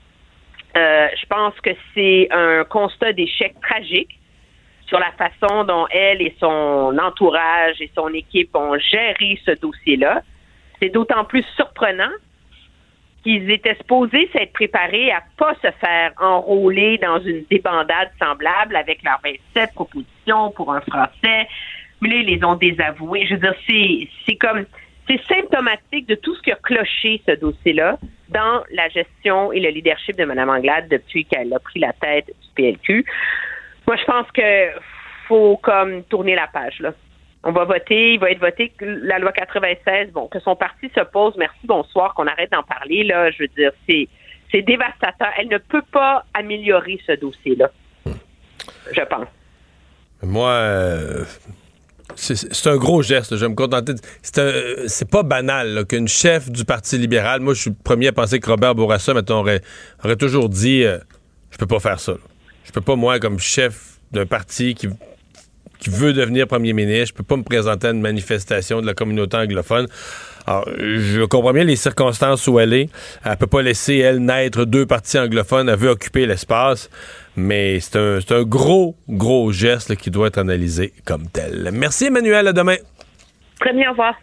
Je pense que c'est un constat d'échec tragique sur la façon dont elle et son entourage et son équipe ont géré ce dossier-là. C'est d'autant plus surprenant qu'ils étaient supposés s'être préparés à pas se faire enrôler dans une débandade semblable avec leurs 27 propositions pour un Français. Mais là, ils les ont désavoués. Je veux dire, c'est symptomatique de tout ce qui a cloché ce dossier-là dans la gestion et le leadership de Mme Anglade depuis qu'elle a pris la tête du PLQ. Moi, je pense que faut comme tourner la page, là. On va voter, il va être voté la loi 96, que son parti s'oppose, merci, bonsoir, qu'on arrête d'en parler, là. Je veux dire, c'est dévastateur. Elle ne peut pas améliorer ce dossier-là, je pense. Moi, c'est un gros geste. Je vais me contenter. C'est pas banal là, qu'une chef du Parti libéral, moi, je suis le premier à penser que Robert Bourassa, mettons, aurait toujours dit je peux pas faire ça. Là. Je peux pas, moi, comme chef d'un parti qui veut devenir premier ministre, je peux pas me présenter à une manifestation de la communauté anglophone. Alors, je comprends bien les circonstances où elle est. Elle peut pas laisser, elle, naître deux partis anglophones. Elle veut occuper l'espace. Mais c'est un gros geste là, qui doit être analysé comme tel. Merci, Emmanuel. À demain. Très bien, au revoir.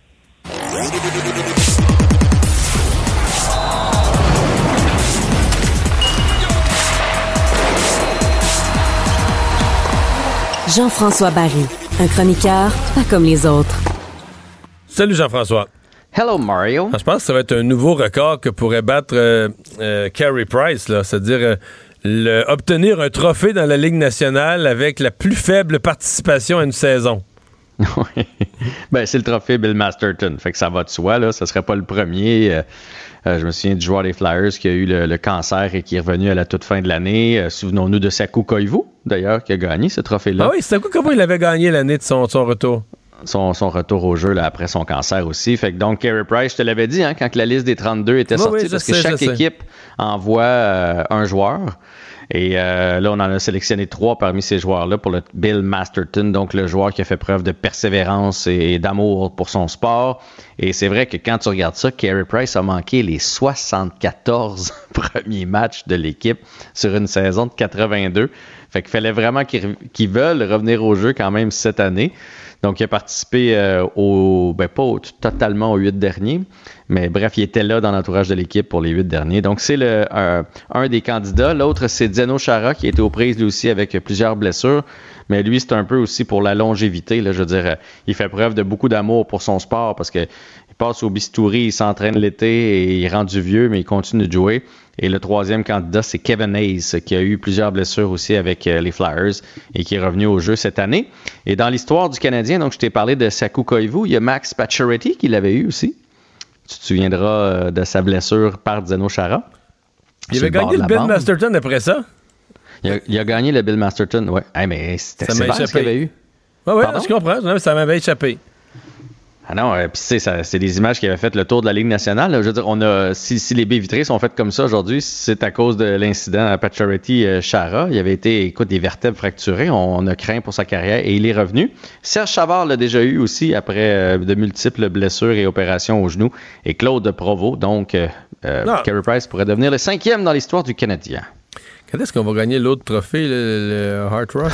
Jean-François Barry, un chroniqueur pas comme les autres. Salut Jean-François. Hello Mario. Je pense que ça va être un nouveau record que pourrait battre Carey Price, là, c'est-à-dire obtenir un trophée dans la Ligue nationale avec la plus faible participation à une saison. Oui. Ben, c'est le trophée Bill Masterton. Fait que ça va de soi, là. Ça serait pas le premier. Je me souviens du joueur des Flyers qui a eu le cancer et qui est revenu à la toute fin de l'année. Souvenons-nous de Saku Koivu, d'ailleurs, qui a gagné ce trophée-là. Ah oui, Saku Koivu, il avait gagné l'année de son retour. Son retour au jeu là, après son cancer aussi. Fait que donc, Carey Price, je te l'avais dit, quand la liste des 32 était sortie, parce que chaque équipe envoie un joueur. Et là, on en a sélectionné 3 parmi ces joueurs-là pour le Bill Masterton, donc le joueur qui a fait preuve de persévérance et d'amour pour son sport. Et c'est vrai que quand tu regardes ça, Carey Price a manqué les 74 premiers matchs de l'équipe sur une saison de 82. Fait qu'il fallait vraiment qu'ils veulent revenir au jeu quand même cette année. Donc, il a participé pas totalement aux 8 derniers, mais bref, il était là dans l'entourage de l'équipe pour les 8 derniers. Donc, c'est un des candidats. L'autre, c'est Zdeno Chara, qui a été aux prises lui aussi avec plusieurs blessures, mais lui, c'est un peu aussi pour la longévité. Là, je veux dire, il fait preuve de beaucoup d'amour pour son sport parce que il passe au bistouri, il s'entraîne l'été et il est rendu vieux, mais il continue de jouer. Et le troisième candidat, c'est Kevin Hayes, qui a eu plusieurs blessures aussi avec les Flyers et qui est revenu au jeu cette année. Et dans l'histoire du Canadien, donc je t'ai parlé de Saku Koivu, il y a Max Pacioretty qui l'avait eu aussi. Tu te souviendras de sa blessure par Zdeno Chara. Il avait gagné le Bill Masterton après ça? Il a gagné le Bill Masterton, oui. Hey, mais c'était sévère ce qu'il avait eu. Oui, je comprends. Ça m'avait échappé. Ah non, puis c'est des images qui avaient fait le tour de la Ligue nationale. Là. Je veux dire, si les baies vitrées sont faites comme ça aujourd'hui, c'est à cause de l'incident à Pacioretty-Chara. Il avait été, des vertèbres fracturées. On a craint pour sa carrière et il est revenu. Serge Savard l'a déjà eu aussi après de multiples blessures et opérations au genou. Et Claude Provost, donc Carey Price pourrait devenir le 5e dans l'histoire du Canadien. Quand est-ce qu'on va gagner l'autre trophée, le Hart Rock?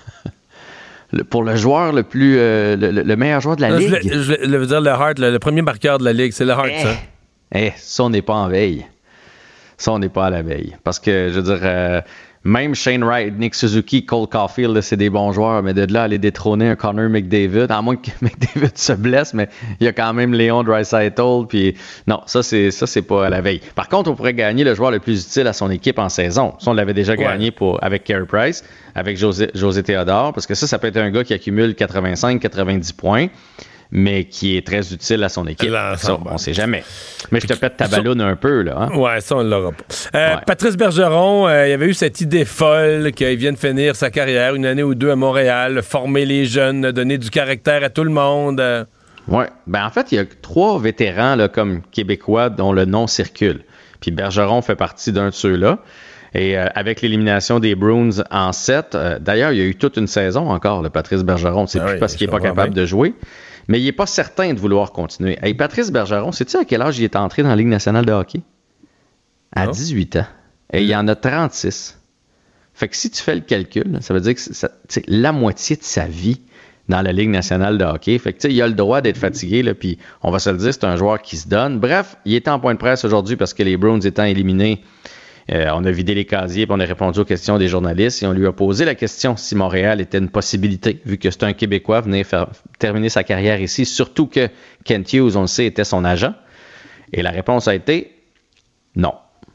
Pour le joueur le plus le meilleur joueur de la Ligue. Je veux dire le Hart, le premier marqueur de la Ligue, c'est le Hart, ça. Ça, on n'est pas en veille. Ça, on n'est pas à la veille. Parce que, je veux dire, même Shane Wright, Nick Suzuki, Cole Caulfield, là, c'est des bons joueurs, mais de là, aller détrôner un Connor McDavid, à moins que McDavid se blesse, mais il y a quand même Léon Draisaitl, puis non, ça, c'est pas à la veille. Par contre, on pourrait gagner le joueur le plus utile à son équipe en saison. Ça, on l'avait déjà gagné avec Carey Price, avec José Théodore, parce que ça peut être un gars qui accumule 85-90 points, mais qui est très utile à son équipe. Ça, on sait jamais. Mais je te pète ta ballonne un peu, là. Hein? Ouais, ça, on ne l'aura pas. Patrice Bergeron, il avait eu cette idée folle qu'il vienne finir sa carrière, une année ou deux à Montréal, former les jeunes, donner du caractère à tout le monde. Oui. En fait, il y a 3 vétérans là, comme québécois dont le nom circule. Puis Bergeron fait partie d'un de ceux-là. Et avec l'élimination des Bruins en 7, d'ailleurs, il y a eu toute une saison encore, le Patrice Bergeron. C'est plus parce qu'il n'est pas capable de jouer. Mais il n'est pas certain de vouloir continuer. Hey, Patrice Bergeron, sais-tu à quel âge il est entré dans la Ligue nationale de hockey? À 18 ans. Et il y en a 36. Fait que si tu fais le calcul, ça veut dire que c'est la moitié de sa vie dans la Ligue nationale de hockey. Fait que il a le droit d'être fatigué, là, puis on va se le dire, c'est un joueur qui se donne. Bref, il était en point de presse aujourd'hui parce que les Bruins étant éliminés, on a vidé les casiers puis on a répondu aux questions des journalistes et on lui a posé la question si Montréal était une possibilité, vu que c'est un Québécois venir terminer sa carrière ici, surtout que Kent Hughes, on le sait, était son agent. Et la réponse a été non.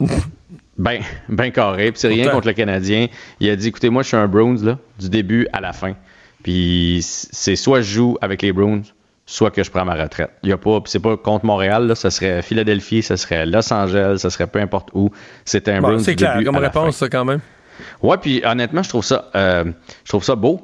Ben carré, puis c'est rien contre le Canadien. Il a dit, écoutez, moi je suis un Bruins là, du début à la fin. Puis c'est soit je joue avec les Bruins, soit que je prends ma retraite. Il y a pas, c'est pas contre Montréal, là, ça serait Philadelphie, ça serait Los Angeles, ça serait peu importe où. C'était un Bruins c'est du clair, début comme à la réponse, fin. ça, quand même. Ouais, puis honnêtement, je trouve ça beau.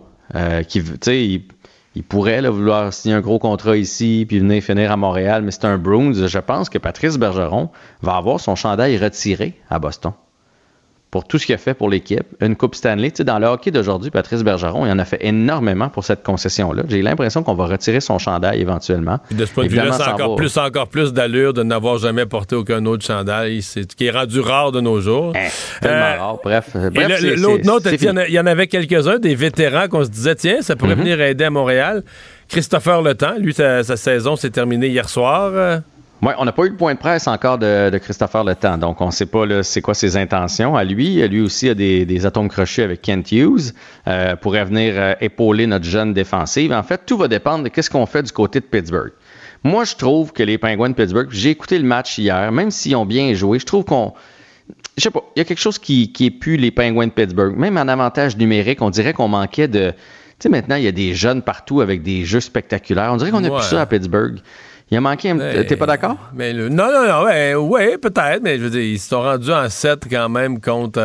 Il pourrait là, vouloir signer un gros contrat ici, puis venir finir à Montréal, mais c'est un Bruins. Je pense que Patrice Bergeron va avoir son chandail retiré à Boston. Pour tout ce qu'il a fait pour l'équipe. Une Coupe Stanley. Tu sais, dans le hockey d'aujourd'hui, Patrice Bergeron, il en a fait énormément pour cette concession-là. J'ai l'impression qu'on va retirer son chandail éventuellement. Puis de ce point de vue-là, c'est encore plus d'allure de n'avoir jamais porté aucun autre chandail, qui est rendu rare de nos jours. Tellement rare. Bref, l'autre note, il y en avait quelques-uns, des vétérans qu'on se disait, tiens, ça pourrait venir aider à Montréal. Christopher Le Temps, lui, sa saison s'est terminée hier soir. Oui, on n'a pas eu le point de presse encore de Christopher Le Temps, donc on ne sait pas là, c'est quoi ses intentions à lui. Lui aussi a des atomes crochus avec Kent Hughes, pourrait venir épauler notre jeune défensive. En fait, tout va dépendre de qu'est-ce qu'on fait du côté de Pittsburgh. Moi, je trouve que les Penguins de Pittsburgh, j'ai écouté le match hier, même s'ils ont bien joué, je trouve je sais pas, il y a quelque chose qui est plus les Penguins de Pittsburgh. Même en avantage numérique, on dirait qu'on manquait de... Tu sais, maintenant, il y a des jeunes partout avec des jeux spectaculaires. On dirait qu'on n'a plus ça à Pittsburgh. Il a manqué T'es pas d'accord? Mais non, ouais, peut-être, mais je veux dire, ils se sont rendus en 7 quand même contre...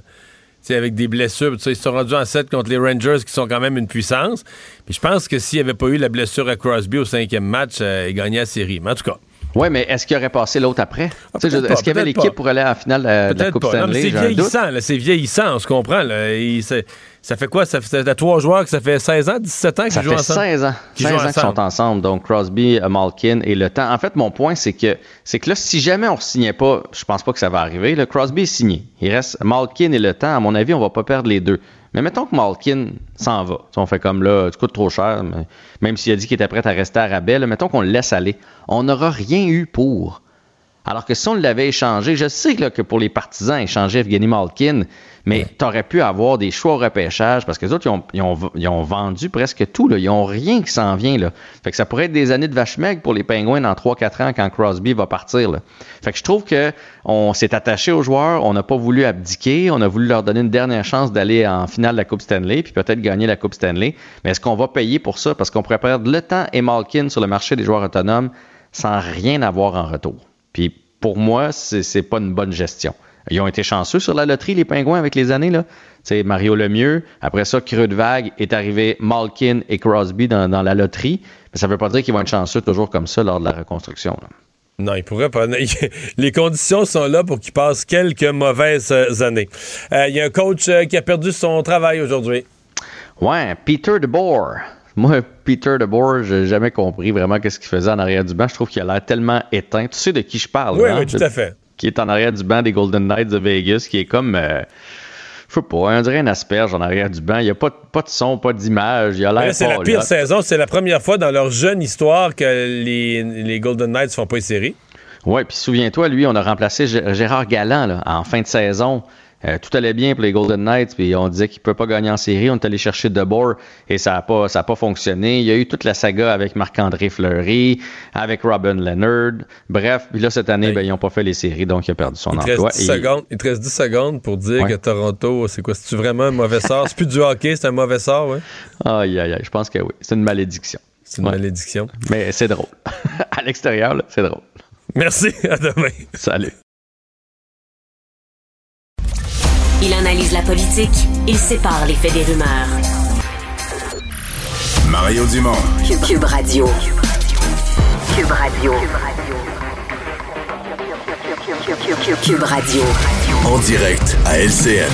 avec des blessures, ils se sont rendus en 7 contre les Rangers qui sont quand même une puissance. Puis je pense que s'il n'y avait pas eu la blessure à Crosby au 5e match, ils gagnaient la série. Mais en tout cas... Oui, mais est-ce qu'il aurait passé l'autre après? Est-ce qu'il y avait l'équipe pour aller en finale de la Coupe Stanley? Non, mais c'est vieillissant, on se comprend. Là. Ça fait quoi? Ça fait 3 joueurs que ça fait 16 ans, 17 ans qu'ils jouent ensemble? Ça fait 16 ans. 16 ans qu'ils sont ensemble. Donc, Crosby, Malkin et Le Temps. En fait, mon point, c'est que là, si jamais on ne signait pas, je pense pas que ça va arriver, le Crosby est signé. Il reste Malkin et Le Temps. À mon avis, on va pas perdre les deux. Mais mettons que Malkin s'en va. On fait comme là, tu coûtes trop cher, mais même s'il a dit qu'il était prêt à rester à rabais, là, mettons qu'on le laisse aller. On n'aura rien eu pour. Alors que si on l'avait échangé, je sais là, que pour les partisans, échanger Evgeny Malkin, mais tu aurais pu avoir des choix au repêchage parce que les autres, ils ont vendu presque tout. Là. Ils n'ont rien qui s'en vient. Là. Fait que ça pourrait être des années de vache maigre pour les Penguins dans 3-4 ans quand Crosby va partir. Là. Fait que je trouve qu'on s'est attaché aux joueurs, on n'a pas voulu abdiquer, on a voulu leur donner une dernière chance d'aller en finale de la Coupe Stanley puis peut-être gagner la Coupe Stanley. Mais est-ce qu'on va payer pour ça? Parce qu'on pourrait perdre Le Temps et Malkin sur le marché des joueurs autonomes sans rien avoir en retour. Puis pour moi, c'est pas une bonne gestion. Ils ont été chanceux sur la loterie, les Pingouins, avec les années, là. C'est Mario Lemieux. Après ça, creux de vague, est arrivé Malkin et Crosby dans la loterie. Mais ça ne veut pas dire qu'ils vont être chanceux toujours comme ça lors de la reconstruction, là. Non, il pourrait pas. Les conditions sont là pour qu'il passe quelques mauvaises années. Il y a un coach qui a perdu son travail aujourd'hui. Ouais, Peter DeBoer. Moi, Peter DeBoer, j'ai jamais compris vraiment qu'est-ce qu'il faisait en arrière du banc. Je trouve qu'il a l'air tellement éteint. Tu sais de qui je parle, oui, hein? Oui, tout à fait. Qui est en arrière du banc des Golden Knights de Vegas, qui est comme... je sais pas, on dirait une asperge en arrière du banc. Il n'y a pas de son, pas d'image. Il a l'air c'est la pire saison. C'est la première fois dans leur jeune histoire que les Golden Knights ne font pas les séries. Oui, puis souviens-toi, lui, on a remplacé Gérard Galland là, en fin de saison. Tout allait bien pour les Golden Knights, puis on disait qu'il ne peut pas gagner en série. On est allé chercher DeBoer et ça n'a pas fonctionné. Il y a eu toute la saga avec Marc-André Fleury, avec Robin Leonard. Bref, puis là, cette année, ils n'ont pas fait les séries, donc il a perdu son emploi. Il te reste 10 secondes pour dire que Toronto, c'est quoi? C'est-tu vraiment un mauvais sort? C'est plus du hockey, c'est un mauvais sort, oui? Aïe, je pense que oui. C'est une malédiction. C'est une malédiction. Mais c'est drôle. À l'extérieur, là, c'est drôle. Merci, à demain. Salut. Il analyse la politique, il sépare les faits des rumeurs. Mario Dumont. Cube Radio. Cube Radio. Cube Radio. En direct à LCN.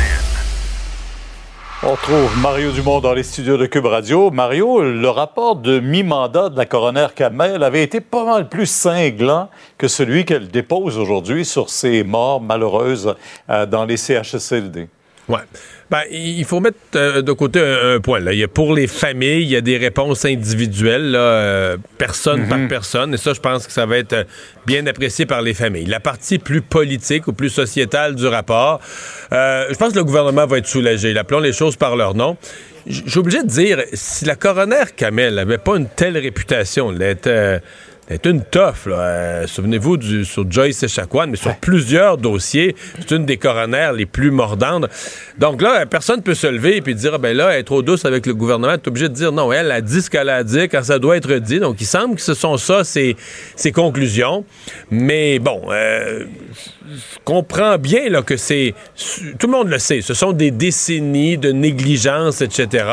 On retrouve Mario Dumont dans les studios de Cube Radio. Mario, le rapport de mi-mandat de la coroner Kamel avait été pas mal plus cinglant que celui qu'elle dépose aujourd'hui sur ces morts malheureuses dans les CHSLD. Oui. Il faut mettre de côté un point. Là. Pour les familles, il y a des réponses individuelles, là, personne par personne. Et ça, je pense que ça va être bien apprécié par les familles. La partie plus politique ou plus sociétale du rapport, je pense que le gouvernement va être soulagé. Appelons les choses par leur nom. J'ai obligé de dire, si la coroner Kamel n'avait pas une telle réputation, c'est une toffe, là. Souvenez-vous sur Joyce Echaquan, mais sur plusieurs dossiers, c'est une des coroners les plus mordantes. Donc là, personne ne peut se lever et puis dire, elle est trop douce avec le gouvernement. Tu es obligé de dire, non, elle a dit ce qu'elle a dit quand ça doit être dit. Donc, il semble que ce sont ça, ses conclusions. Mais bon, je comprends bien là, que c'est... Tout le monde le sait, ce sont des décennies de négligence, etc.,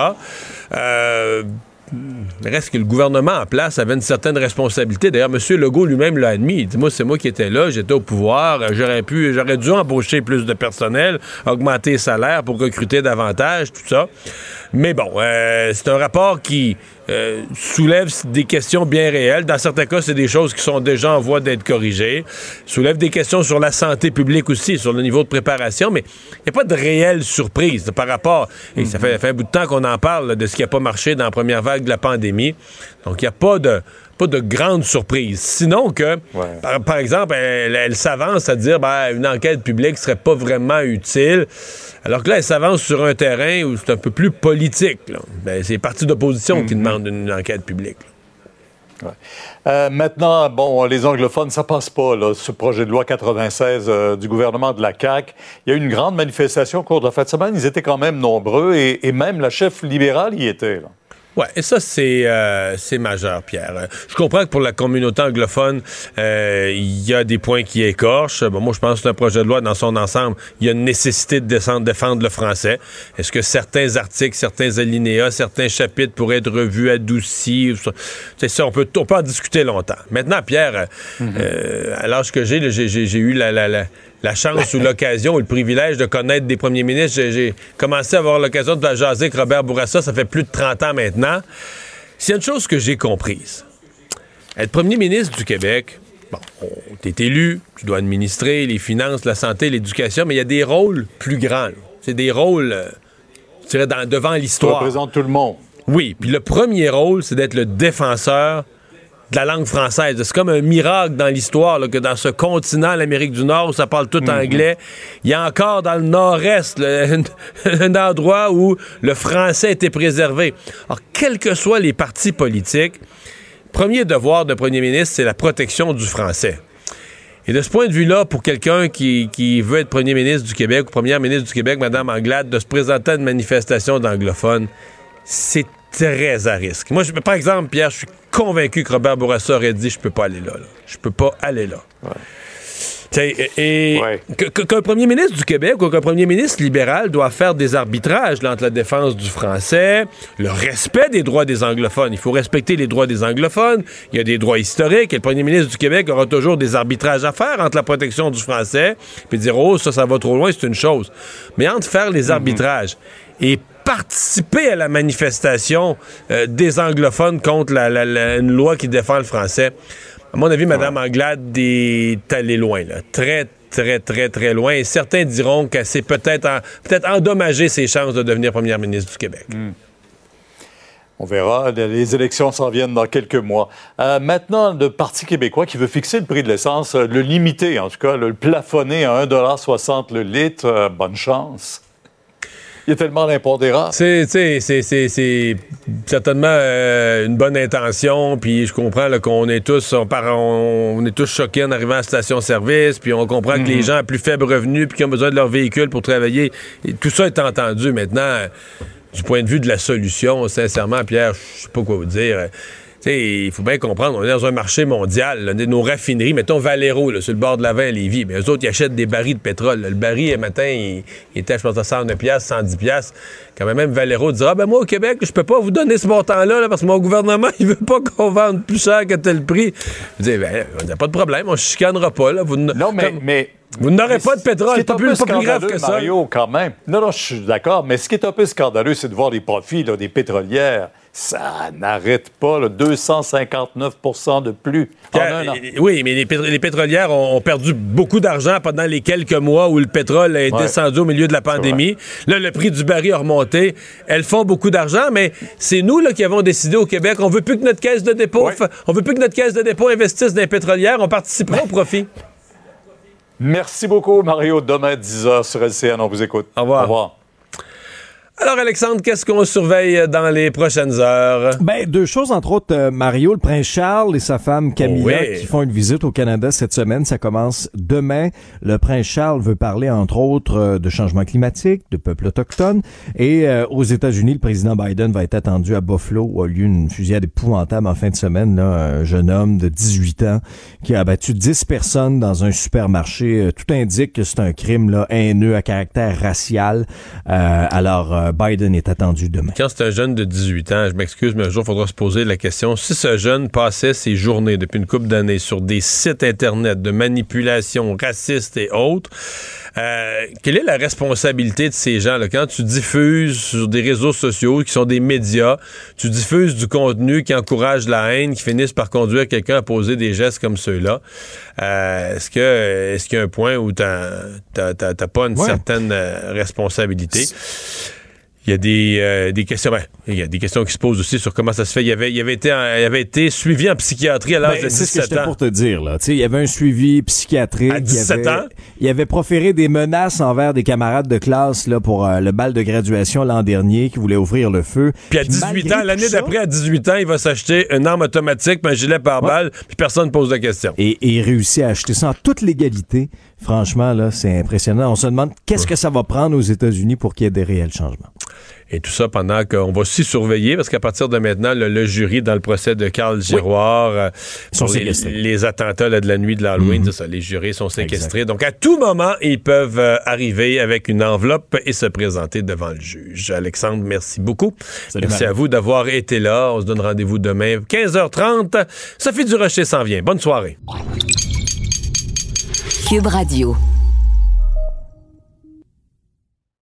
reste que le gouvernement en place avait une certaine responsabilité. D'ailleurs, M. Legault lui-même l'a admis. Il dit, moi, c'est moi qui étais là, j'étais au pouvoir, j'aurais dû embaucher plus de personnel, augmenter les salaires pour recruter davantage, tout ça. Mais bon, c'est un rapport qui soulève des questions bien réelles. Dans certains cas, c'est des choses qui sont déjà en voie d'être corrigées. Soulève des questions sur la santé publique aussi, sur le niveau de préparation, mais il n'y a pas de réelle surprise par rapport... Et ça fait un bout de temps qu'on en parle de ce qui n'a pas marché dans la première vague de la pandémie. Donc, il n'y a pas de grande surprise. Sinon que, par exemple, elle s'avance à dire une enquête publique serait pas vraiment utile, alors que là, elle s'avance sur un terrain où c'est un peu plus politique. C'est les partis d'opposition qui demandent une enquête publique. Maintenant, les anglophones, ça passe pas, là, ce projet de loi 96 du gouvernement de la CAQ. Il y a eu une grande manifestation au cours de la fin de semaine. Ils étaient quand même nombreux et même la chef libérale y était, là. Oui, et ça, c'est majeur, Pierre. Je comprends que pour la communauté anglophone, il y a des points qui écorchent. Moi, je pense que c'est un projet de loi dans son ensemble. Il y a une nécessité de défendre le français. Est-ce que certains articles, certains alinéas, certains chapitres pourraient être revus, adoucis? C'est ça, on peut en discuter longtemps. Maintenant, Pierre, à l'âge que j'ai eu la chance ou l'occasion ou le privilège de connaître des premiers ministres. J'ai commencé à avoir l'occasion de jaser avec Robert Bourassa, ça fait plus de 30 ans maintenant. S'il y a une chose que j'ai comprise, être premier ministre du Québec, t'es élu, tu dois administrer les finances, la santé, l'éducation, mais il y a des rôles plus grands. Là. C'est des rôles, je dirais, devant l'histoire. Tu représentes tout le monde. Oui, puis le premier rôle, c'est d'être le défenseur de la langue française. C'est comme un miracle dans l'histoire là, que dans ce continent, l'Amérique du Nord, où ça parle tout anglais, il y a encore dans le nord-est un endroit où le français a été préservé. Alors, quels que soient les partis politiques, premier devoir de premier ministre, c'est la protection du français. Et de ce point de vue-là, pour quelqu'un qui veut être premier ministre du Québec ou première ministre du Québec, Mme Anglade, de se présenter à une manifestation d'anglophones, c'est très à risque. Moi, par exemple, Pierre, je suis convaincu que Robert Bourassa aurait dit « Je peux pas aller là. Je peux pas aller là. » Qu'un premier ministre du Québec ou qu'un premier ministre libéral doit faire des arbitrages là, entre la défense du français, le respect des droits des anglophones. Il faut respecter les droits des anglophones. Il y a des droits historiques et le premier ministre du Québec aura toujours des arbitrages à faire entre la protection du français puis dire « Oh, ça va trop loin », c'est une chose. Mais entre faire les arbitrages et participer à la manifestation des anglophones contre une loi qui défend le français, à mon avis, Mme Anglade est allée loin, là. Très, très, très, très loin. Et certains diront qu'elle s'est peut-être endommagé ses chances de devenir première ministre du Québec. On verra. Les élections s'en viennent dans quelques mois. Maintenant, le Parti québécois qui veut fixer le prix de l'essence, le limiter, en tout cas, le plafonner à 1,60 $ le litre, bonne chance. Il y a tellement d'impondérables. C'est certainement une bonne intention, puis je comprends là, qu'on est tous, on est tous choqués en arrivant à la station-service, puis on comprend que les gens à plus faible revenu, puis qui ont besoin de leur véhicule pour travailler, et tout ça est entendu. Maintenant, du point de vue de la solution, sincèrement, Pierre, je sais pas quoi vous dire. Il faut bien comprendre, on est dans un marché mondial. Là, nos raffineries, mettons Valero, là, sur le bord de la 20 à Lévis, mais eux autres, ils achètent des barils de pétrole. Là. Le baril, le matin, il était, je pense, à 109$, 110$. Quand même Valero dira, moi, au Québec, je peux pas vous donner ce montant-là, parce que mon gouvernement, il veut pas qu'on vende plus cher que tel prix. Je dis, on n'a pas de problème, on ne chicanera pas. Là. Vous n'aurez pas de pétrole, c'est pas plus grave que ça. Mario, quand même. Non, je suis d'accord, mais ce qui est un peu scandaleux, c'est de voir les profits là, des pétrolières. Ça n'arrête pas, là, 259% de plus en un an. Oui, mais les pétrolières ont perdu beaucoup d'argent pendant les quelques mois où le pétrole est descendu au milieu de la pandémie. Là, le prix du baril a remonté. Elles font beaucoup d'argent, mais c'est nous là, qui avons décidé au Québec, on veut plus que notre caisse de dépôt, investisse dans les pétrolières, on participera au profit. Merci beaucoup, Mario. Demain, 10h sur LCN, on vous écoute. Au revoir. Au revoir. Alors, Alexandre, qu'est-ce qu'on surveille dans les prochaines heures? Deux choses, entre autres, Mario, le prince Charles et sa femme Camilla qui font une visite au Canada cette semaine. Ça commence demain. Le prince Charles veut parler, entre autres, de changement climatique, de peuples autochtones. Et aux États-Unis, le président Biden va être attendu à Buffalo, où a lieu une fusillade épouvantable en fin de semaine. Là, un jeune homme de 18 ans qui a abattu 10 personnes dans un supermarché. Tout indique que c'est un crime là, haineux à caractère racial. Alors, Biden est attendu demain. Quand c'est un jeune de 18 ans, je m'excuse, mais un jour, il faudra se poser la question. Si ce jeune passait ses journées depuis une couple d'années sur des sites Internet de manipulation raciste et autres, quelle est la responsabilité de ces gens-là? Quand tu diffuses sur des réseaux sociaux qui sont des médias, tu diffuses du contenu qui encourage la haine, qui finissent par conduire quelqu'un à poser des gestes comme ceux-là, est-ce qu'il y a un point où t'as pas une certaine responsabilité? Il y a des questions. Il y a des questions qui se posent aussi sur comment ça se fait. Il avait été suivi en psychiatrie à l'âge de 17 ans. C'est ce que j'étais pour te dire, là. Tu sais, il y avait un suivi psychiatrique. À 17 ans? Il avait proféré des menaces envers des camarades de classe, là, pour le bal de graduation l'an dernier, qui voulait ouvrir le feu. Puis à 18 ans, l'année d'après, à 18 ans, il va s'acheter une arme automatique, un gilet pare-balles, puis personne ne pose de questions. Et il réussit à acheter ça en toute légalité. Franchement, là, c'est impressionnant. On se demande qu'est-ce que ça va prendre aux États-Unis pour qu'il y ait des réels changements. Et tout ça pendant qu'on va aussi surveiller, parce qu'à partir de maintenant, le jury dans le procès de Carl Giroir, les attentats là, de la nuit de l'Halloween, c'est ça, les jurés sont séquestrés. Donc, à tout moment, ils peuvent arriver avec une enveloppe et se présenter devant le juge. Alexandre, merci beaucoup. Salut, merci à vous d'avoir été là. On se donne rendez-vous demain, 15h30. Sophie Durocher s'en vient. Bonne soirée. Cube Radio.